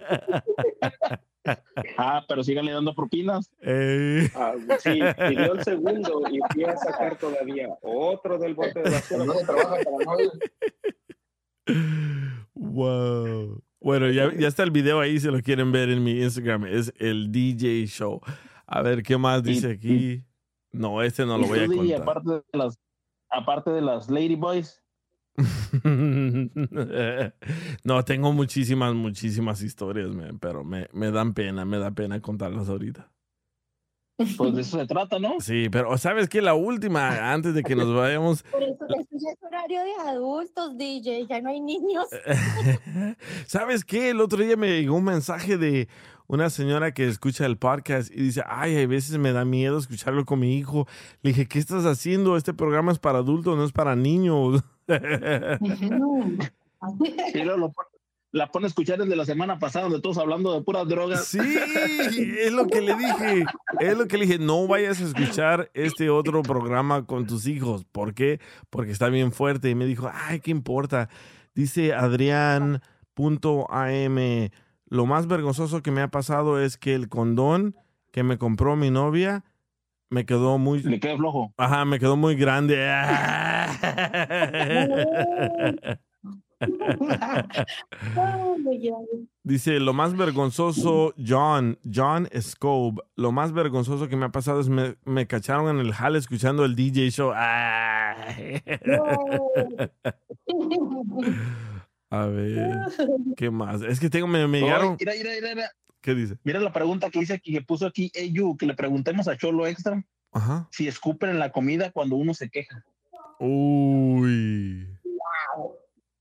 [SPEAKER 4] Ah, pero síganle dando propinas.
[SPEAKER 6] Eh.
[SPEAKER 22] Ah, sí, pidió el segundo y fui a sacar todavía otro del bote de basura. No trabaja para nadie.
[SPEAKER 6] Wow. Bueno, ya, ya está el video ahí si lo quieren ver en mi Instagram. Es el D J Show. A ver, ¿qué más dice aquí? No, este no lo voy a contar.
[SPEAKER 4] Y aparte de las, aparte de las Ladyboys.
[SPEAKER 6] No, tengo muchísimas, muchísimas historias, man, pero me, me dan pena, me da pena contarlas ahorita.
[SPEAKER 4] Pues de eso se trata, ¿no?
[SPEAKER 6] Sí, pero ¿sabes qué? La última, antes de que nos vayamos...
[SPEAKER 11] Por eso, eso ya es horario de adultos, D J, ya no hay niños.
[SPEAKER 6] ¿Sabes qué? El otro día me llegó un mensaje de una señora que escucha el podcast y dice, ay, a veces me da miedo escucharlo con mi hijo. Le dije, ¿qué estás haciendo? Este programa es para adultos, no es para niños.
[SPEAKER 4] Sí, lo, lo, la pone a escuchar el de la semana pasada donde todos hablando de puras drogas.
[SPEAKER 6] Sí, es lo que le dije. Es lo que le dije. No vayas a escuchar este otro programa con tus hijos. ¿Por qué? Porque está bien fuerte. Y me dijo, ay, ¿qué importa? Dice Adrián punto A M. Lo más vergonzoso que me ha pasado es que el condón que me compró mi novia me quedó muy...
[SPEAKER 4] Le quedó flojo.
[SPEAKER 6] Ajá, me quedó muy grande. Dice, lo más vergonzoso, John, John Scobe, lo más vergonzoso que me ha pasado es me, me cacharon en el jale escuchando el D J Show. A ver, ¿qué más? Es que tengo, me, me llegaron...
[SPEAKER 4] Mira, mira, mira, mira.
[SPEAKER 6] ¿Qué dice?
[SPEAKER 4] Mira la pregunta que dice aquí, que puso aquí Eyu, que le preguntemos a Cholo Extra.
[SPEAKER 6] Ajá.
[SPEAKER 4] Si escupen en la comida cuando uno se queja.
[SPEAKER 6] Uy.
[SPEAKER 22] Wow.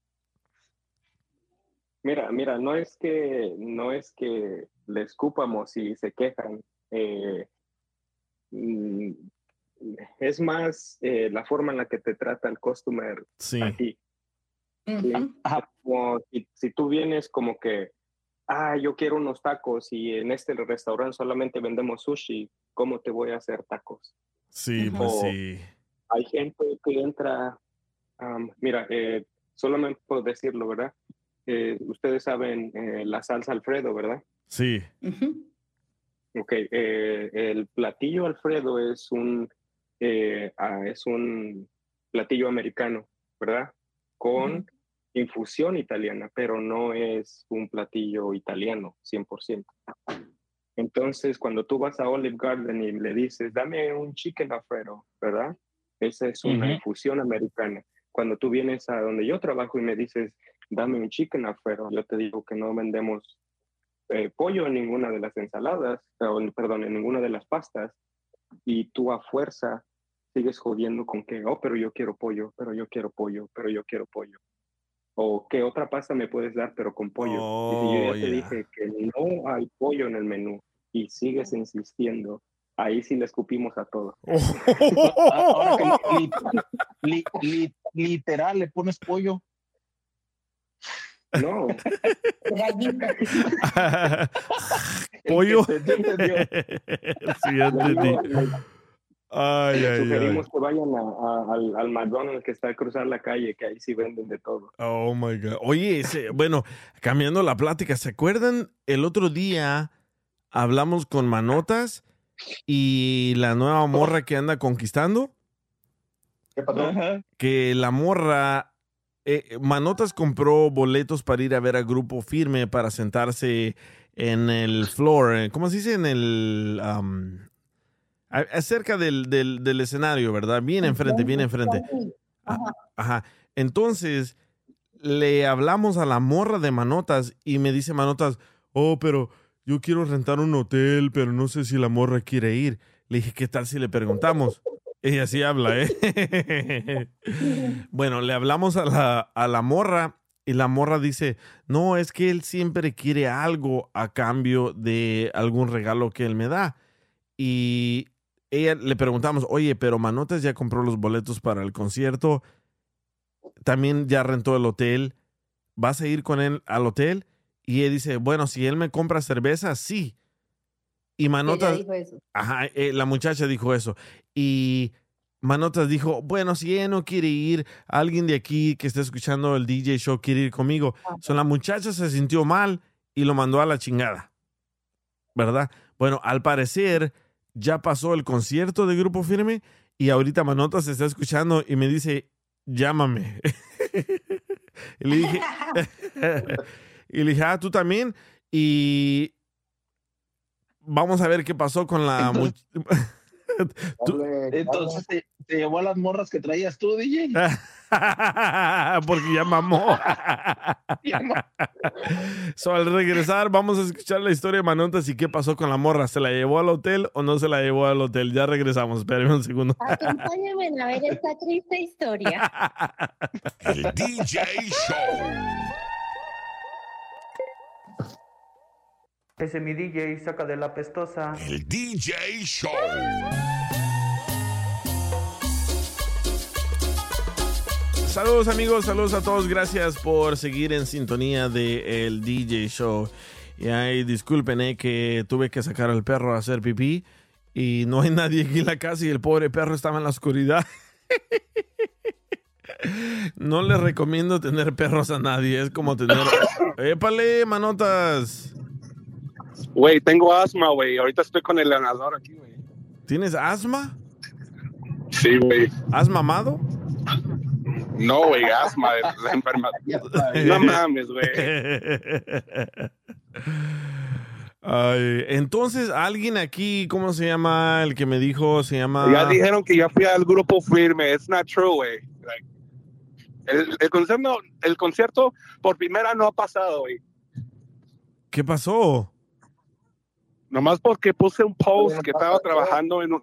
[SPEAKER 22] Mira, mira, no es que no es que le escupamos y se quejan. Eh, es más eh, la forma en la que te trata el customer
[SPEAKER 6] sí.
[SPEAKER 22] a ti. ¿Sí? Como si, si tú vienes como que, ah, yo quiero unos tacos y en este restaurante solamente vendemos sushi, ¿cómo te voy a hacer tacos?
[SPEAKER 6] Sí, pues
[SPEAKER 22] o
[SPEAKER 6] sí.
[SPEAKER 22] Hay gente que entra, um, mira, eh, solamente por decirlo, ¿verdad? Eh, ustedes saben eh, la salsa Alfredo, ¿verdad?
[SPEAKER 6] Sí.
[SPEAKER 22] Uh-huh. Ok, eh, el platillo Alfredo es un, eh, ah, es un platillo americano, ¿verdad? Con uh-huh. infusión italiana, pero no es un platillo italiano, cien por ciento. Entonces, cuando tú vas a Olive Garden y le dices, dame un chicken Alfredo, ¿verdad? Esa es una uh-huh. infusión americana. Cuando tú vienes a donde yo trabajo y me dices, dame un chicken Alfredo, yo te digo que no vendemos eh, pollo en ninguna de las ensaladas, o, perdón, en ninguna de las pastas, y tú a fuerza sigues jodiendo con que, oh, pero yo quiero pollo, pero yo quiero pollo, pero yo quiero pollo. O ¿qué otra pasta me puedes dar, pero con pollo?
[SPEAKER 6] Oh,
[SPEAKER 22] y si yo ya
[SPEAKER 6] yeah.
[SPEAKER 22] te dije que no hay pollo en el menú y sigues insistiendo, ahí sí le escupimos a todo.
[SPEAKER 4] Ahora que li, li, li, literal le pones pollo.
[SPEAKER 22] No.
[SPEAKER 6] ¿Pollo?
[SPEAKER 22] ¿Te entendió?
[SPEAKER 6] Sí, ya entendí. Ay, ay,
[SPEAKER 22] Sugerimos
[SPEAKER 6] ay.
[SPEAKER 22] que vayan a, a, al, al McDonald's que está a cruzar la calle, que ahí sí venden de todo.
[SPEAKER 6] Oh, my God. Oye, ese, bueno, cambiando la plática, ¿se acuerdan? El otro día hablamos con Manotas y la nueva morra que anda conquistando.
[SPEAKER 22] ¿Qué pasó?
[SPEAKER 6] Que la morra... Eh, Manotas compró boletos para ir a ver a Grupo Firme para sentarse en el floor, ¿cómo se dice? En el... Um, cerca del, del, del escenario, ¿verdad? Bien enfrente, bien enfrente. Ajá. Ajá. Entonces, le hablamos a la morra de Manotas y me dice Manotas, oh, pero yo quiero rentar un hotel, pero no sé si la morra quiere ir. Le dije, ¿qué tal si le preguntamos? Ella sí habla, ¿eh? Bueno, le hablamos a la, a la morra y la morra dice, no, es que él siempre quiere algo a cambio de algún regalo que él me da. Y ella le preguntamos, oye, pero Manotas ya compró los boletos para el concierto, también ya rentó el hotel, ¿vas a ir con él al hotel? Y ella dice, bueno, si él me compra cerveza, sí. Y Manotas,
[SPEAKER 11] Ella dijo eso.
[SPEAKER 6] ajá, eh, la muchacha dijo eso. Y Manotas dijo, bueno, si ella no quiere ir, alguien de aquí que esté escuchando el D J Show quiere ir conmigo. So, la muchacha se sintió mal y lo mandó a la chingada, ¿verdad? Bueno, al parecer ya pasó el concierto de Grupo Firme y ahorita Manotas se está escuchando y me dice, llámame. Y le dije, y le dije, ah, tú también. Y vamos a ver qué pasó con la...
[SPEAKER 4] Entonces,
[SPEAKER 6] mu- Tú-
[SPEAKER 4] Entonces te, te llevó a las morras que traías tú, D J.
[SPEAKER 6] Porque ya mamó. So, al regresar vamos a escuchar la historia de Manotas y qué pasó con la morra. ¿Se la llevó al hotel o no se la llevó al hotel? Ya regresamos, espérenme un segundo.
[SPEAKER 11] Acompáñame a ver esta triste historia.
[SPEAKER 5] El D J Show.
[SPEAKER 10] Ese es mi D J, saca de la pestosa.
[SPEAKER 5] El D J Show.
[SPEAKER 6] Saludos amigos, saludos a todos. Gracias por seguir en sintonía de el D J Show. Y ay, disculpen eh, que tuve que sacar al perro a hacer pipí y no hay nadie aquí en la casa y el pobre perro estaba en la oscuridad. No les recomiendo tener perros a nadie, es como tener... ¡Épale, Manotas!
[SPEAKER 14] Güey, tengo asma, güey. Ahorita estoy con el ganador aquí, güey.
[SPEAKER 6] ¿Tienes asma?
[SPEAKER 14] Sí, güey.
[SPEAKER 6] ¿Has mamado?
[SPEAKER 14] No, güey, asma, de la enfermedad. No mames, güey.
[SPEAKER 6] Ay, entonces, alguien aquí, ¿cómo se llama? El que me dijo, se llama...
[SPEAKER 14] Ya dijeron que ya fui al Grupo Firme. It's not true, güey. Like, el, el, concierto, el concierto por primera no ha pasado, güey.
[SPEAKER 6] ¿Qué pasó?
[SPEAKER 14] Nomás porque puse un post que estaba trabajando en un...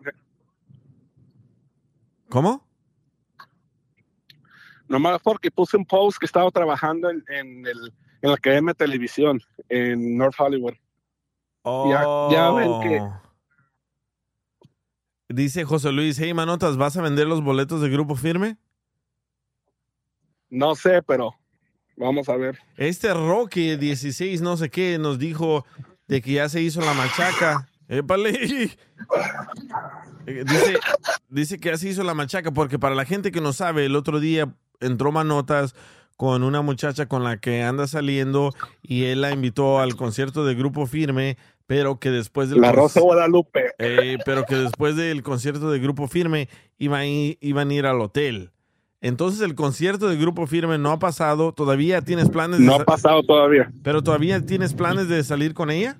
[SPEAKER 6] ¿Cómo?
[SPEAKER 14] Nomás porque puse un post que estaba trabajando en, en, el, en la Academia de Televisión en North Hollywood.
[SPEAKER 6] Oh.
[SPEAKER 14] Ya, ya ven que...
[SPEAKER 6] Dice José Luis, hey Manotas, ¿vas a vender los boletos de Grupo Firme?
[SPEAKER 14] No sé, pero vamos a ver.
[SPEAKER 6] Este Rocky dieciséis no sé qué nos dijo de que ya se hizo la machaca. ¡Épale! Dice, dice que ya se hizo la machaca porque para la gente que no sabe, el otro día entró Manotas con una muchacha con la que anda saliendo y él la invitó al concierto de Grupo Firme, pero que después del
[SPEAKER 14] La Rosa Guadalupe.
[SPEAKER 6] Eh, pero que después del concierto de Grupo Firme iban a ir, iban a ir al hotel. Entonces el concierto de Grupo Firme no ha pasado. ¿Todavía tienes planes? De
[SPEAKER 14] No ha pasado todavía.
[SPEAKER 6] ¿Pero todavía tienes planes de salir con ella?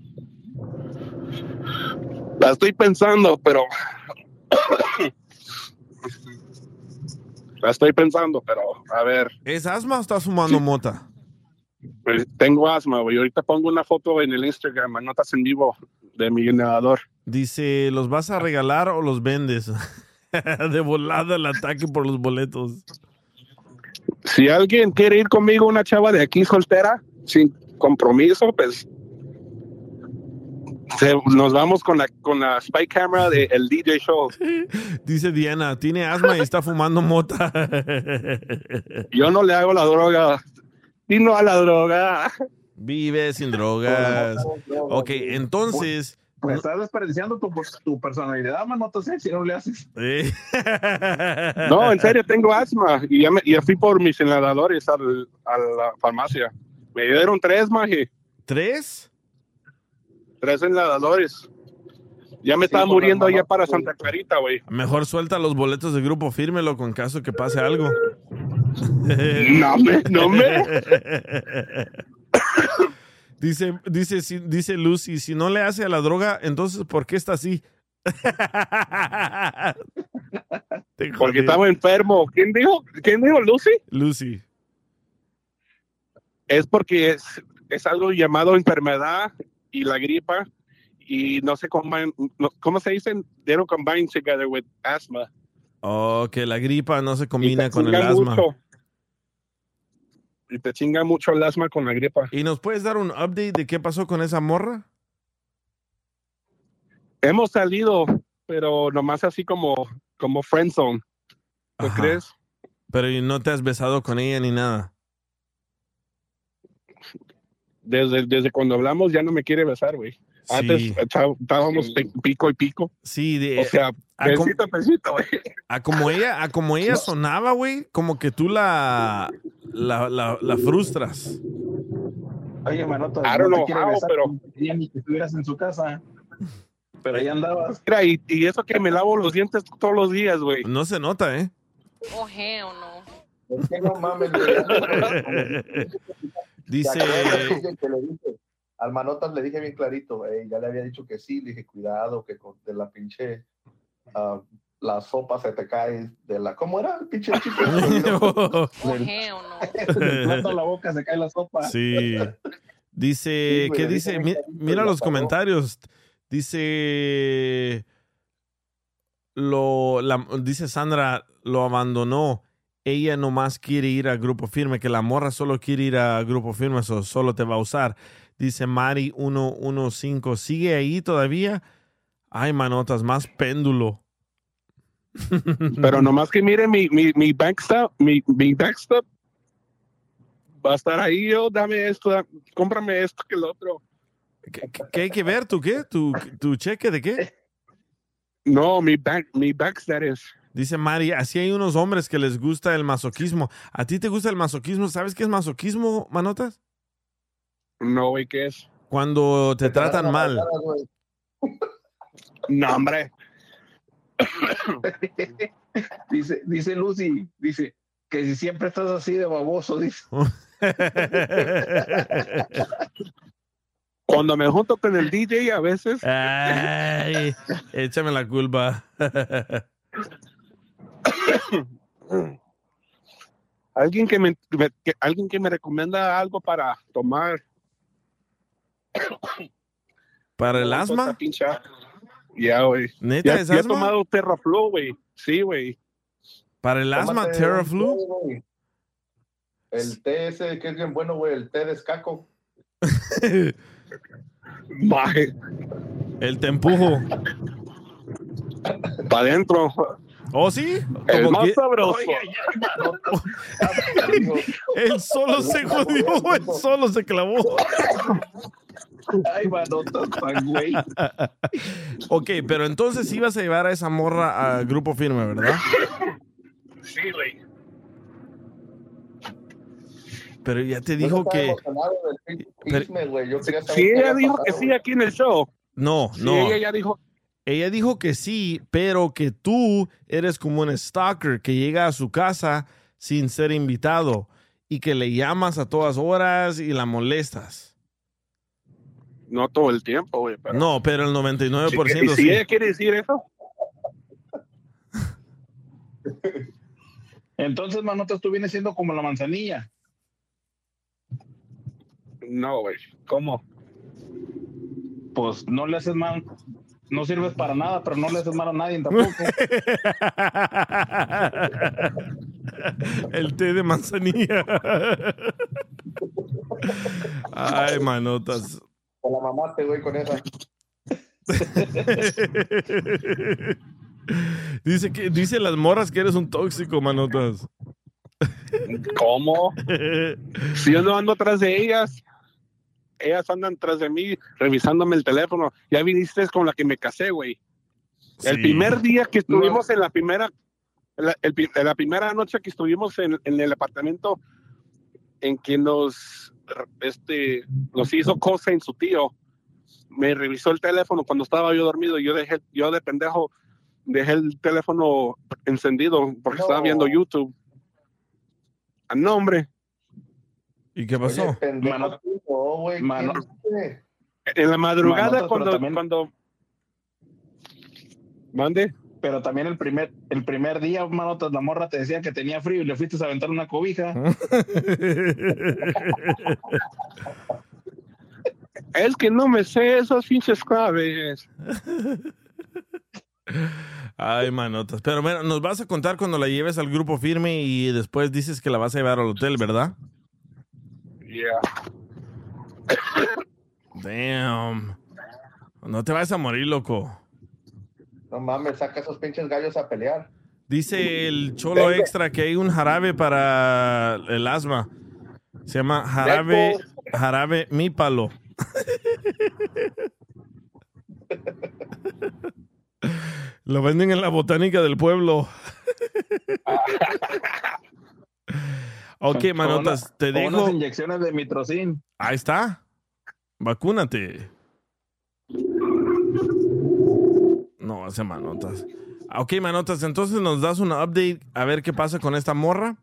[SPEAKER 14] La estoy pensando, pero... La estoy pensando, pero a ver.
[SPEAKER 6] ¿Es asma o estás fumando mota?
[SPEAKER 14] Pues tengo asma, güey. Ahorita pongo una foto en el Instagram, Manotas en vivo, de mi ganador.
[SPEAKER 6] Dice, ¿los vas a regalar o los vendes? De volada el ataque por los boletos.
[SPEAKER 14] Si alguien quiere ir conmigo, una chava de aquí soltera, sin compromiso, pues se, nos vamos con la, con la spy camera del de D J Show.
[SPEAKER 6] Dice Diana, tiene asma y está fumando mota.
[SPEAKER 14] Yo no le hago la droga. Y no a la droga.
[SPEAKER 6] Vive sin drogas. Ok, entonces...
[SPEAKER 4] Pues estás desperdiciando tu, tu personalidad, Manotas, ¿eh? Si no le haces.
[SPEAKER 6] ¿Eh?
[SPEAKER 14] No, en serio, tengo asma. Y ya, me, ya fui por mis inhaladores al, a la farmacia. Me dieron tres, maje.
[SPEAKER 6] ¿Tres?
[SPEAKER 14] Tres inhaladores. Ya me sí, estaba muriendo allá para Santa Clarita, güey.
[SPEAKER 6] Mejor suelta los boletos de Grupo Firme, loco, en caso que pase algo.
[SPEAKER 14] No me, no me.
[SPEAKER 6] Dice, dice, si, dice Lucy, si no le hace a la droga, entonces ¿por qué está así?
[SPEAKER 14] Porque estaba enfermo. ¿Quién dijo? ¿Quién dijo? Lucy.
[SPEAKER 6] Lucy.
[SPEAKER 14] Es porque es, es algo llamado enfermedad y la gripa y no se combine, no, ¿cómo se dicen? They don't combine together with asthma.
[SPEAKER 6] Oh, que la gripa no se combina
[SPEAKER 14] Y te
[SPEAKER 6] con el
[SPEAKER 14] chinga
[SPEAKER 6] asma.
[SPEAKER 14] mucho. Y te chinga mucho el asma con la gripa.
[SPEAKER 6] ¿Y nos puedes dar un update de qué pasó con esa morra?
[SPEAKER 14] Hemos salido, pero nomás así como, como friendzone. ¿No
[SPEAKER 6] Ajá.
[SPEAKER 14] crees?
[SPEAKER 6] Pero ¿y no te has besado con ella ni nada?
[SPEAKER 14] Desde, desde cuando hablamos ya no me quiere besar, güey.
[SPEAKER 6] Sí.
[SPEAKER 14] Antes está- estábamos pe- pico y pico.
[SPEAKER 6] Sí, de,
[SPEAKER 14] O sea,
[SPEAKER 6] a, com-
[SPEAKER 14] besito a besito, güey.
[SPEAKER 6] a como ella, a como ella sonaba, güey, como que tú la, la, la, la frustras.
[SPEAKER 4] Oye, Manota,
[SPEAKER 14] I don't
[SPEAKER 4] no te
[SPEAKER 14] know
[SPEAKER 4] quiere
[SPEAKER 14] how,
[SPEAKER 4] besar,
[SPEAKER 14] pero-
[SPEAKER 4] no quería ni que estuvieras en su casa. Pero ahí andabas.
[SPEAKER 14] Mira, y, y eso que me lavo los dientes todos los días, güey.
[SPEAKER 6] No se nota, ¿eh?
[SPEAKER 3] Oh, hell no.
[SPEAKER 13] Es que no mames, güey.
[SPEAKER 6] Dice...
[SPEAKER 13] ¿Te acuerdas que le dije? Al Manotas le dije bien clarito, eh, ya le había dicho que sí, le dije, cuidado, que con, de la pinche, ah, la sopa se te cae de la... ¿Cómo era el pinche chico?
[SPEAKER 3] Oh, hell no.
[SPEAKER 4] Del plato a la boca se cae la sopa.
[SPEAKER 6] Sí. Dice,
[SPEAKER 4] Sí, güey,
[SPEAKER 6] ¿qué
[SPEAKER 4] le
[SPEAKER 6] dice?
[SPEAKER 4] dije
[SPEAKER 6] Mi-
[SPEAKER 4] bien clarito
[SPEAKER 6] mira
[SPEAKER 4] y
[SPEAKER 6] los
[SPEAKER 4] la
[SPEAKER 6] comentarios. Dice, lo, la- dice Sandra, lo abandonó. Ella nomás quiere ir a Grupo Firme, que la morra solo quiere ir a Grupo Firme, so solo te va a usar. Dice Mari ciento quince, ¿sigue ahí todavía? Ay, Manotas, más péndulo.
[SPEAKER 14] Pero nomás que mire mi, mi, mi backstop, mi, mi backstop va a estar ahí. Yo, dame esto, da- cómprame esto que el otro.
[SPEAKER 6] ¿Qué, qué hay que ver? ¿Tú qué? ¿Tu, tu cheque de qué?
[SPEAKER 14] No, mi back, mi back status.
[SPEAKER 6] Dice Mari, así hay unos hombres que les gusta el masoquismo. ¿A ti te gusta el masoquismo? ¿Sabes qué es masoquismo, Manotas?
[SPEAKER 14] No, güey, ¿qué es?
[SPEAKER 6] Cuando te tratan mal.
[SPEAKER 14] No, hombre.
[SPEAKER 4] dice, dice Lucy, dice que si siempre estás así de baboso, dice.
[SPEAKER 14] Cuando me junto con el D J a veces.
[SPEAKER 6] Ay, échame la culpa.
[SPEAKER 14] Alguien que me, me- que, alguien que me recomienda algo para tomar.
[SPEAKER 6] ¿Para el
[SPEAKER 14] No,
[SPEAKER 6] asma?
[SPEAKER 14] cosa pincha. Ya, güey.
[SPEAKER 6] ¿Neta
[SPEAKER 14] Ya-
[SPEAKER 6] es
[SPEAKER 14] ya he
[SPEAKER 6] asma?
[SPEAKER 14] tomado Terraflu, güey. Sí, güey.
[SPEAKER 6] ¿Para el asma,
[SPEAKER 13] Tómate
[SPEAKER 6] Terraflu?
[SPEAKER 13] un té, güey. El té ese que es bien bueno, güey, el té de escaco.
[SPEAKER 14] Baje.
[SPEAKER 6] El te empujo.
[SPEAKER 14] Para adentro.
[SPEAKER 6] ¿Oh, sí?
[SPEAKER 14] El
[SPEAKER 6] Como
[SPEAKER 14] más
[SPEAKER 6] que-
[SPEAKER 14] sabroso.
[SPEAKER 6] Él solo se jodió, él solo se clavó.
[SPEAKER 4] Ay, Manotas, pan, güey.
[SPEAKER 6] Ok, pero entonces ibas a llevar a esa morra a Grupo Firme, ¿verdad?
[SPEAKER 14] Sí, güey.
[SPEAKER 6] Pero ya te
[SPEAKER 13] Yo
[SPEAKER 6] dijo
[SPEAKER 13] estaba
[SPEAKER 6] que...
[SPEAKER 13] emocionado del pinche
[SPEAKER 6] Pero-
[SPEAKER 13] chisme, güey. Yo quería saber
[SPEAKER 14] Sí,
[SPEAKER 13] qué
[SPEAKER 14] ella
[SPEAKER 13] había
[SPEAKER 14] dijo que
[SPEAKER 13] pasado,
[SPEAKER 14] sí
[SPEAKER 13] güey.
[SPEAKER 14] aquí en el show.
[SPEAKER 6] No,
[SPEAKER 14] Sí,
[SPEAKER 6] no.
[SPEAKER 14] ella ya dijo.
[SPEAKER 6] Ella dijo que sí, pero que tú eres como un stalker que llega a su casa sin ser invitado y que le llamas a todas horas y la molestas.
[SPEAKER 14] No todo el tiempo, güey. Pero...
[SPEAKER 6] No, pero el noventa y nueve por
[SPEAKER 14] ¿Y
[SPEAKER 6] ciento
[SPEAKER 14] si
[SPEAKER 6] sí.
[SPEAKER 14] ella quiere decir eso?
[SPEAKER 4] Entonces, Manotas, tú vienes siendo como la manzanilla.
[SPEAKER 14] No, güey. ¿Cómo?
[SPEAKER 4] Pues no le haces mal, no sirves para nada, pero no le haces mal a nadie tampoco.
[SPEAKER 6] El té de manzanilla. Ay, Manotas.
[SPEAKER 13] Te la mamaste, güey, con esa.
[SPEAKER 6] Dice que dice las morras que eres un tóxico, Manotas.
[SPEAKER 14] ¿Cómo? Si yo no ando atrás de ellas, ellas andan tras de mí revisándome el teléfono. Ya viniste con la que me casé, güey. El
[SPEAKER 6] Sí.
[SPEAKER 14] primer día que estuvimos en la primera, la, el pi- la primera noche que estuvimos en, en el apartamento en que nos, este, nos hizo cosa en su tío, me revisó el teléfono cuando estaba yo dormido. Yo dejé, yo de pendejo dejé el teléfono encendido porque
[SPEAKER 13] No.
[SPEAKER 14] estaba viendo YouTube. Ah, no, hombre.
[SPEAKER 6] ¿Y qué pasó?
[SPEAKER 13] Oye, pendejo,
[SPEAKER 4] Mano-
[SPEAKER 13] tú, no, güey. ¿qué
[SPEAKER 4] Mano-
[SPEAKER 13] hiciste?
[SPEAKER 14] En la madrugada
[SPEAKER 4] Manotas, pero
[SPEAKER 14] cuando,
[SPEAKER 4] también-
[SPEAKER 14] cuando mande.
[SPEAKER 4] Pero también el primer, el primer día, Manotas, la morra te decía que tenía frío y le fuiste a aventar una cobija.
[SPEAKER 14] Es que no me sé esos pinches claves.
[SPEAKER 6] Ay, manotas. Pero bueno, nos vas a contar cuando la lleves al grupo firme y después dices que la vas a llevar al hotel, ¿verdad?
[SPEAKER 14] Yeah.
[SPEAKER 6] Damn. No te vas a morir, loco.
[SPEAKER 13] No mames, saca esos pinches gallos a pelear.
[SPEAKER 6] Dice el Cholo Extra que hay un jarabe para el asma. Se llama jarabe, jarabe mípalo. Lo venden en la botánica del pueblo. Ok,
[SPEAKER 4] Con
[SPEAKER 6] manotas,
[SPEAKER 4] una-
[SPEAKER 6] te
[SPEAKER 4] con
[SPEAKER 6] dejo.
[SPEAKER 4] unas inyecciones de mitrocin.
[SPEAKER 6] Ahí está. Vacúnate. No, hace manotas. Ok, manotas, entonces nos das una update a ver qué pasa con esta morra.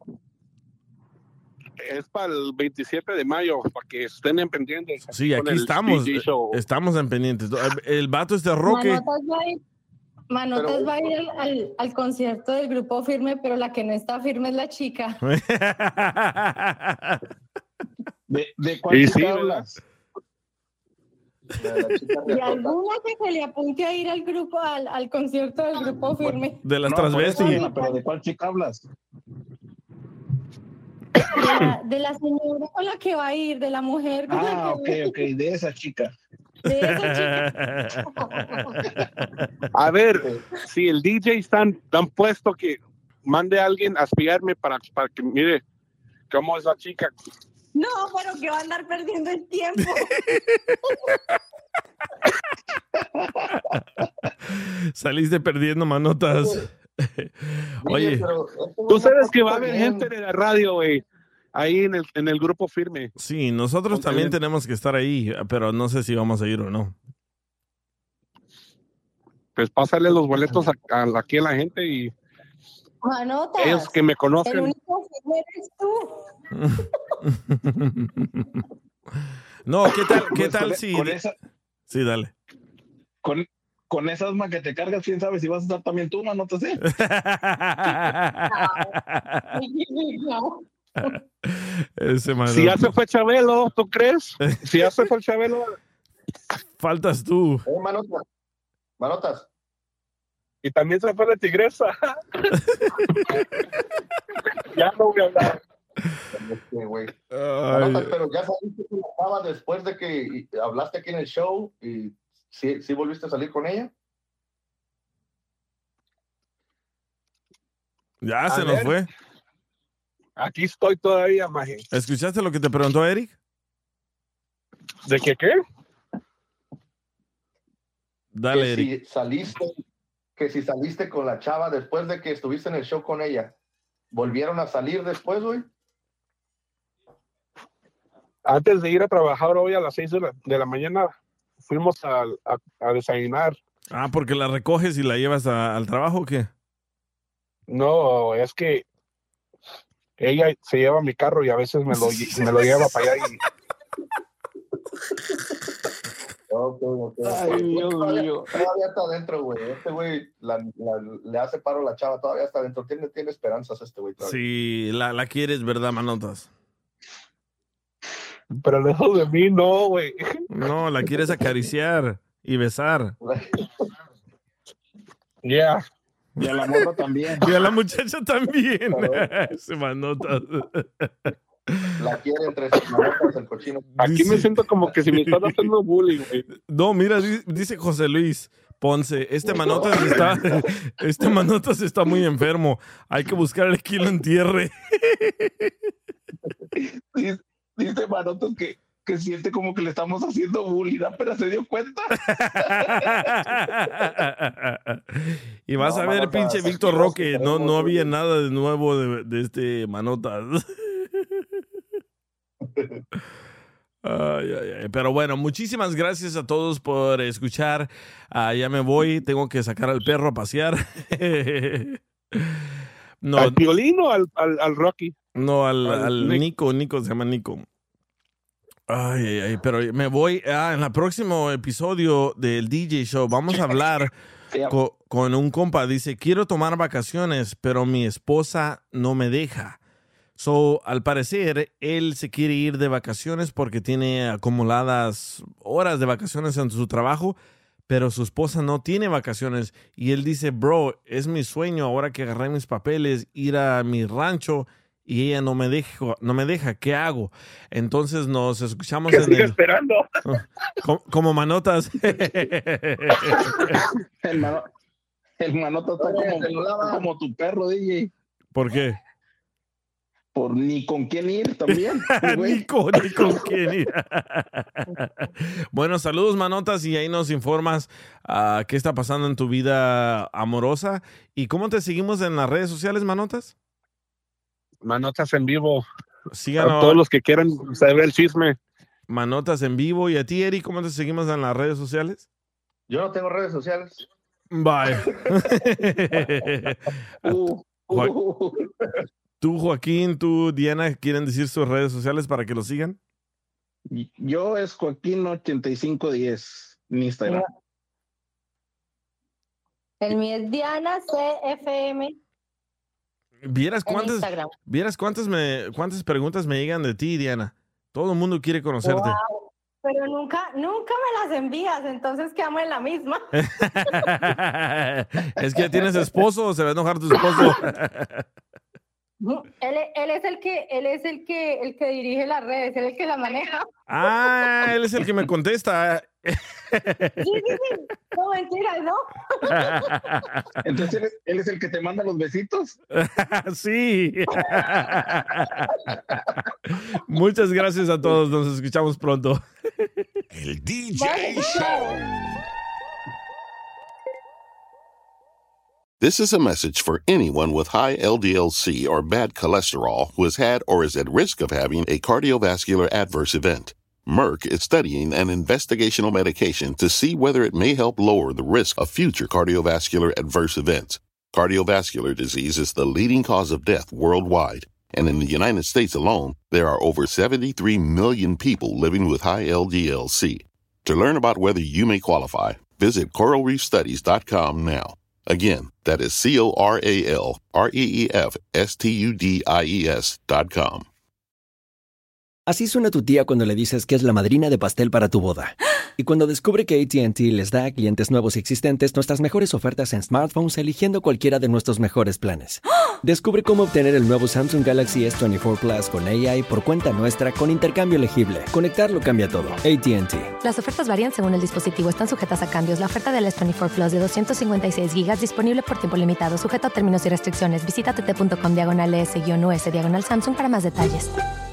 [SPEAKER 14] Es para el veintisiete de mayo, para que estén en pendientes.
[SPEAKER 6] Sí,
[SPEAKER 14] Con
[SPEAKER 6] aquí
[SPEAKER 14] el
[SPEAKER 6] estamos.
[SPEAKER 14] D J show.
[SPEAKER 6] Estamos en pendientes. El vato este Roque.
[SPEAKER 11] Manotas va a ir, Manotas va a ir al, al, al concierto del grupo firme, pero la que no está firme es la chica.
[SPEAKER 4] ¿De, de cuál
[SPEAKER 14] Y
[SPEAKER 4] chica
[SPEAKER 14] sí,
[SPEAKER 4] hablas?
[SPEAKER 11] Y alguna que se le apunte a ir al grupo, al, al concierto del grupo firme.
[SPEAKER 6] De las
[SPEAKER 4] No, por eso,
[SPEAKER 6] transvestis.
[SPEAKER 4] Ana, pero ¿de cuál chica hablas?
[SPEAKER 11] De la, de la señora con la que va a ir, de la mujer con la
[SPEAKER 4] Ah,
[SPEAKER 11] que
[SPEAKER 4] ok, ok, de esa chica.
[SPEAKER 11] de esa chica.
[SPEAKER 14] A ver, si el D J están tan puesto que mande a alguien a espiarme para, para que mire cómo es la chica.
[SPEAKER 11] No, pero que va a andar perdiendo el tiempo.
[SPEAKER 6] Saliste perdiendo, manotas. Oye,
[SPEAKER 14] Tú sabes que va a haber gente de la radio, güey, ahí en el, en el grupo firme.
[SPEAKER 6] sí, nosotros
[SPEAKER 14] Ok.
[SPEAKER 6] también tenemos que estar ahí, pero no sé si vamos a ir o no.
[SPEAKER 14] Pues pásale los boletos a, a- aquí a la gente y
[SPEAKER 11] Manotas.
[SPEAKER 14] ellos que me
[SPEAKER 11] El
[SPEAKER 14] conocen.
[SPEAKER 11] único firme eres tú.
[SPEAKER 6] No, ¿qué tal, qué
[SPEAKER 4] Pues
[SPEAKER 6] tal
[SPEAKER 4] con-
[SPEAKER 6] si...
[SPEAKER 4] con esa-
[SPEAKER 6] Sí, dale.
[SPEAKER 4] Con, con esa asma que te cargas, quién sabe si vas a estar también tú, no te sé.
[SPEAKER 6] Ese manota.
[SPEAKER 14] Si ya se fue Chabelo, ¿tú crees? Si ya se fue Chabelo.
[SPEAKER 6] Faltas tú.
[SPEAKER 13] Eh, manotas. Manotas.
[SPEAKER 14] Y también se fue la tigresa. Ya no voy a hablar.
[SPEAKER 13] Este, güey.
[SPEAKER 6] Ay.
[SPEAKER 13] Manotas, pero ya saliste con la chava después de que y- hablaste aquí en el show y sí, sí volviste a salir con ella.
[SPEAKER 6] Ya
[SPEAKER 14] A
[SPEAKER 6] se nos
[SPEAKER 14] ver.
[SPEAKER 6] fue.
[SPEAKER 14] Aquí estoy todavía, maje.
[SPEAKER 6] ¿Escuchaste lo que te preguntó Eric?
[SPEAKER 14] ¿De qué qué?
[SPEAKER 6] Dale,
[SPEAKER 13] que
[SPEAKER 6] Eric.
[SPEAKER 13] si saliste, que si saliste con la chava después de que estuviste en el show con ella, ¿volvieron a salir después, güey?
[SPEAKER 14] Antes de ir a trabajar hoy a las seis de la, de la mañana, fuimos a, a, a desayunar.
[SPEAKER 6] Ah, porque la recoges y la llevas a- al trabajo, ¿o qué?
[SPEAKER 14] No, es que ella se lleva mi carro y a veces me lo, me lo lleva para allá. Y,
[SPEAKER 13] Ok, ok.
[SPEAKER 4] Ay, Dios
[SPEAKER 13] todavía,
[SPEAKER 4] mío.
[SPEAKER 13] todavía está adentro, güey. Este güey la- la- le hace paro a la chava, todavía está adentro. Tiene, tiene esperanzas este güey todavía.
[SPEAKER 6] Sí, la, la quieres, ¿verdad, manotas?
[SPEAKER 14] pero lejos de mí, no, güey.
[SPEAKER 6] No, la quieres acariciar y besar.
[SPEAKER 14] Yeah.
[SPEAKER 4] Y a la morra también.
[SPEAKER 6] Y a la muchacha también. Se manotas.
[SPEAKER 13] La quiere entre sus manotas el cochino.
[SPEAKER 14] Aquí
[SPEAKER 6] Dice-
[SPEAKER 14] me siento como que si me están haciendo bullying, güey.
[SPEAKER 6] No, mira, di- dice José Luis Ponce, este manotas está, este manotas está muy enfermo. Hay que buscarle quien lo entierre.
[SPEAKER 4] Dice, dice Manotas que, que siente como que le estamos haciendo bullying, ¿no? Pero se dio cuenta.
[SPEAKER 6] Y vas
[SPEAKER 13] No,
[SPEAKER 6] a ver,
[SPEAKER 13] Manotas,
[SPEAKER 6] pinche Víctor
[SPEAKER 13] asqueroso,
[SPEAKER 6] Roque, no, no había nada de nuevo de, de este manotas. Ay, ay, ay. Pero bueno, muchísimas gracias a todos por escuchar. Ah, ya me voy, tengo que sacar al perro a pasear. No,
[SPEAKER 14] ¿Al Piolín o al, al, al Rocky?
[SPEAKER 6] no, al,
[SPEAKER 14] al
[SPEAKER 6] al
[SPEAKER 14] Nick.
[SPEAKER 6] Nico, Nico se llama Nico. Ay, ay, ay, pero me voy. Ah, en el próximo episodio del D J Show vamos a hablar co- con un compa. Dice, quiero tomar vacaciones, pero mi esposa no me deja. So, al parecer, él se quiere ir de vacaciones porque tiene acumuladas horas de vacaciones en su trabajo, pero su esposa no tiene vacaciones. Y él dice, bro, es mi sueño ahora que agarré mis papeles, ir a mi rancho y ella no me deja, no me deja. ¿Qué hago? Entonces nos escuchamos
[SPEAKER 14] Que
[SPEAKER 6] en
[SPEAKER 14] siga
[SPEAKER 6] el...
[SPEAKER 14] esperando.
[SPEAKER 6] como, como manotas.
[SPEAKER 4] El, mano, el manota está como, como tu perro, D J.
[SPEAKER 6] ¿Por qué?
[SPEAKER 4] Por ni con quién ir también.
[SPEAKER 6] ni, con, ni con quién ir. Bueno, saludos, manotas, y ahí nos informas uh, qué está pasando en tu vida amorosa. ¿Y cómo te seguimos en las redes sociales, manotas?
[SPEAKER 14] Manotas en vivo.
[SPEAKER 6] Síganos.
[SPEAKER 14] A todos los que quieran saber el chisme.
[SPEAKER 6] Manotas en vivo. ¿Y a ti, Eri, cómo te seguimos en las redes sociales?
[SPEAKER 13] Yo no tengo redes sociales.
[SPEAKER 6] Bye.
[SPEAKER 4] uh, uh.
[SPEAKER 6] Tú, Joaquín, tú, Diana, ¿quieren decir sus redes sociales para que lo sigan?
[SPEAKER 4] Yo es Joaquín ochenta y cinco diez en Instagram.
[SPEAKER 11] El mío es Diana C F M.
[SPEAKER 6] ¿Vieras cuántas,
[SPEAKER 11] Instagram.
[SPEAKER 6] ¿vieras cuántas, me, cuántas preguntas me llegan de ti, Diana? Todo el mundo quiere conocerte.
[SPEAKER 11] Wow. Pero nunca, nunca me las envías, entonces quedamos en la misma.
[SPEAKER 6] Es que ya tienes esposo, se va a enojar tu esposo.
[SPEAKER 11] Él, él es el que, él es el que, el que dirige las redes, él es el que la maneja.
[SPEAKER 6] Ah, él es el que me contesta.
[SPEAKER 11] Sí, sí, sí. No, mentira, ¿no?
[SPEAKER 4] Entonces, ¿él es, él es el que te manda los besitos?
[SPEAKER 6] Sí. Muchas gracias a todos. Nos escuchamos pronto.
[SPEAKER 5] El D J Show.
[SPEAKER 15] This is a message for anyone with high L D L C or bad cholesterol who has had or is at risk of having a cardiovascular adverse event. Merck is studying an investigational medication to see whether it may help lower the risk of future cardiovascular adverse events. Cardiovascular disease is the leading cause of death worldwide, and in the United States alone, there are over seventy-three million people living with high L D L C. To learn about whether you may qualify, visit coral reef studies dot com now. Again, that is C O R A L R E E F S T U D I E S dot com.
[SPEAKER 16] Así suena tu tía cuando le dices que es la madrina de pastel para tu boda. Y cuando descubre que A T and T les da a clientes nuevos y existentes nuestras mejores ofertas en smartphones eligiendo cualquiera de nuestros mejores planes. Descubre cómo obtener el nuevo Samsung Galaxy S veinticuatro Plus con A I por cuenta nuestra con intercambio elegible. Conectarlo cambia todo. A T and T.
[SPEAKER 23] Las ofertas varían según el dispositivo. Están sujetas a cambios. La oferta del S veinticuatro Plus de doscientos cincuenta y seis gigas disponible por tiempo limitado. Sujeto a términos y restricciones. Visita tt punto com diagonal S-U S diagonal Samsung para más detalles.